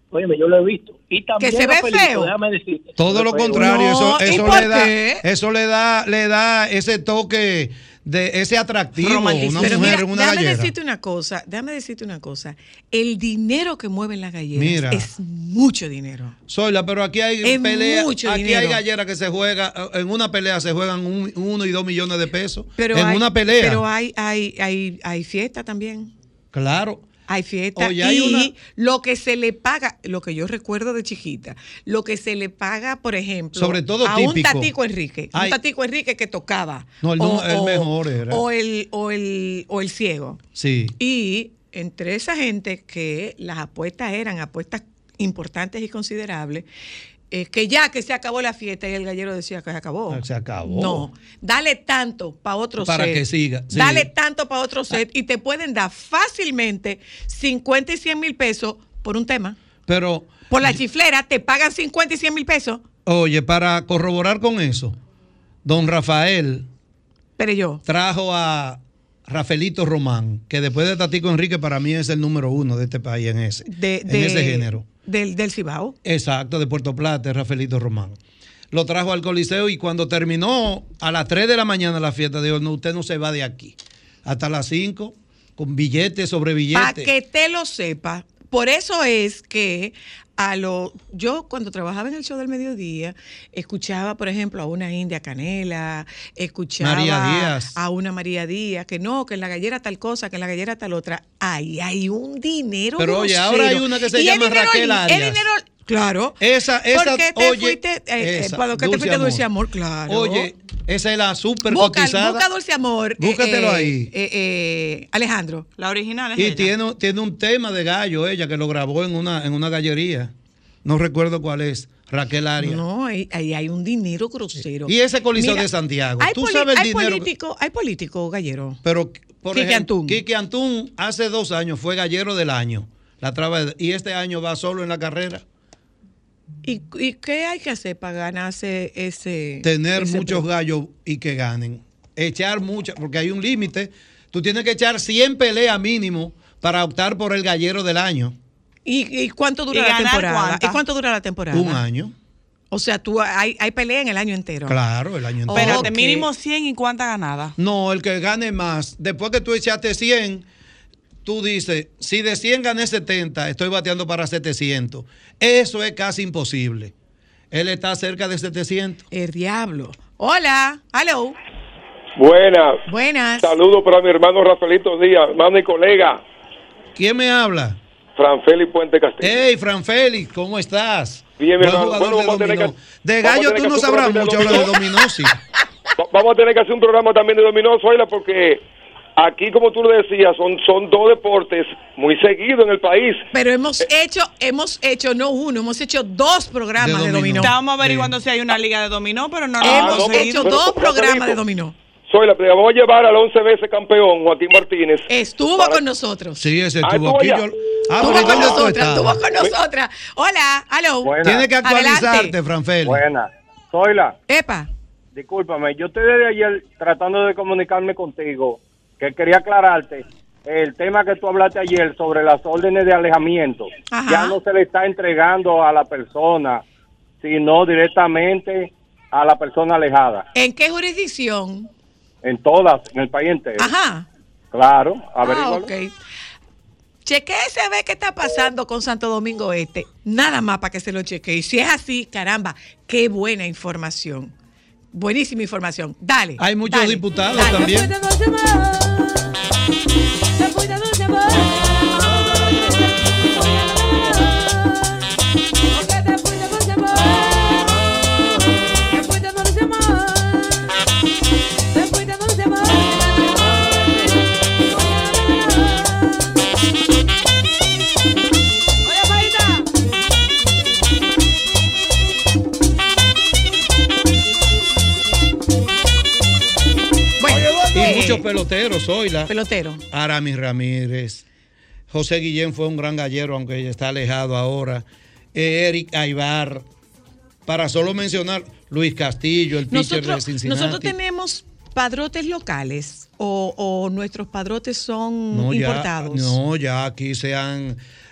[SPEAKER 12] Óyeme, yo lo he visto. Y también
[SPEAKER 3] ¿Que se ve
[SPEAKER 12] Rafaelito,
[SPEAKER 3] feo?
[SPEAKER 12] déjame decirte.
[SPEAKER 7] Todo lo
[SPEAKER 12] Pero-
[SPEAKER 7] contrario,
[SPEAKER 3] No,
[SPEAKER 7] eso,
[SPEAKER 3] ¿y
[SPEAKER 7] eso
[SPEAKER 3] por
[SPEAKER 7] le da,
[SPEAKER 3] qué?
[SPEAKER 7] eso le da, le da ese toque de ese atractivo,
[SPEAKER 5] Romanticismo.
[SPEAKER 7] una
[SPEAKER 3] Pero
[SPEAKER 7] mujer
[SPEAKER 3] mira,
[SPEAKER 7] en una
[SPEAKER 3] déjame
[SPEAKER 7] gallera.
[SPEAKER 3] decirte una cosa, déjame decirte una cosa. El dinero que mueven las galleras
[SPEAKER 7] Mira.
[SPEAKER 3] es mucho dinero.
[SPEAKER 7] Zoila, pero aquí hay
[SPEAKER 3] Es
[SPEAKER 7] peleas,
[SPEAKER 3] mucho
[SPEAKER 7] aquí
[SPEAKER 3] dinero.
[SPEAKER 7] hay galleras que se juegan, en una pelea se juegan un, uno y dos millones de pesos.
[SPEAKER 3] Pero
[SPEAKER 7] en
[SPEAKER 3] hay,
[SPEAKER 7] una pelea.
[SPEAKER 3] Pero hay, hay, hay, hay fiesta también.
[SPEAKER 7] Claro.
[SPEAKER 3] Hay fiesta.
[SPEAKER 7] Oye, hay
[SPEAKER 3] y
[SPEAKER 7] una-
[SPEAKER 3] lo que se le paga, lo que yo recuerdo de chiquita, lo que se le paga, por ejemplo,
[SPEAKER 7] Sobre todo
[SPEAKER 3] a
[SPEAKER 7] típico.
[SPEAKER 3] un Tatico Enrique,
[SPEAKER 7] Ay.
[SPEAKER 3] un Tatico Enrique que tocaba.
[SPEAKER 7] No, el no- el mejor era.
[SPEAKER 3] O el, o el, o el ciego.
[SPEAKER 7] Sí.
[SPEAKER 3] Y entre esa gente que las apuestas eran apuestas importantes y considerables, eh, que ya que se acabó la fiesta y el gallero decía que se acabó.
[SPEAKER 7] Se acabó.
[SPEAKER 3] No, dale tanto para otro
[SPEAKER 7] Para
[SPEAKER 3] set.
[SPEAKER 7] que siga, sí.
[SPEAKER 3] Dale tanto para otro set y te pueden dar fácilmente cincuenta y cien mil pesos por un tema.
[SPEAKER 7] Pero,
[SPEAKER 3] Por la chiflera te pagan cincuenta y cien mil pesos.
[SPEAKER 7] oye, para corroborar con eso, don Rafael
[SPEAKER 3] Pero yo.
[SPEAKER 7] trajo a Rafaelito Román, que después de Tatico Enrique para mí es el número uno de este país en ese,
[SPEAKER 3] De,
[SPEAKER 7] en
[SPEAKER 3] de-
[SPEAKER 7] ese género.
[SPEAKER 3] Del, del Cibao.
[SPEAKER 7] Exacto, de Puerto Plata, es Rafaelito Román. Lo trajo al Coliseo y cuando terminó a las tres de la mañana la fiesta, dijo, no, usted no se va de aquí. Hasta las cinco, con billetes sobre
[SPEAKER 3] Para
[SPEAKER 7] billetes.
[SPEAKER 3] que te lo sepa. Por eso es que a lo yo cuando trabajaba en el show del mediodía escuchaba, por ejemplo, a una India Canela, escuchaba
[SPEAKER 7] María Díaz.
[SPEAKER 3] a una María Díaz, que no, que en la gallera tal cosa, que en la gallera tal otra. Ahí hay un dinero.
[SPEAKER 7] Pero oye,
[SPEAKER 3] grosero.
[SPEAKER 7] ahora hay una que se
[SPEAKER 3] Y el
[SPEAKER 7] llama
[SPEAKER 3] dinero-
[SPEAKER 7] Raquel
[SPEAKER 3] el
[SPEAKER 7] Arias.
[SPEAKER 3] dinero, claro.
[SPEAKER 7] Esa, esa,
[SPEAKER 3] ¿Por qué te
[SPEAKER 7] oye,
[SPEAKER 3] fuiste, eh, eh,
[SPEAKER 7] esa,
[SPEAKER 3] ¿para qué te
[SPEAKER 7] Dulce
[SPEAKER 3] fuiste
[SPEAKER 7] Amor.
[SPEAKER 3] Dulce Amor? Claro.
[SPEAKER 7] Oye, esa es la super
[SPEAKER 3] busca,
[SPEAKER 7] cotizada.
[SPEAKER 3] busca Dulce Amor. eh,
[SPEAKER 7] Búscatelo
[SPEAKER 3] eh,
[SPEAKER 7] ahí.
[SPEAKER 3] eh, eh, Alejandro.
[SPEAKER 5] La original es
[SPEAKER 7] Y
[SPEAKER 5] ella.
[SPEAKER 7] tiene, tiene un tema de gallo ella que lo grabó en una, en una gallería. No recuerdo cuál es. Raquel Arias.
[SPEAKER 3] No, ahí, ahí hay un dinero grosero.
[SPEAKER 7] Y ese Coliseo
[SPEAKER 3] Mira,
[SPEAKER 7] de Santiago.
[SPEAKER 3] Hay,
[SPEAKER 7] Tú
[SPEAKER 3] poli-
[SPEAKER 7] sabes el
[SPEAKER 3] hay
[SPEAKER 7] dinero que-
[SPEAKER 3] político, hay político gallero.
[SPEAKER 7] Pero, por
[SPEAKER 3] Quique
[SPEAKER 7] ejemplo,
[SPEAKER 3] Antún.
[SPEAKER 7] Quique Antún hace dos años fue gallero del año. La traba- y este año va solo en la carrera.
[SPEAKER 3] ¿Y, y qué hay que hacer para ganarse ese?
[SPEAKER 7] Tener
[SPEAKER 3] ese
[SPEAKER 7] muchos
[SPEAKER 3] premio?
[SPEAKER 7] gallos y que ganen. Echar muchas, porque hay un límite. Tú tienes que echar cien peleas mínimo para optar por el gallero del año.
[SPEAKER 3] ¿Y, y cuánto dura
[SPEAKER 5] ¿Y
[SPEAKER 3] la
[SPEAKER 5] ganar
[SPEAKER 3] temporada?
[SPEAKER 5] cuántas?
[SPEAKER 3] ¿Y cuánto dura la temporada?
[SPEAKER 7] Un año.
[SPEAKER 3] O sea, tú hay, hay pelea en el año entero.
[SPEAKER 7] Claro, el año entero.
[SPEAKER 5] Espérate,
[SPEAKER 3] Ok.
[SPEAKER 5] mínimo cien y cuánta ganada.
[SPEAKER 7] No, el que gane más. Después que tú echaste cien, tú dices, si de cien gané setenta, estoy bateando para setecientos. Eso es casi imposible. Él está cerca de setecientos.
[SPEAKER 3] El diablo. Hola, hello.
[SPEAKER 13] Buenas.
[SPEAKER 3] Buenas.
[SPEAKER 13] Saludos para mi hermano Rafaelito Díaz, hermano y colega,
[SPEAKER 7] ¿Quién me habla?
[SPEAKER 13] Fran Félix Puente Castillo.
[SPEAKER 7] Hey, Fran Félix, ¿cómo estás?
[SPEAKER 13] Bien, mi
[SPEAKER 7] Buen
[SPEAKER 13] hermano.
[SPEAKER 7] jugador
[SPEAKER 13] Bueno,
[SPEAKER 7] de
[SPEAKER 13] vamos a tener
[SPEAKER 7] dominó.
[SPEAKER 13] que-
[SPEAKER 7] De
[SPEAKER 13] vamos a
[SPEAKER 7] gallo
[SPEAKER 13] tener
[SPEAKER 7] tú
[SPEAKER 13] que
[SPEAKER 7] no
[SPEAKER 13] hacer un
[SPEAKER 7] sabrás
[SPEAKER 13] programa de
[SPEAKER 7] mucho, hablo de
[SPEAKER 13] dominó.
[SPEAKER 7] dominó, sí.
[SPEAKER 13] Va- Vamos a tener que hacer un programa también de dominó, Zoila, porque aquí, como tú lo decías, son, son dos deportes muy seguidos en el país.
[SPEAKER 3] Pero hemos hecho, hemos hecho no uno, hemos hecho dos programas
[SPEAKER 7] De
[SPEAKER 3] de
[SPEAKER 7] dominó.
[SPEAKER 3] dominó.
[SPEAKER 5] Estábamos averiguando si hay una liga de dominó, pero no lo
[SPEAKER 13] Ah,
[SPEAKER 3] hemos
[SPEAKER 5] hemos
[SPEAKER 13] no, pero-
[SPEAKER 3] hecho
[SPEAKER 13] pero-
[SPEAKER 3] dos
[SPEAKER 13] pero-
[SPEAKER 3] programas de
[SPEAKER 13] Rafaelito,
[SPEAKER 3] dominó.
[SPEAKER 13] Zoila, pero vamos a llevar al once veces campeón, Joaquín Martínez.
[SPEAKER 3] Estuvo
[SPEAKER 13] Para-
[SPEAKER 3] con nosotros.
[SPEAKER 7] Sí, ese
[SPEAKER 13] Ah,
[SPEAKER 7] estuvo
[SPEAKER 13] estuvo
[SPEAKER 7] aquí.
[SPEAKER 13] allá.
[SPEAKER 7] Yo... Ah,
[SPEAKER 3] Estuvo
[SPEAKER 7] pero
[SPEAKER 3] con
[SPEAKER 7] ¿dónde tú
[SPEAKER 3] nosotras,
[SPEAKER 7] estabas?
[SPEAKER 3] estuvo con nosotras. Hola, hello.
[SPEAKER 14] Buena.
[SPEAKER 7] Tienes que actualizarte,
[SPEAKER 3] Adelante.
[SPEAKER 7] Fran Félix.
[SPEAKER 14] Buena. Zoila,
[SPEAKER 3] Epa.
[SPEAKER 14] discúlpame, yo estoy desde ayer tratando de comunicarme contigo, que quería aclararte el tema que tú hablaste ayer sobre las órdenes de alejamiento.
[SPEAKER 3] Ajá.
[SPEAKER 14] Ya no se le está entregando a la persona, sino directamente a la persona alejada.
[SPEAKER 3] ¿En qué jurisdicción?
[SPEAKER 14] En todas, en el país entero.
[SPEAKER 3] Ajá.
[SPEAKER 14] Claro,
[SPEAKER 3] Ah,
[SPEAKER 14] averígualo.
[SPEAKER 3] ok. Chequéese a ver qué está pasando con Santo Domingo Este. Nada más para que se lo chequee. Y si es así, caramba, qué buena información. Buenísima información. Dale.
[SPEAKER 7] Hay muchos
[SPEAKER 3] dale,
[SPEAKER 7] diputados
[SPEAKER 3] dale.
[SPEAKER 7] también.
[SPEAKER 3] Bueno,
[SPEAKER 7] Y
[SPEAKER 3] eh,
[SPEAKER 7] muchos peloteros, Zoila.
[SPEAKER 3] pelotero.
[SPEAKER 7] Aramis Ramírez. José Guillén fue un gran gallero, aunque está alejado ahora. Eh, Eric Aybar. Para solo mencionar Luis Castillo, el pitcher de
[SPEAKER 3] Nosotros,
[SPEAKER 7] Cincinnati.
[SPEAKER 3] nosotros tenemos padrotes locales o, o nuestros padrotes son
[SPEAKER 7] no, ya,
[SPEAKER 3] importados.
[SPEAKER 7] no, ya aquí se han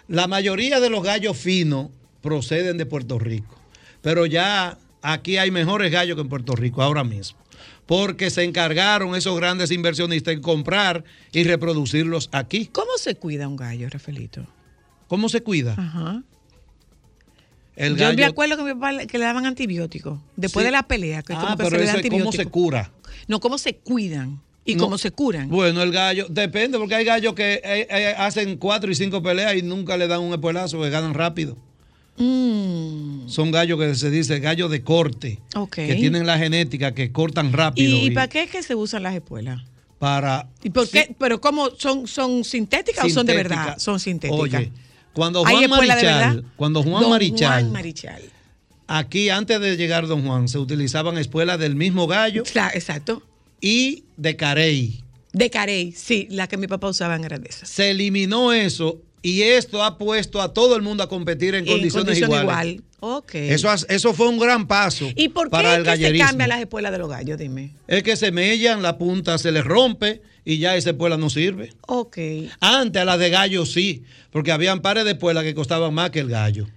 [SPEAKER 7] La mayoría de los gallos finos proceden de Puerto Rico, pero ya aquí hay mejores gallos que en Puerto Rico ahora mismo, porque se encargaron esos grandes inversionistas en comprar y reproducirlos aquí.
[SPEAKER 3] ¿Cómo se cuida un gallo, Rafaelito?
[SPEAKER 7] ¿Cómo se cuida?
[SPEAKER 3] Ajá.
[SPEAKER 7] El
[SPEAKER 3] Yo
[SPEAKER 7] gallo...
[SPEAKER 3] me acuerdo que, mi papá, que le daban antibióticos después
[SPEAKER 7] Sí.
[SPEAKER 3] de la pelea. Que
[SPEAKER 7] Ah,
[SPEAKER 3] como que
[SPEAKER 7] pero
[SPEAKER 3] se le da
[SPEAKER 7] eso es cómo se
[SPEAKER 3] antibiótico.
[SPEAKER 7] cura.
[SPEAKER 3] No, cómo se cuidan y
[SPEAKER 7] No.
[SPEAKER 3] cómo se curan.
[SPEAKER 7] Bueno, el gallo, depende, porque hay gallos que eh, eh, hacen cuatro y cinco peleas y nunca le dan un espuelazo, que ganan rápido.
[SPEAKER 3] Mm.
[SPEAKER 7] Son gallos que se dice gallos de corte,
[SPEAKER 3] Ok.
[SPEAKER 7] que tienen la genética, que cortan rápido.
[SPEAKER 3] ¿Y, para qué es que se usan las espuelas?
[SPEAKER 7] Para...
[SPEAKER 3] ¿Y por qué? ¿Pero cómo? ¿Son, son sintéticas o son de
[SPEAKER 7] Sintética.
[SPEAKER 3] verdad? Son sintéticas.
[SPEAKER 7] Oye, cuando
[SPEAKER 3] ¿Hay
[SPEAKER 7] Juan
[SPEAKER 3] espuela de
[SPEAKER 7] Marichal,
[SPEAKER 3] verdad?
[SPEAKER 7] cuando Juan
[SPEAKER 3] Don
[SPEAKER 7] Marichal,
[SPEAKER 3] Juan Marichal.
[SPEAKER 7] aquí antes de llegar Don Juan, se utilizaban espuelas del mismo gallo.
[SPEAKER 3] Claro, exacto.
[SPEAKER 7] Y de carey.
[SPEAKER 3] De carey, sí, la que mi papá usaba en grandeza.
[SPEAKER 7] Se eliminó eso y esto ha puesto a todo el mundo a competir en,
[SPEAKER 3] En
[SPEAKER 7] condiciones
[SPEAKER 3] condición
[SPEAKER 7] iguales.
[SPEAKER 3] igual. Ok.
[SPEAKER 7] Eso, ha- eso fue un gran paso
[SPEAKER 3] ¿Y por qué
[SPEAKER 7] para
[SPEAKER 3] es
[SPEAKER 7] el
[SPEAKER 3] que se
[SPEAKER 7] gallerismo.
[SPEAKER 3] cambian las espuelas de los gallos? Dime.
[SPEAKER 7] Es que se mellan, la punta se les rompe y ya esa espuela no sirve.
[SPEAKER 3] Ok.
[SPEAKER 7] Antes a las de gallo sí, porque habían pares de espuelas que costaban más que el gallo.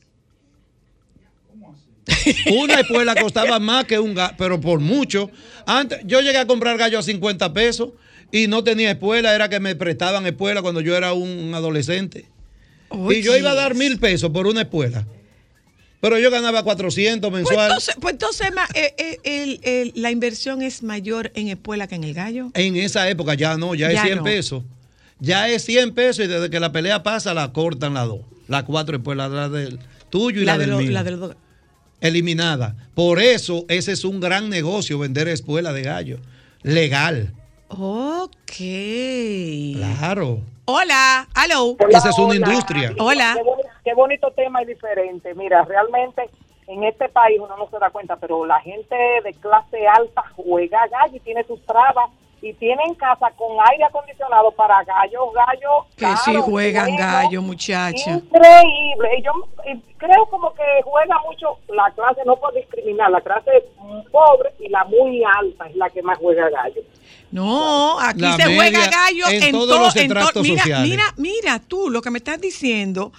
[SPEAKER 7] Una espuela costaba más que un gallo, pero por mucho. Antes, yo llegué a comprar gallo a cincuenta pesos y no tenía espuela, era que me prestaban espuela cuando yo era un, un adolescente.
[SPEAKER 3] Oye.
[SPEAKER 7] Y yo iba a dar mil pesos por una espuela. Pero yo ganaba cuatrocientos
[SPEAKER 3] Pues
[SPEAKER 7] mensual.
[SPEAKER 3] entonces, pues entonces ma- eh, eh, el- el- la inversión es mayor en espuela que en el gallo.
[SPEAKER 7] En esa época ya no, ya,
[SPEAKER 3] Ya
[SPEAKER 7] es cien
[SPEAKER 3] no.
[SPEAKER 7] pesos. Ya es cien pesos y desde que la pelea pasa la cortan las dos. Las cuatro espuelas, la del tuyo y la,
[SPEAKER 3] La de
[SPEAKER 7] del
[SPEAKER 3] lo-
[SPEAKER 7] mío.
[SPEAKER 3] la de los dos.
[SPEAKER 7] Eliminada. Por eso ese es un gran negocio, vender espuela de gallo. Legal.
[SPEAKER 3] Ok.
[SPEAKER 7] Claro.
[SPEAKER 3] Hola, hello.
[SPEAKER 7] Esa es una industria.
[SPEAKER 3] Hola.
[SPEAKER 15] Qué, boni- qué bonito tema y diferente. Mira, realmente en este país uno no se da cuenta, pero la gente de clase alta juega gallo y tiene sus trabas y tiene en casa con aire acondicionado para gallos, gallos.
[SPEAKER 3] Que sí
[SPEAKER 15] caros,
[SPEAKER 3] juegan
[SPEAKER 15] buenos,
[SPEAKER 3] gallo, muchacha.
[SPEAKER 15] Increíble. Y yo y creo como que juega mucho la clase, no por discriminar, la clase pobre y la muy alta es la que más juega gallo.
[SPEAKER 3] No, aquí
[SPEAKER 7] La
[SPEAKER 3] se juega
[SPEAKER 7] media
[SPEAKER 3] gallo
[SPEAKER 7] en
[SPEAKER 3] en,
[SPEAKER 7] todos
[SPEAKER 3] to-
[SPEAKER 7] los
[SPEAKER 3] en to-
[SPEAKER 7] estratos
[SPEAKER 3] mira,
[SPEAKER 7] sociales.
[SPEAKER 3] mira, mira tú lo que me estás diciendo.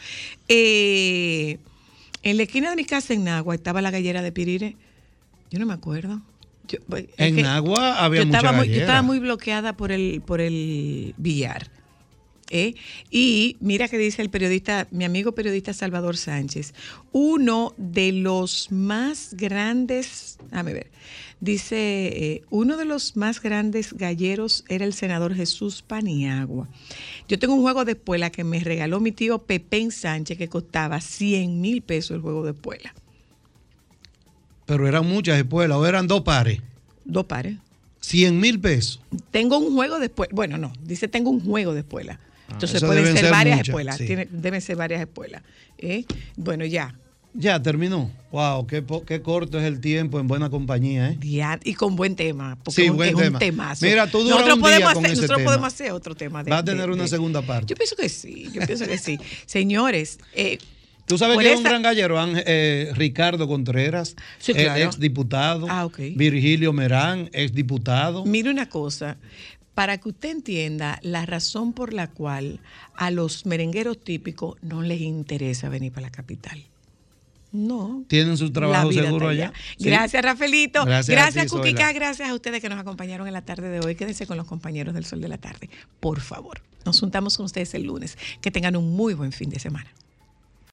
[SPEAKER 3] eh, en la esquina de mi casa en Nagua estaba la gallera de Pirire. Yo no me acuerdo. Yo- es
[SPEAKER 7] En
[SPEAKER 3] que
[SPEAKER 7] Nagua había
[SPEAKER 3] yo
[SPEAKER 7] mucha
[SPEAKER 3] estaba muy, yo
[SPEAKER 7] gallera.
[SPEAKER 3] estaba muy bloqueada por el por el billar. ¿eh? Y mira que dice el periodista, mi amigo periodista Salvador Sánchez, uno de los más grandes, déjame ver, dice, eh, uno de los más grandes galleros era el senador Jesús Paniagua. Yo tengo un juego de espuela que me regaló mi tío Pepén Sánchez que costaba cien mil pesos el juego de espuela.
[SPEAKER 7] Pero eran muchas espuelas, o eran dos pares.
[SPEAKER 3] Dos pares.
[SPEAKER 7] cien mil pesos.
[SPEAKER 3] Tengo un juego de espuela. Bueno, no, dice tengo un juego de espuela. Entonces
[SPEAKER 7] eso
[SPEAKER 3] pueden
[SPEAKER 7] deben
[SPEAKER 3] ser,
[SPEAKER 7] ser
[SPEAKER 3] varias
[SPEAKER 7] muchas,
[SPEAKER 3] espuelas.
[SPEAKER 7] sí.
[SPEAKER 3] Tiene- deben ser varias espuelas. ¿eh? Bueno, ya.
[SPEAKER 7] Ya terminó. Wow, qué, po- qué corto es el tiempo en buena compañía, ¿eh?
[SPEAKER 3] Ya, y con buen tema. Porque
[SPEAKER 7] Sí,
[SPEAKER 3] es un-
[SPEAKER 7] buen
[SPEAKER 3] es
[SPEAKER 7] tema.
[SPEAKER 3] un temazo.
[SPEAKER 7] Mira, tú duras
[SPEAKER 3] nosotros
[SPEAKER 7] un
[SPEAKER 3] podemos
[SPEAKER 7] día con
[SPEAKER 3] hacer,
[SPEAKER 7] ese
[SPEAKER 3] Nosotros
[SPEAKER 7] tema.
[SPEAKER 3] podemos hacer otro tema. De,
[SPEAKER 7] Va a tener
[SPEAKER 3] de-
[SPEAKER 7] una
[SPEAKER 3] de-
[SPEAKER 7] segunda parte.
[SPEAKER 3] Yo pienso que sí, yo pienso que sí. Señores, eh,
[SPEAKER 7] Tú sabes
[SPEAKER 3] por
[SPEAKER 7] que es un
[SPEAKER 3] esa-
[SPEAKER 7] gran gallero, Ángel- eh, Ricardo Contreras,
[SPEAKER 3] Sí,
[SPEAKER 7] el
[SPEAKER 3] claro.
[SPEAKER 7] ex diputado.
[SPEAKER 3] Ah, ok.
[SPEAKER 7] Virgilio Merán, ex diputado.
[SPEAKER 3] Mire una cosa, para que usted entienda la razón por la cual a los merengueros típicos no les interesa venir para la capital. No.
[SPEAKER 7] Tienen su trabajo
[SPEAKER 3] La vida
[SPEAKER 7] seguro
[SPEAKER 3] está
[SPEAKER 7] allá. Sí.
[SPEAKER 3] Gracias, Rafaelito.
[SPEAKER 7] Gracias a
[SPEAKER 3] Gracias,
[SPEAKER 7] ti,
[SPEAKER 3] Cuquica.
[SPEAKER 7] Zoila.
[SPEAKER 3] Gracias a ustedes que nos acompañaron en la tarde de hoy. Quédense con los compañeros del Sol de la Tarde. Por favor. Nos juntamos con ustedes el lunes. Que tengan un muy buen fin de semana.